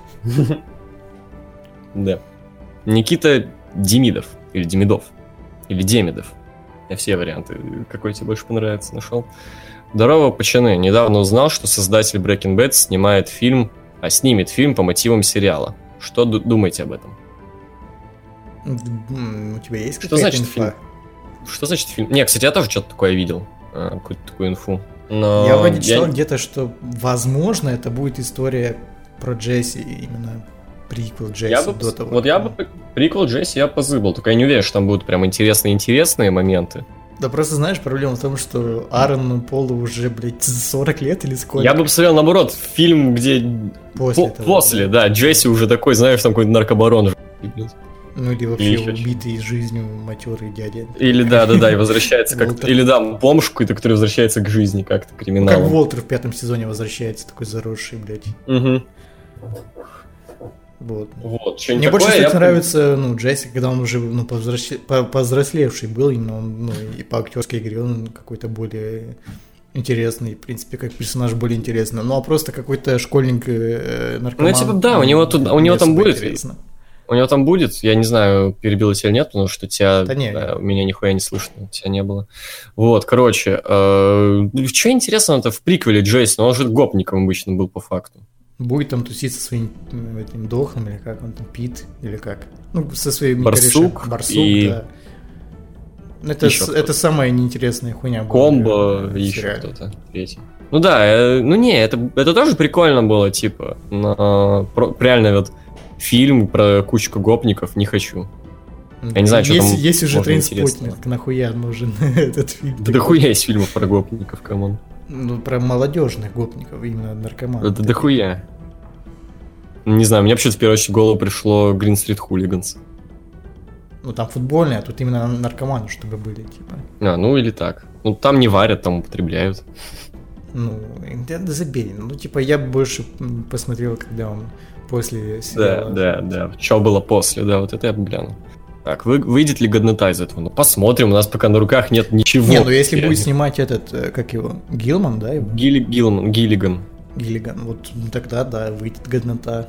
Speaker 3: Да. Никита Демидов. Или Демидов. Или Демидов. Я все варианты, какой тебе больше понравится, нашел. Здорово, пацаны. Недавно узнал, что создатель Breaking Bad снимает фильм, а снимет фильм по мотивам сериала. Что ду- думаете об этом?
Speaker 4: М, У тебя есть
Speaker 3: Что
Speaker 4: какая-то
Speaker 3: значит
Speaker 4: инфа?
Speaker 3: фильм? Что значит фильм? Не, кстати, я тоже что-то такое видел. а, Какую-то такую инфу. Но
Speaker 4: Я вроде
Speaker 3: я
Speaker 4: читал
Speaker 3: не-
Speaker 4: где-то, что, возможно, это будет история про Джесси, именно приквел Джесси
Speaker 3: Я бы,
Speaker 4: до того.
Speaker 3: вот я бы п- приквел Джесси я позыбал, только я не уверен, что там будут прям интересные-интересные моменты.
Speaker 4: Да просто, знаешь, проблема в том, что Аарону Полу уже, блядь, сорок лет или сколько?
Speaker 3: Я бы посмотрел, наоборот, фильм, где...
Speaker 4: После
Speaker 3: по-
Speaker 4: того,
Speaker 3: после, да, Джесси уже такой, знаешь, там какой-то наркобарон. блядь.
Speaker 4: Ну или вообще
Speaker 3: Или ещё
Speaker 4: убитый жизнью матерый дядя.
Speaker 3: Или да-да-да, и возвращается как-то...
Speaker 4: Уолтер.
Speaker 3: Или да, бомж какой-то, который возвращается к жизни как-то,
Speaker 4: Ну, как
Speaker 3: криминалом.
Speaker 4: Уолтер в пятом сезоне возвращается, такой заросший, блядь.
Speaker 3: Мгм.
Speaker 4: Вот.
Speaker 3: Вот, что-нибудь
Speaker 4: Мне больше,
Speaker 3: такое,
Speaker 4: кстати,
Speaker 3: я-
Speaker 4: нравится, ну, Джесси, когда он уже, ну, повзросле- по- повзрослевший был, именно он, ну, и по актерской игре он какой-то более интересный, в принципе, как персонаж более интересный. Ну, а просто какой-то школьник, э, наркоман.
Speaker 3: Ну, типа, да, у него тут- у
Speaker 4: не
Speaker 3: него там
Speaker 4: особо
Speaker 3: будет-
Speaker 4: интересно.
Speaker 3: У него там будет, я не знаю, перебил тебя или нет, потому что тебя,
Speaker 4: Да не.
Speaker 3: э, меня нихуя не слышно, тебя не было. Вот, короче, э, что интересного-то в приквеле Джейси, но он же гопником обычно был по факту.
Speaker 4: Будет там тусить со своим м, этим дохом, или как он там, Пит, или как? Ну, со своим
Speaker 3: Барсук
Speaker 4: корешем. Барсук,
Speaker 3: и-
Speaker 4: да. Это,
Speaker 3: Ещё
Speaker 4: с-
Speaker 3: кто-то.
Speaker 4: это самая неинтересная хуйня. была
Speaker 3: Комбо
Speaker 4: в
Speaker 3: и еще
Speaker 4: сериале.
Speaker 3: кто-то третий. Ну да, э, ну не, это, это тоже прикольно было, типа, но про- реально вот фильм про кучку гопников не хочу. Я не знаю, что
Speaker 4: есть,
Speaker 3: там
Speaker 4: Есть уже
Speaker 3: можно
Speaker 4: трейнспоттинг,
Speaker 3: интересного.
Speaker 4: нахуя нужен этот фильм?
Speaker 3: Да дохуя есть фильмов про гопников, камон.
Speaker 4: Ну, про молодежных гопников, именно наркоманов.
Speaker 3: Это дохуя. Не знаю, мне вообще в первую очередь в голову пришло Green Street Hooligans.
Speaker 4: Ну, там футбольные, а тут именно наркоманы, чтобы были, типа.
Speaker 3: А, ну или так. Ну там не варят, там употребляют.
Speaker 4: Ну, да, да забей. Ну, типа, я бы больше м, посмотрел, когда он после
Speaker 3: Да,
Speaker 4: сериала.
Speaker 3: да, да. Что было после, да, вот это я бы глянул. Так, вы, выйдет ли годнота из этого? Ну посмотрим, у нас пока на руках нет ничего.
Speaker 4: Не, ну если
Speaker 3: Реально.
Speaker 4: будет снимать этот, э, как его, Гилман, да, его?
Speaker 3: Гилли, Гиллман, Гиллиган.
Speaker 4: Гиллиган, вот ну, тогда, да, выйдет годнота.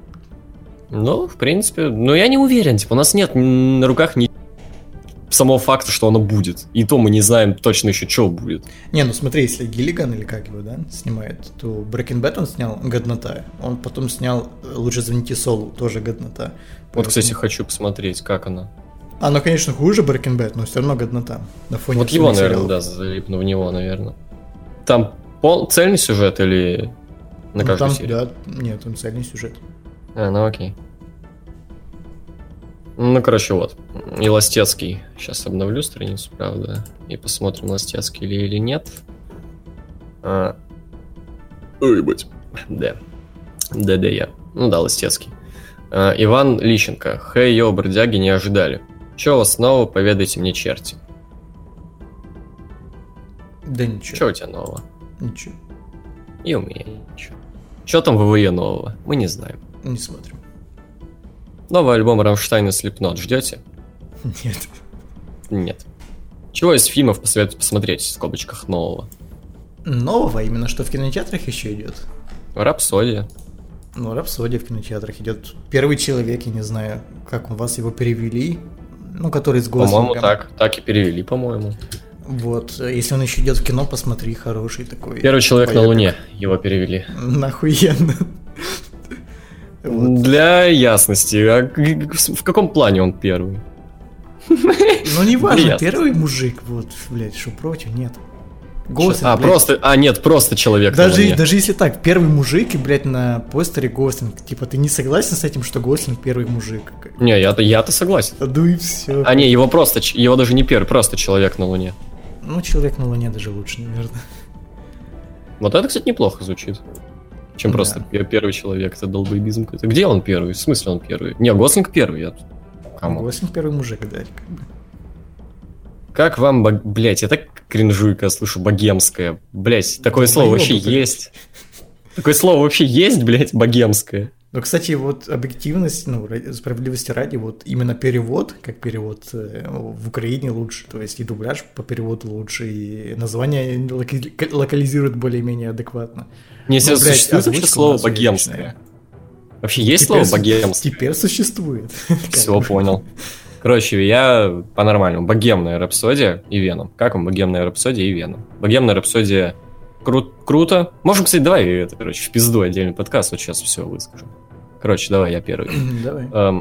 Speaker 3: Ну, в принципе, но я не уверен, типа, у нас нет н- на руках ни самого факта, что оно будет. И то мы не знаем точно еще, что будет.
Speaker 4: Не, ну смотри, если Гиллиган, или как его, да, снимает, то Breaking Bad он снял годнота. Он потом снял э, «Лучше звоните Солу», тоже годнота.
Speaker 3: Вот, кстати,
Speaker 4: Поэтому-
Speaker 3: хочу посмотреть, как оно.
Speaker 4: Оно, конечно, хуже Breaking Bad, но все равно годнота. На фоне
Speaker 3: Вот его,
Speaker 4: остальных
Speaker 3: наверное,
Speaker 4: сериалов.
Speaker 3: да, залипну в него, наверное. Там пол... цельный сюжет или на
Speaker 4: Ну,
Speaker 3: каждую
Speaker 4: там,
Speaker 3: серию?
Speaker 4: да, нет, там цельный сюжет.
Speaker 3: А, ну окей. Ну, короче, вот. И Ластецкий. Сейчас обновлю страницу, правда. И посмотрим, Ластецкий или, или нет. А... Ой, ебать. Да. Да-да, я. Ну да, Ластецкий. А, Иван Лищенко. Хей, йо, бродяги, не ожидали. Че у вас снова? Поведайте мне, черти.
Speaker 4: Да ничего.
Speaker 3: Че у тебя нового?
Speaker 4: Ничего.
Speaker 3: И у меня ничего. Че там в ВВЕ нового? Мы не знаем.
Speaker 4: Не смотрим.
Speaker 3: Новый альбом Рамштайна Slipknot ждете?
Speaker 4: Нет.
Speaker 3: Нет. Чего из фильмов посоветуете посмотреть в скобочках нового?
Speaker 4: Нового, именно что в кинотеатрах еще идет.
Speaker 3: Рапсодия.
Speaker 4: Ну, Рапсодия в кинотеатрах идет. Первый человек, я не знаю, как у вас его перевели. Ну, который с голосом.
Speaker 3: По-моему, так. Так и перевели, по-моему.
Speaker 4: Вот, если он еще идет в кино, посмотри, хороший такой.
Speaker 3: Первый человек на
Speaker 4: бояк.
Speaker 3: Луне его перевели.
Speaker 4: Нахуенно. Вот.
Speaker 3: Для ясности, а к- в каком плане он первый?
Speaker 4: Ну, не важно,
Speaker 3: Ясно.
Speaker 4: первый мужик, вот, блядь, что против, нет. Гослинг,
Speaker 3: А,
Speaker 4: блядь.
Speaker 3: просто. А, нет, просто человек на
Speaker 4: Даже,
Speaker 3: Луне.
Speaker 4: даже если так, первый мужик, и, блядь, на постере Гослинг. Типа, ты не согласен с этим, что Гослинг первый мужик?
Speaker 3: Не, я-то, я-то согласен.
Speaker 4: Ну и все.
Speaker 3: А не, его просто, ч- его даже не первый, просто человек на Луне.
Speaker 4: Ну, человек на Луне даже лучше, наверное.
Speaker 3: Вот это, кстати, неплохо звучит. Чем
Speaker 4: Да.
Speaker 3: просто пе- первый человек, это долбоебизм какой-то. Где он первый? В смысле он первый? Не, Гослинг первый. Я... Камон.
Speaker 4: Гослинг первый мужик, да, как бы.
Speaker 3: Как вам, бог... блять, я так кринжую, когда слышу богемское. Блять, такое
Speaker 4: Да,
Speaker 3: слово
Speaker 4: моё
Speaker 3: вообще
Speaker 4: бы, блядь.
Speaker 3: есть. Такое слово вообще есть, блять, богемское.
Speaker 4: Ну, кстати, вот объективность, ну, ради- справедливости ради, вот именно перевод, как перевод э, в Украине лучше, то есть и дубляж по переводу луше, и название локи- локализируют более-менее адекватно.
Speaker 3: Не, если
Speaker 4: Ну, блядь,
Speaker 3: существует вообще
Speaker 4: озвучка у
Speaker 3: слово
Speaker 4: нас
Speaker 3: богемское.
Speaker 4: отличная.
Speaker 3: Вообще есть
Speaker 4: Теперь
Speaker 3: слово
Speaker 4: су-
Speaker 3: богемское?
Speaker 4: Теперь существует.
Speaker 3: Все, понял. Короче, я по-нормальному. Богемная рапсодия и Веном. Как вам богемная рапсодия и Веном? Богемная рапсодия кру- круто. Можем, кстати, давай это, короче, в пизду отдельный подкаст, вот сейчас все выскажу. Короче, давай, я первый.
Speaker 4: Давай.
Speaker 3: Эм,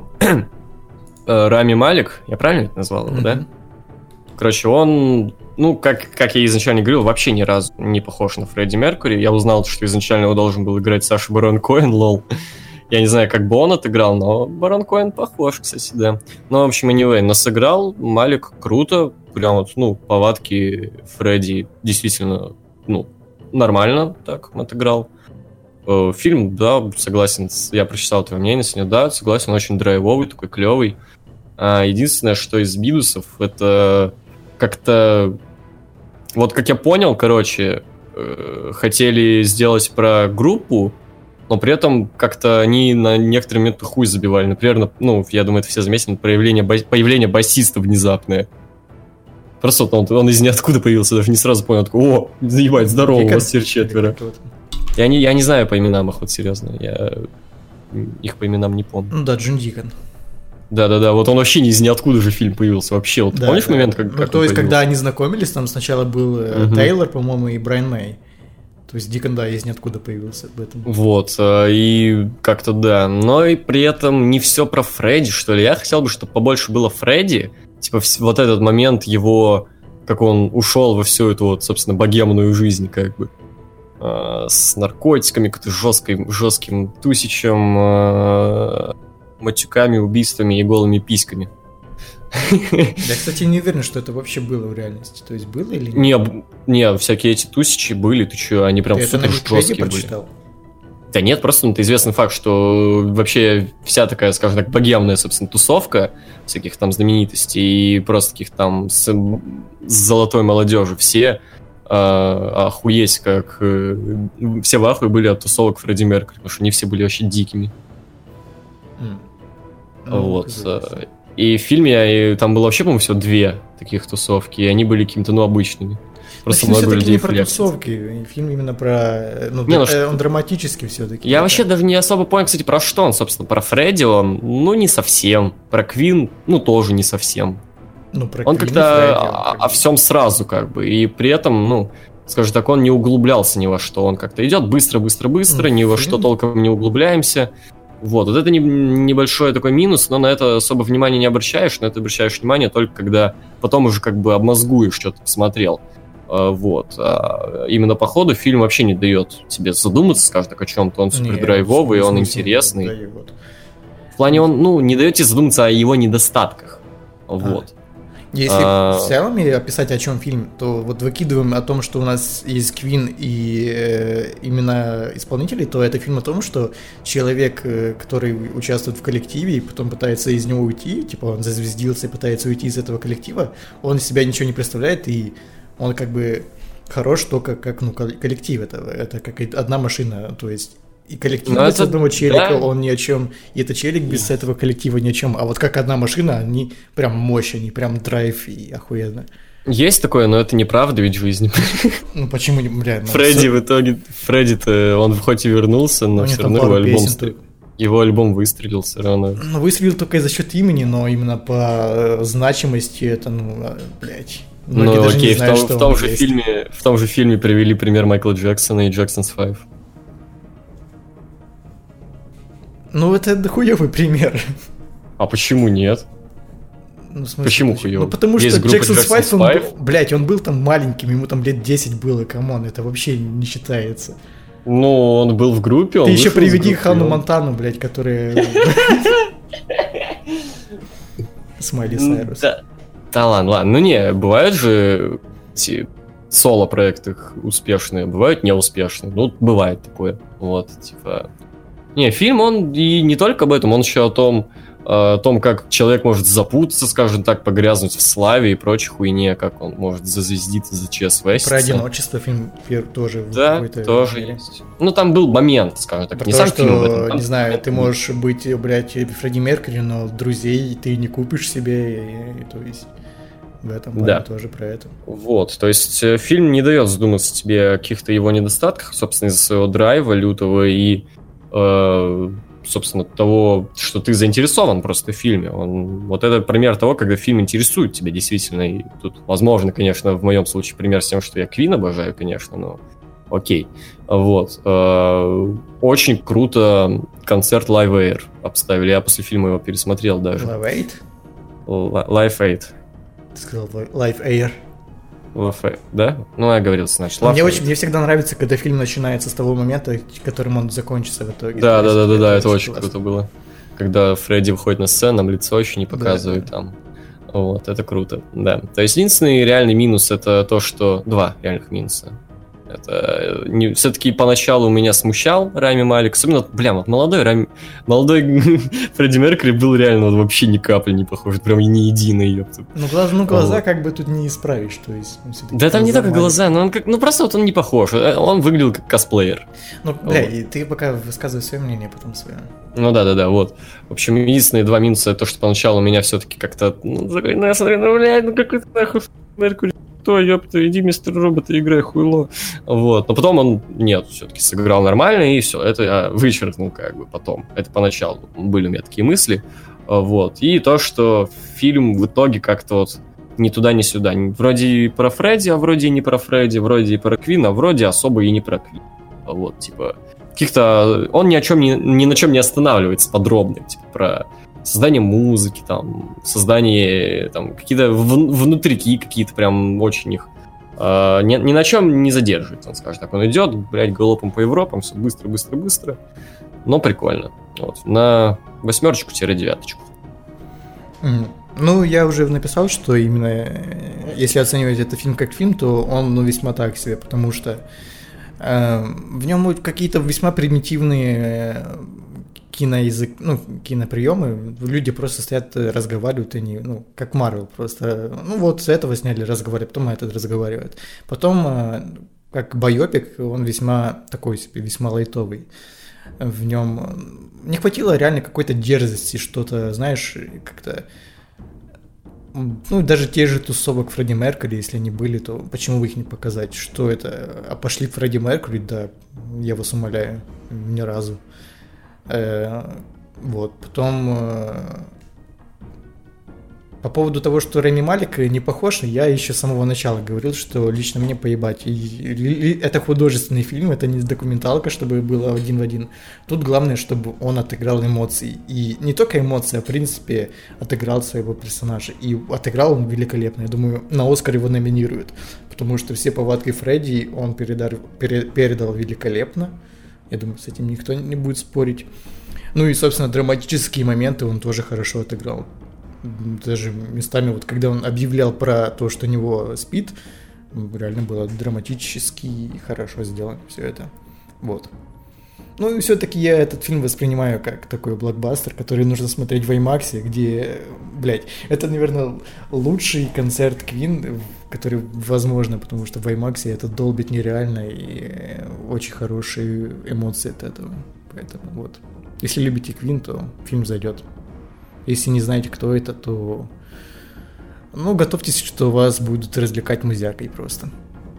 Speaker 3: Рами Малик, я правильно это назвал его, да? Короче, он, ну, как, как я изначально говорил, вообще ни разу не похож на Фредди Меркьюри. Я узнал, что изначально его должен был играть Саша Барон Коэн, лол. Я не знаю, как бы он отыграл, но Барон Коэн похож, кстати, да. Ну, в общем, anyway, но сыграл Малик круто. Прям вот, ну, повадки Фредди действительно, ну, нормально так он отыграл. Э, фильм, да, согласен, я прочитал твое мнение сегодня, да, согласен, он очень драйвовый, такой клевый. А единственное, что из минусов, это как-то... Вот как я понял, короче, э, хотели сделать про группу, но при этом как-то они на некоторые моменты хуй забивали. Например, ну, я думаю, это все заметили, появление, появление басиста внезапное. Просто вот он, он из ниоткуда появился, даже не сразу понял, такой, о, ебать, здорово, у вас теперь четверо. Я не, я не знаю по именам их, вот серьезно, я их по именам не помню.
Speaker 4: Ну да, Джон Дикон.
Speaker 3: Да-да-да, вот он вообще не из ниоткуда же фильм появился, вообще, вот
Speaker 4: Да,
Speaker 3: помнишь
Speaker 4: да.
Speaker 3: момент, как,
Speaker 4: ну,
Speaker 3: как
Speaker 4: то есть,
Speaker 3: появился?
Speaker 4: когда они знакомились, там сначала был
Speaker 3: Мгм.
Speaker 4: Тейлор, по-моему, и Брайан Мэй. То есть Дикон, да, из ниоткуда появился об этом.
Speaker 3: Вот, э, и как-то да, но и при этом не все про Фредди, что ли. Я хотел бы, чтобы побольше было Фредди, типа вс- вот этот момент его, как он ушел во всю эту вот, собственно, богемную жизнь, как бы, э, с наркотиками, какой-то жесткой, жестким тусичем, э, матюками, убийствами и голыми письками.
Speaker 4: Я, кстати, не уверен, что это вообще было в реальности. То есть было или нет?
Speaker 3: Не, б- не, всякие эти тусичи были, ты че, они прям
Speaker 4: Ты это на
Speaker 3: супер
Speaker 4: Википедии
Speaker 3: жесткие были.
Speaker 4: прочитал?
Speaker 3: Да нет, просто ну, это известный факт, что вообще вся такая, скажем так, богемная, собственно, тусовка всяких там знаменитостей и просто таких там с, с золотой молодежи, все э, охуеть, как э, все в ахуе были от тусовок Фредди Меркьюри, потому что они все были вообще дикими.
Speaker 4: М. Ну,
Speaker 3: Вот.
Speaker 4: казалось.
Speaker 3: э, И в фильме и там было вообще, по-моему, всего две таких тусовки, и они были какими-то, ну, обычными. Просто
Speaker 4: фильм
Speaker 3: много
Speaker 4: все-таки
Speaker 3: людей
Speaker 4: не про
Speaker 3: флексит.
Speaker 4: тусовки, фильм именно про... Ну,
Speaker 3: Не, ну
Speaker 4: да,
Speaker 3: что-
Speaker 4: он драматический все-таки.
Speaker 3: Я вообще даже не особо понял, кстати, про что он, собственно. Про Фредди он, ну, не совсем. Про Квин, ну, тоже не совсем.
Speaker 4: Ну, про
Speaker 3: Он
Speaker 4: Квин и
Speaker 3: как-то
Speaker 4: Фредди,
Speaker 3: о,
Speaker 4: он
Speaker 3: о
Speaker 4: как бы-
Speaker 3: всем сразу, как бы. И при этом, ну, скажем так, он не углублялся ни во что. Он как-то идет быстро-быстро-быстро,
Speaker 4: Ну,
Speaker 3: ни во
Speaker 4: фильм-
Speaker 3: что толком не углубляемся. Вот, вот это не- небольшой такой минус, но на это особо внимания не обращаешь, на это обращаешь внимание только когда потом уже как бы обмозгуешь, что ты посмотрел. А, Вот. А именно по ходу фильм вообще не дает тебе задуматься, скажем так, о чем-то. Он супер
Speaker 4: Не,
Speaker 3: драйвовый,
Speaker 4: в
Speaker 3: он
Speaker 4: смысле,
Speaker 3: интересный.
Speaker 4: да, и вот.
Speaker 3: В плане он, ну, не дает тебе задуматься о его недостатках. Вот.
Speaker 4: Если
Speaker 3: А.
Speaker 4: в целом описать, о чем фильм, то вот выкидываем о том, что у нас есть Квин и э, именно исполнители, то это фильм о том, что человек, э, который участвует в коллективе и потом пытается из него уйти, типа он зазвездился и пытается уйти из этого коллектива, он из себя ничего не представляет, и он как бы хорош только как ну, кол- коллектив этого, это как и одна машина, то есть и коллектив
Speaker 3: Ну,
Speaker 4: без
Speaker 3: это
Speaker 4: одного челика,
Speaker 3: да.
Speaker 4: он ни о чем, и это челик без этого коллектива ни о чем, а вот как одна машина, они прям мощь, они прям драйв и охуенно.
Speaker 3: Есть такое, но это неправда ведь в жизни.
Speaker 4: Ну почему не, бля, ну,
Speaker 3: Фредди
Speaker 4: всё-
Speaker 3: в итоге, Фредди-то, он хоть и вернулся,
Speaker 4: у
Speaker 3: но
Speaker 4: них
Speaker 3: все
Speaker 4: там
Speaker 3: равно его
Speaker 4: пару
Speaker 3: альбом,
Speaker 4: песен
Speaker 3: стр-
Speaker 4: только.
Speaker 3: его альбом выстрелил все равно.
Speaker 4: Ну, выстрелил только за счет имени, но именно по э, значимости это, ну, а, блядь. Многие
Speaker 3: Ну
Speaker 4: даже
Speaker 3: окей,
Speaker 4: не
Speaker 3: в
Speaker 4: знают,
Speaker 3: том,
Speaker 4: что
Speaker 3: в том
Speaker 4: он
Speaker 3: же
Speaker 4: есть.
Speaker 3: фильме, в том же фильме привели пример Майкла Джексона и Jackson's Five.
Speaker 4: Ну, это хуёвый пример.
Speaker 3: А почему нет?
Speaker 4: Ну, в смысле,
Speaker 3: Почему
Speaker 4: почему?
Speaker 3: хуёвый?
Speaker 4: Ну, потому
Speaker 3: Есть
Speaker 4: что
Speaker 3: группа
Speaker 4: Джексон
Speaker 3: Jackson's
Speaker 4: Five, он,
Speaker 3: Five.
Speaker 4: был- блядь, он был там маленьким, ему там лет десять было, камон, это вообще не считается.
Speaker 3: Ну, он был в группе, он
Speaker 4: Ты еще
Speaker 3: вышел из
Speaker 4: приведи
Speaker 3: группы,
Speaker 4: Ханну
Speaker 3: он-
Speaker 4: Монтану, блядь, которая... Смайли
Speaker 3: М,
Speaker 4: Сайрус.
Speaker 3: Да, да ладно, ладно. Ну не, бывают же эти соло-проекты успешные, бывают неуспешные. Ну, бывает такое. Вот, типа... Не, фильм, он и не только об этом, он еще о том, э, о том, как человек может запутаться, скажем так, погрязнуть в славе и прочей хуйне, как он может зазвездиться за ЧСВ.
Speaker 4: Про одиночество фильм пер- тоже в
Speaker 3: Да,
Speaker 4: какой-то
Speaker 3: тоже
Speaker 4: мере.
Speaker 3: есть. Ну, там был момент, скажем так,
Speaker 4: Про
Speaker 3: не
Speaker 4: то,
Speaker 3: сам
Speaker 4: что,
Speaker 3: фильм об этом. там
Speaker 4: не знаю,
Speaker 3: момент
Speaker 4: ты
Speaker 3: был.
Speaker 4: можешь быть, блядь, Фредди Меркьюри, но друзей ты не купишь себе, и, и то есть в этом плане
Speaker 3: Да.
Speaker 4: тоже про это.
Speaker 3: Вот, то есть э, фильм не дает задуматься тебе о каких-то его недостатках, собственно, из-за своего драйва лютого и, э, собственно, того, что ты заинтересован просто в фильме. Он, вот это пример того, когда фильм интересует тебя действительно. И тут, возможно, конечно, в моем случае пример с тем, что я Квин обожаю, конечно, но окей. Вот. Э, очень круто концерт Live Aid обставили. Я после фильма его пересмотрел даже.
Speaker 4: Live Aid?
Speaker 3: L- Live Aid.
Speaker 4: Ты сказал Live Air.
Speaker 3: Live Aid, да? Ну, я говорил, значит,
Speaker 4: мне, очень, мне всегда нравится, когда фильм начинается с того момента, которым он закончится в итоге.
Speaker 3: Да, да, да, да, да, это
Speaker 4: очень
Speaker 3: очень круто было. Когда Фредди выходит на сцену, нам лицо еще не показывают
Speaker 4: да.
Speaker 3: там. Вот, это круто, да. То есть единственный реальный минус это то, что... Два реальных минуса. Это не... все-таки поначалу меня смущал Рами Малик. Особенно, бля, вот молодой Рами... Молодой Фредди Меркьюри был реально вот, вообще ни капли не похож. Прям ни единой, ёпта.
Speaker 4: Ну, глаз, ну глаза вот. Как бы тут не исправишь. То есть,
Speaker 3: да там не только Малик. Глаза, но он как... Ну, просто вот он не похож. Он выглядел как косплеер.
Speaker 4: Ну, бля, вот. И ты пока высказывай свое мнение, потом свое.
Speaker 3: Ну да, да, да, вот. В общем, единственные два минуса то, что поначалу меня все-таки как-то. Ну, я смотрю, ну, блядь, ну какой ты нахуй Меркьюри, что, ёпта, иди, мистер Робот, и играй хуйло. Вот. Но потом он, нет, все-таки сыграл нормально, и все. Это я вычеркнул, как бы, потом. Это поначалу были у меня такие мысли. Вот. И то, что фильм в итоге как-то вот ни туда, ни сюда. Вроде и про Фредди, а вроде и не про Фредди, вроде и про Квин, а вроде особо и не про Квин. Вот, типа. Каких-то... Он ни о чем не, ни на чем не останавливается подробно, типа про создание музыки, там, создание, там, какие-то в, внутрики какие-то прям очень их э, ни, ни на чем не задерживается, он скажет так. Он идет, блядь, галопом по Европам, все быстро, быстро, быстро, но прикольно. Вот, на восьмерочку-девяточку.
Speaker 4: Mm. Ну, я уже написал, что именно, если оценивать этот фильм как фильм, то он, ну, весьма так себе, потому что в нем какие-то весьма примитивные киноязык, ну, киноприемы. Люди просто стоят, разговаривают, они, ну, как Марвел просто. Ну, вот с этого сняли, разговаривают, потом этот разговаривает. Потом, как байопик, он весьма такой себе, весьма лайтовый. В нем не хватило реально какой-то дерзости, что-то, знаешь, как-то. Ну, даже те же тусовок Фредди Меркьюри, если они были, то почему бы их не показать? Что это? А пошли Фредди Меркьюри? Да, я вас умоляю, ни разу. Э, вот, потом... Э, по поводу того, что Рами Малик не похож, я еще с самого начала говорил, что лично мне поебать. И, и, и, это художественный фильм, это не документалка, чтобы было один в один. Тут главное, чтобы он отыграл эмоции. И не только эмоции, а в принципе отыграл своего персонажа. И отыграл он великолепно. Я думаю, на Оскар его номинируют. Потому что все повадки Фредди он передар, пере, передал великолепно. Я думаю, с этим никто не будет спорить. Ну и, собственно, драматические моменты он тоже хорошо отыграл. Даже местами, вот когда он объявлял про то, что у него спид, реально было драматически и хорошо сделано все это. Вот. Ну и все-таки я этот фильм воспринимаю как такой блокбастер, который нужно смотреть в IMAX, где, блядь, это, наверное, лучший концерт Queen, который возможно, потому что в IMAX это долбит нереально и очень хорошие эмоции от этого. Поэтому вот. Если любите Queen, то фильм зайдет. Если не знаете, кто это, то... Ну, готовьтесь, что вас будут развлекать музякой просто.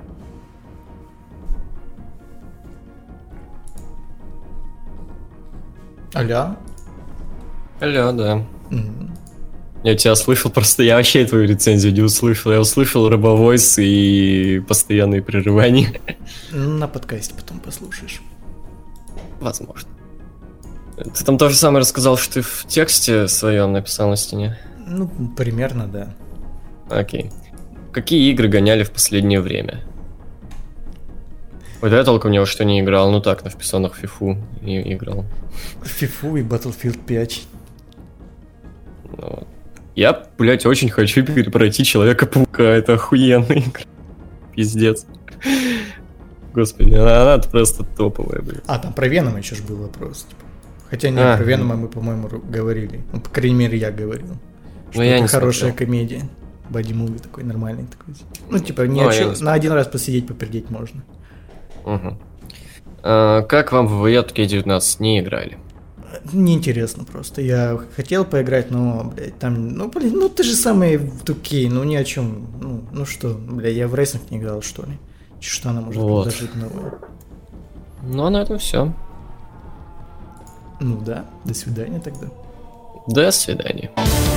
Speaker 4: Аля?
Speaker 3: Аля, да.
Speaker 4: Mm-hmm.
Speaker 3: Я тебя слышал, просто я вообще твою рецензию не услышал. Я услышал робовойс и постоянные прерывания.
Speaker 4: На подкасте потом послушаешь.
Speaker 3: Возможно. Ты там то же самое рассказал, что ты в тексте своем написал на стене?
Speaker 4: Ну, примерно, да.
Speaker 3: Окей. Какие игры гоняли в последнее время? Вот я толком ни во что не играл, ну так, на вписанных фифу и играл.
Speaker 4: фифу и Battlefield пять.
Speaker 3: Ну, я, блядь, очень хочу перепройти Человека-паука, это охуенная игра. Пиздец. Господи, она, она просто топовая, блядь.
Speaker 4: А, там про Венома еще ж был вопрос, типа. Хотя нет, а, про Венома мы, по-моему, говорили. Ну, по крайней мере, я говорил. Что это не хорошая смотрел. Комедия. Боди-муви такой нормальный такой. Ну, типа, не О, очу... на один раз посидеть, попердеть можно.
Speaker 3: Угу. А, как вам в ви кей девятнадцать не играли?
Speaker 4: Неинтересно просто. Я хотел поиграть, но, блядь, там... Ну, блин, ну ты же самый в ту кей, ну ни о чем. Ну, ну что, блядь, я в рейсинг не играл, что ли? Что она может вот. предложить новое?
Speaker 3: Ну, а на этом все.
Speaker 4: Ну да, до свидания тогда.
Speaker 3: До свидания.